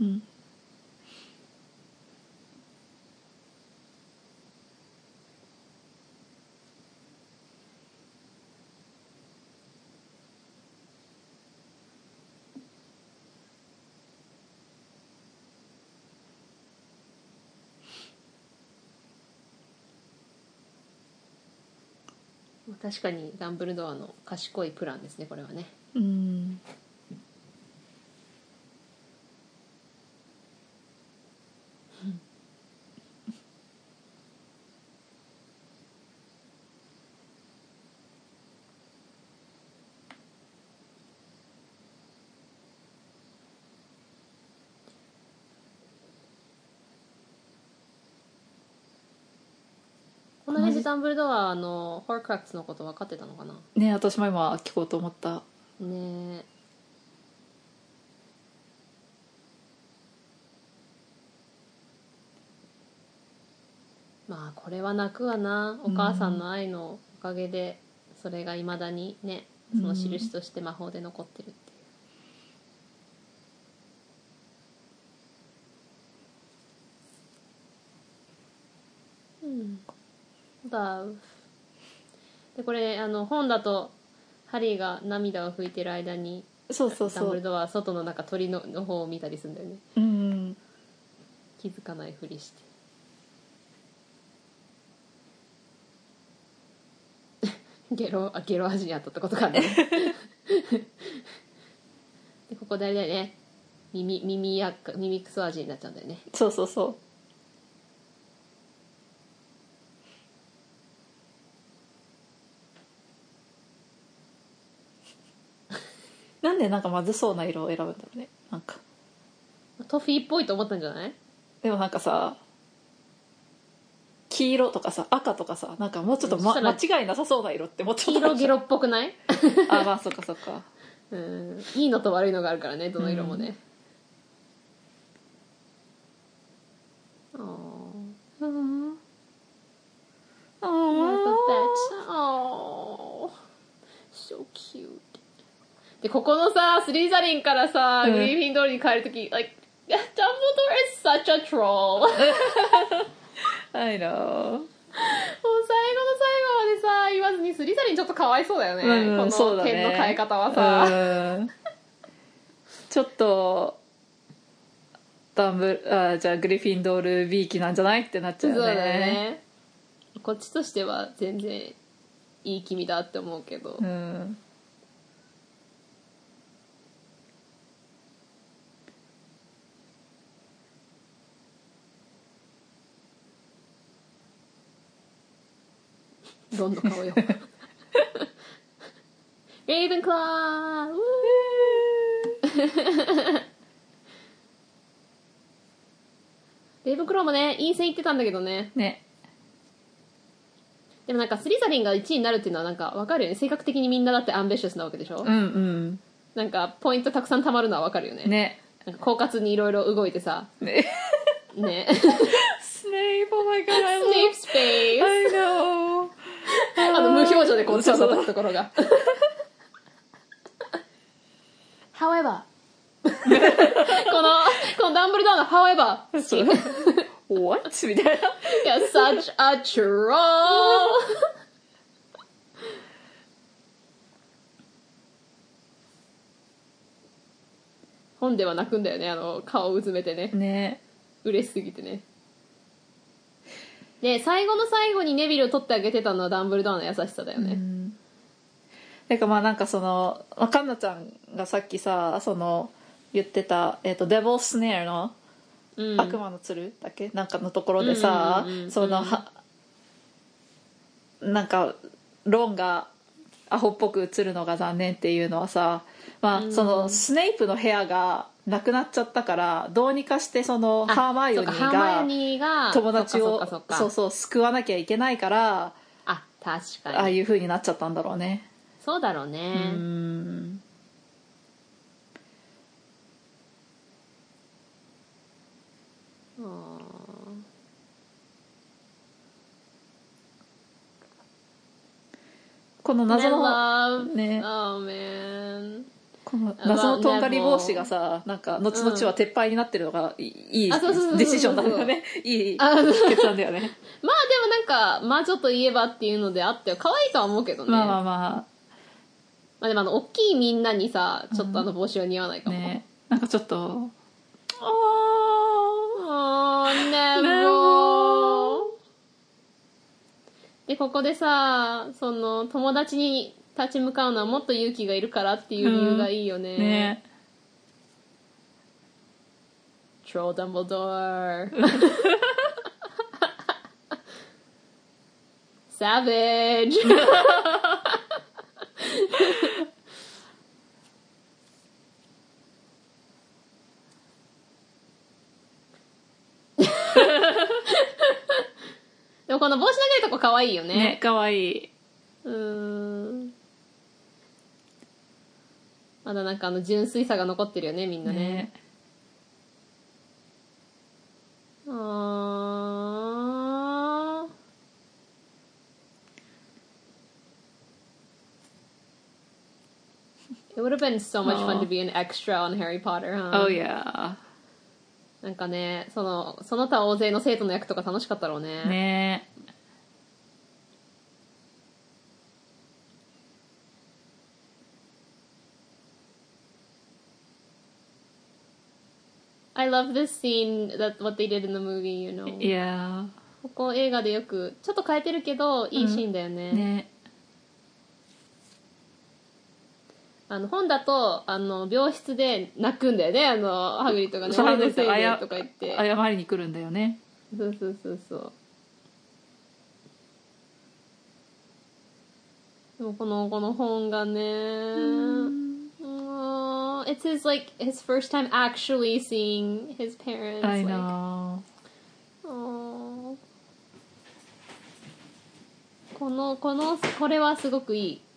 確かにダンブルドアの賢いプランですね、これはね。 うん、 この辺でダンブルドアホークラックスのこと分かってたのかな。 ね、私も今聞こうと思った。 ねえ。まあこれは泣くわな。お母さんの愛のおかげでそれがいまだにね、その印として魔法で残ってるっていう。だでこれ本だとハリーが涙を拭いてる間にそうそうそう、 ダンブルドアは外の鳥の方を見たりするんだよね。 うん、 気づかないふりしてゲロ味にあったってことかねでここであれだよね、耳クソ味になっちゃうんだよね。 そうそうそうなんでなんかまずそうな色を選ぶんだろうね。なんかトフィーっぽいと思ったんじゃない？ でもなんかさ、黄色とかさ赤とかさ、なんかもうちょっと、間違いなさそうな色ってもうちょっと黄色ゲロっぽくないあ、まあそっかそっかいいのと悪いのがあるからね、どの色もね。ああ、so cute。 でここのさスリザリンからさ、グリフィンドールに帰るとき、like Dumbledore is such a troll I know。 もう最後の最後までさ言わずにスリザリンちょっとかわいそうだよね、この点の変え方はさ、 ちょっとじゃあグリフィンドール B 期なんじゃないってなっちゃうよね。 そうだね。こっちとしては全然いい気味だって思うけど、どんどん顔よレイブンクラーレイブンクラーもねいい線いってたんだけどね。でもなんかスリザリンが1位になるっていうのはなんか分かるよね。性格的にみんなだってアンビシャスなわけでしょ。なんかポイントたくさん貯まるのは分かるよね。なんか狡猾にいろいろ動いてさねスネイプ、oh my god、I love Snape's face I know 無表情でこう手を叩くところがHowever このダンブルドアの However 好き What? みたいな。 You're such a troll 本では泣くんだよね、顔をうずめてね。嬉しすぎてね。で最後の最後にネビルを取ってあげてたのはダンブルドアの優しさだよね。 てかまあなんかそのカンナちゃんがさっきさ言ってたデボスネアの悪魔の鶴だっけなんかのところでさ、なんかロンがアホっぽく映るのが残念っていうのはさ、まあ、そのスネイプの部屋がなくなっちゃったからどうにかしてそのハーマイオニーが友達をそう救わなきゃいけないから、 あ、確かにああいう風になっちゃったんだろうね。 そうだろうね。 この謎のね、oh, man. この謎のとんがり帽子がさ、なんか後々は撤廃になってるのがいいディシジョンなんだよね。いい決断だよね。 まあでもなんか魔女といえばっていうのであって可愛いとは思うけどね。 まあでも大きいみんなにさちょっと帽子は似合わないかも、 ね、なんかちょっとでここでさその友達に立ち向かうのはもっと勇気がいるからっていう理由がいいよね。ね。Troll Dumbledore Savage でもこの帽子投げるとこ可愛いよね。 ね、可愛い。 まだなんか純粋さが残ってるよねみんなね。It would have been so much fun to be an extra on Harry Potter, huh? Oh yeah. なんかね、その他大勢の生徒の役とか楽しかったろうね。 ね。 I love this scene that what they did in the movie, you know. Yeah. ここ映画でよくちょっと変えてるけどいいシーンだよね。 ね。 本だと病室で泣くんだよねハグリッドがね俺のせいでとか言って謝りに来るんだよね。 そうそうそうそう。でもこの本がねIt's his first time actually seeing his parents. I know. これはすごくいい。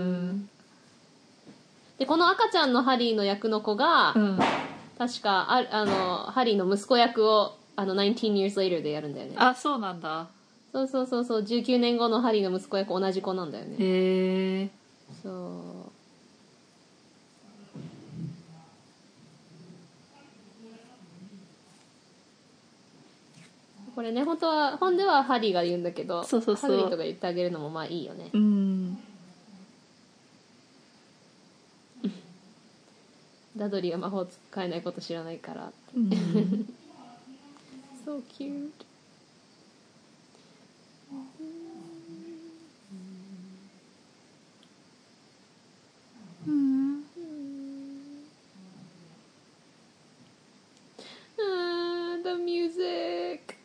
でこの赤ちゃんのハリーの役の子が、確かハリーの息子役を19 years later でやるんだよね。 あ、そうなんだ。 そう19年後のハリーの息子役同じ子なんだよね。 へえ。 そうこれね本ではハリーが言うんだけど、ハグリッドが言ってあげるのもまあいいよね。ダドリーが魔法使えないこと知らないからって。So cute. The music.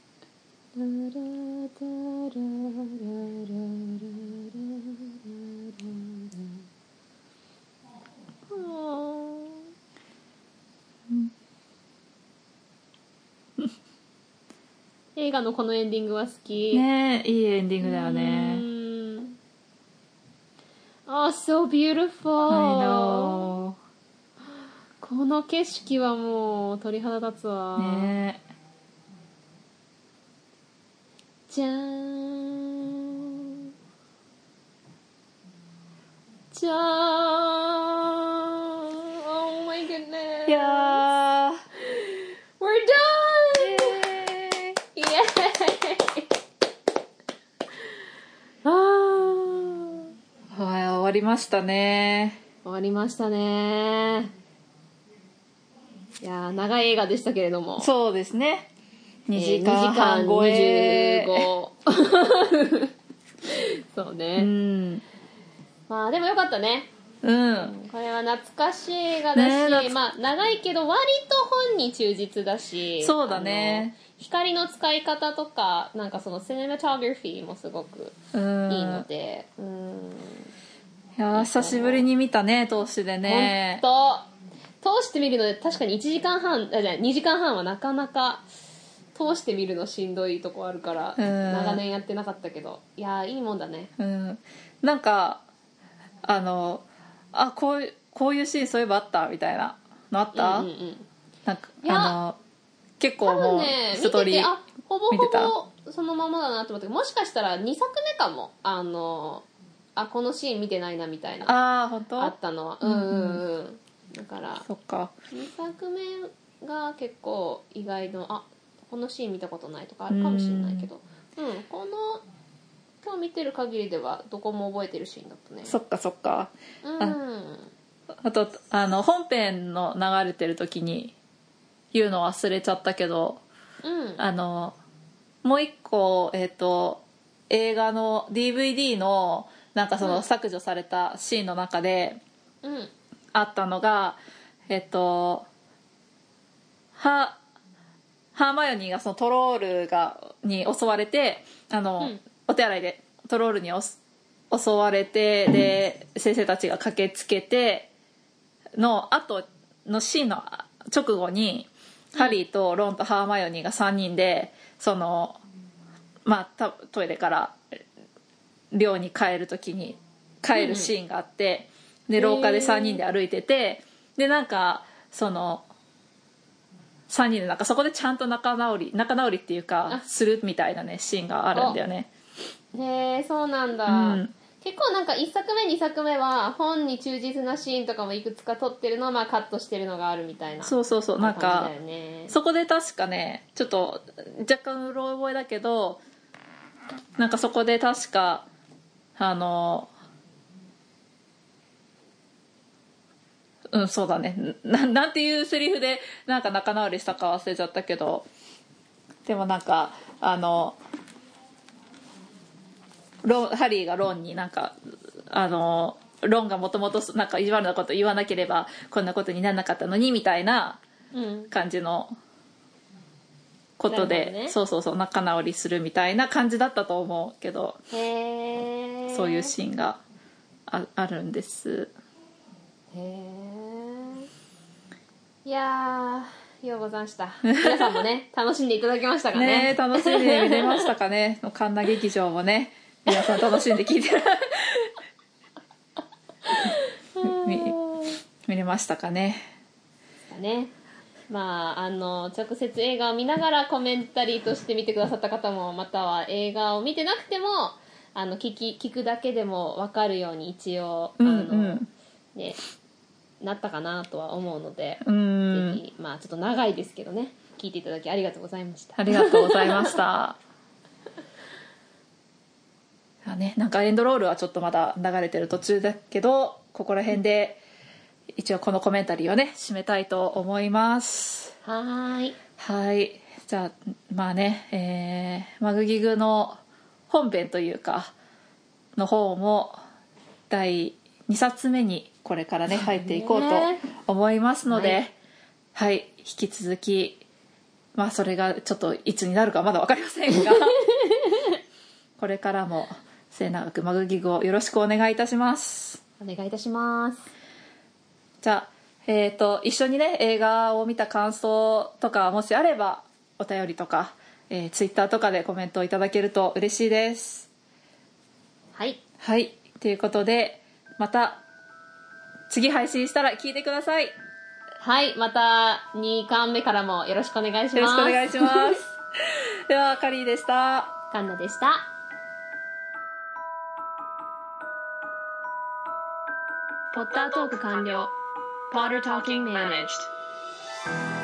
映画のこのエンディングは好きね。いいエンディングだよね。 Oh, so beautiful. I know. この景色はもう鳥肌立つわね。 じゃーんじゃーん Oh my goodness いやー We're done! イエーイ終わりましたね。 終わりましたね。いやー長い映画でしたけれども。 そうですね。2時間半超え。 25そうね。まあでもよかったね。これは懐かしい映画だし、まあ長いけど割と本に忠実だし、 そうだね。 光の使い方とかなんかそのシネマトグラフィーもすごくいいので、 いや久しぶりに見たね通しでね。 通して見るので確かに1時間半じゃ2時間半はなかなか通して見るのしんどいとこあるから長年やってなかったけど、いやいいもんだね。 なんかこういうシーンそういえばあったみたいなのあった？なんか結構もう一通り見てた。 ほぼほぼそのままだなと思って、もしかしたら2作目かも、このシーン見てないなみたいな本当？ あったのはだからそっか 2作目が結構意外のこのシーン見たことないとかあるかもしれないけど、この今日見てる限りではどこも覚えてるシーンだったね。 そっかそっか。あと本編の流れてる時に言うの忘れちゃったけど、もう一個映画の DVD のなんかその削除されたシーンの中であったのが、ハーマイオニーがそのトロールに襲われてお手洗いでトロールに襲われて、で先生たちが駆けつけての後のシーンの直後に、ハリーとロンとハーマイオニーが3人でそのトイレから寮に帰る時に帰るシーンがあって、で廊下で3人で歩いてて、でなんかその3人でなんかそこでちゃんと仲直りっていうかするみたいなねシーンがあるんだよね。 へえ、そうなんだ。結構なんか1作目2作目は本に忠実なシーンとかもいくつか撮ってるのをカットしてるのがあるみたいな。 そうなんかそこで確かねちょっと若干うろ覚えだけど、なんかそこで確かそうだね、なんていうセリフでなんか仲直りしたか忘れちゃったけど、でもなんかハリーがロンになんかロンがもともとなんか意地悪なこと言わなければこんなことにならなかったのにみたいな感じのことで、そう仲直りするみたいな感じだったと思うけど、そういうシーンがあるんです。 いやようござんした。皆さんもね楽しんでいただけましたかね。 楽しんで見れましたかね。カンナ劇場もね皆さん楽しんで聞いて見れましたかね。 直接映画を見ながらコメンタリーとして見てくださった方も、または映画を見てなくても聞くだけでも分かるように一応なったかなとは思うので、ぜひちょっと長いですけどね聞いていただきありがとうございました。 ありがとうございましたなんかエンドロールはちょっとまだ流れてる途中だけど、ここら辺で一応このコメンタリーをね締めたいと思います。 はい、 じゃあマグギグの本編というかの方も第2冊目にこれからね入っていこうと思いますので、引き続きそれがちょっといつになるかまだ分かりませんがこれからも末永くマグギグをよろしくお願いいたします。 お願いいたします。 じゃあ、一緒にね映画を見た感想とかもしあればお便りとか、ツイッターとかでコメントをいただけると嬉しいです。ということでまた次配信したら聞いてください。 また2巻目からもよろしくお願いします。 よろしくお願いしますではカリーでした。 カンナでした。ポッタートーク完了。Potter Talking Managed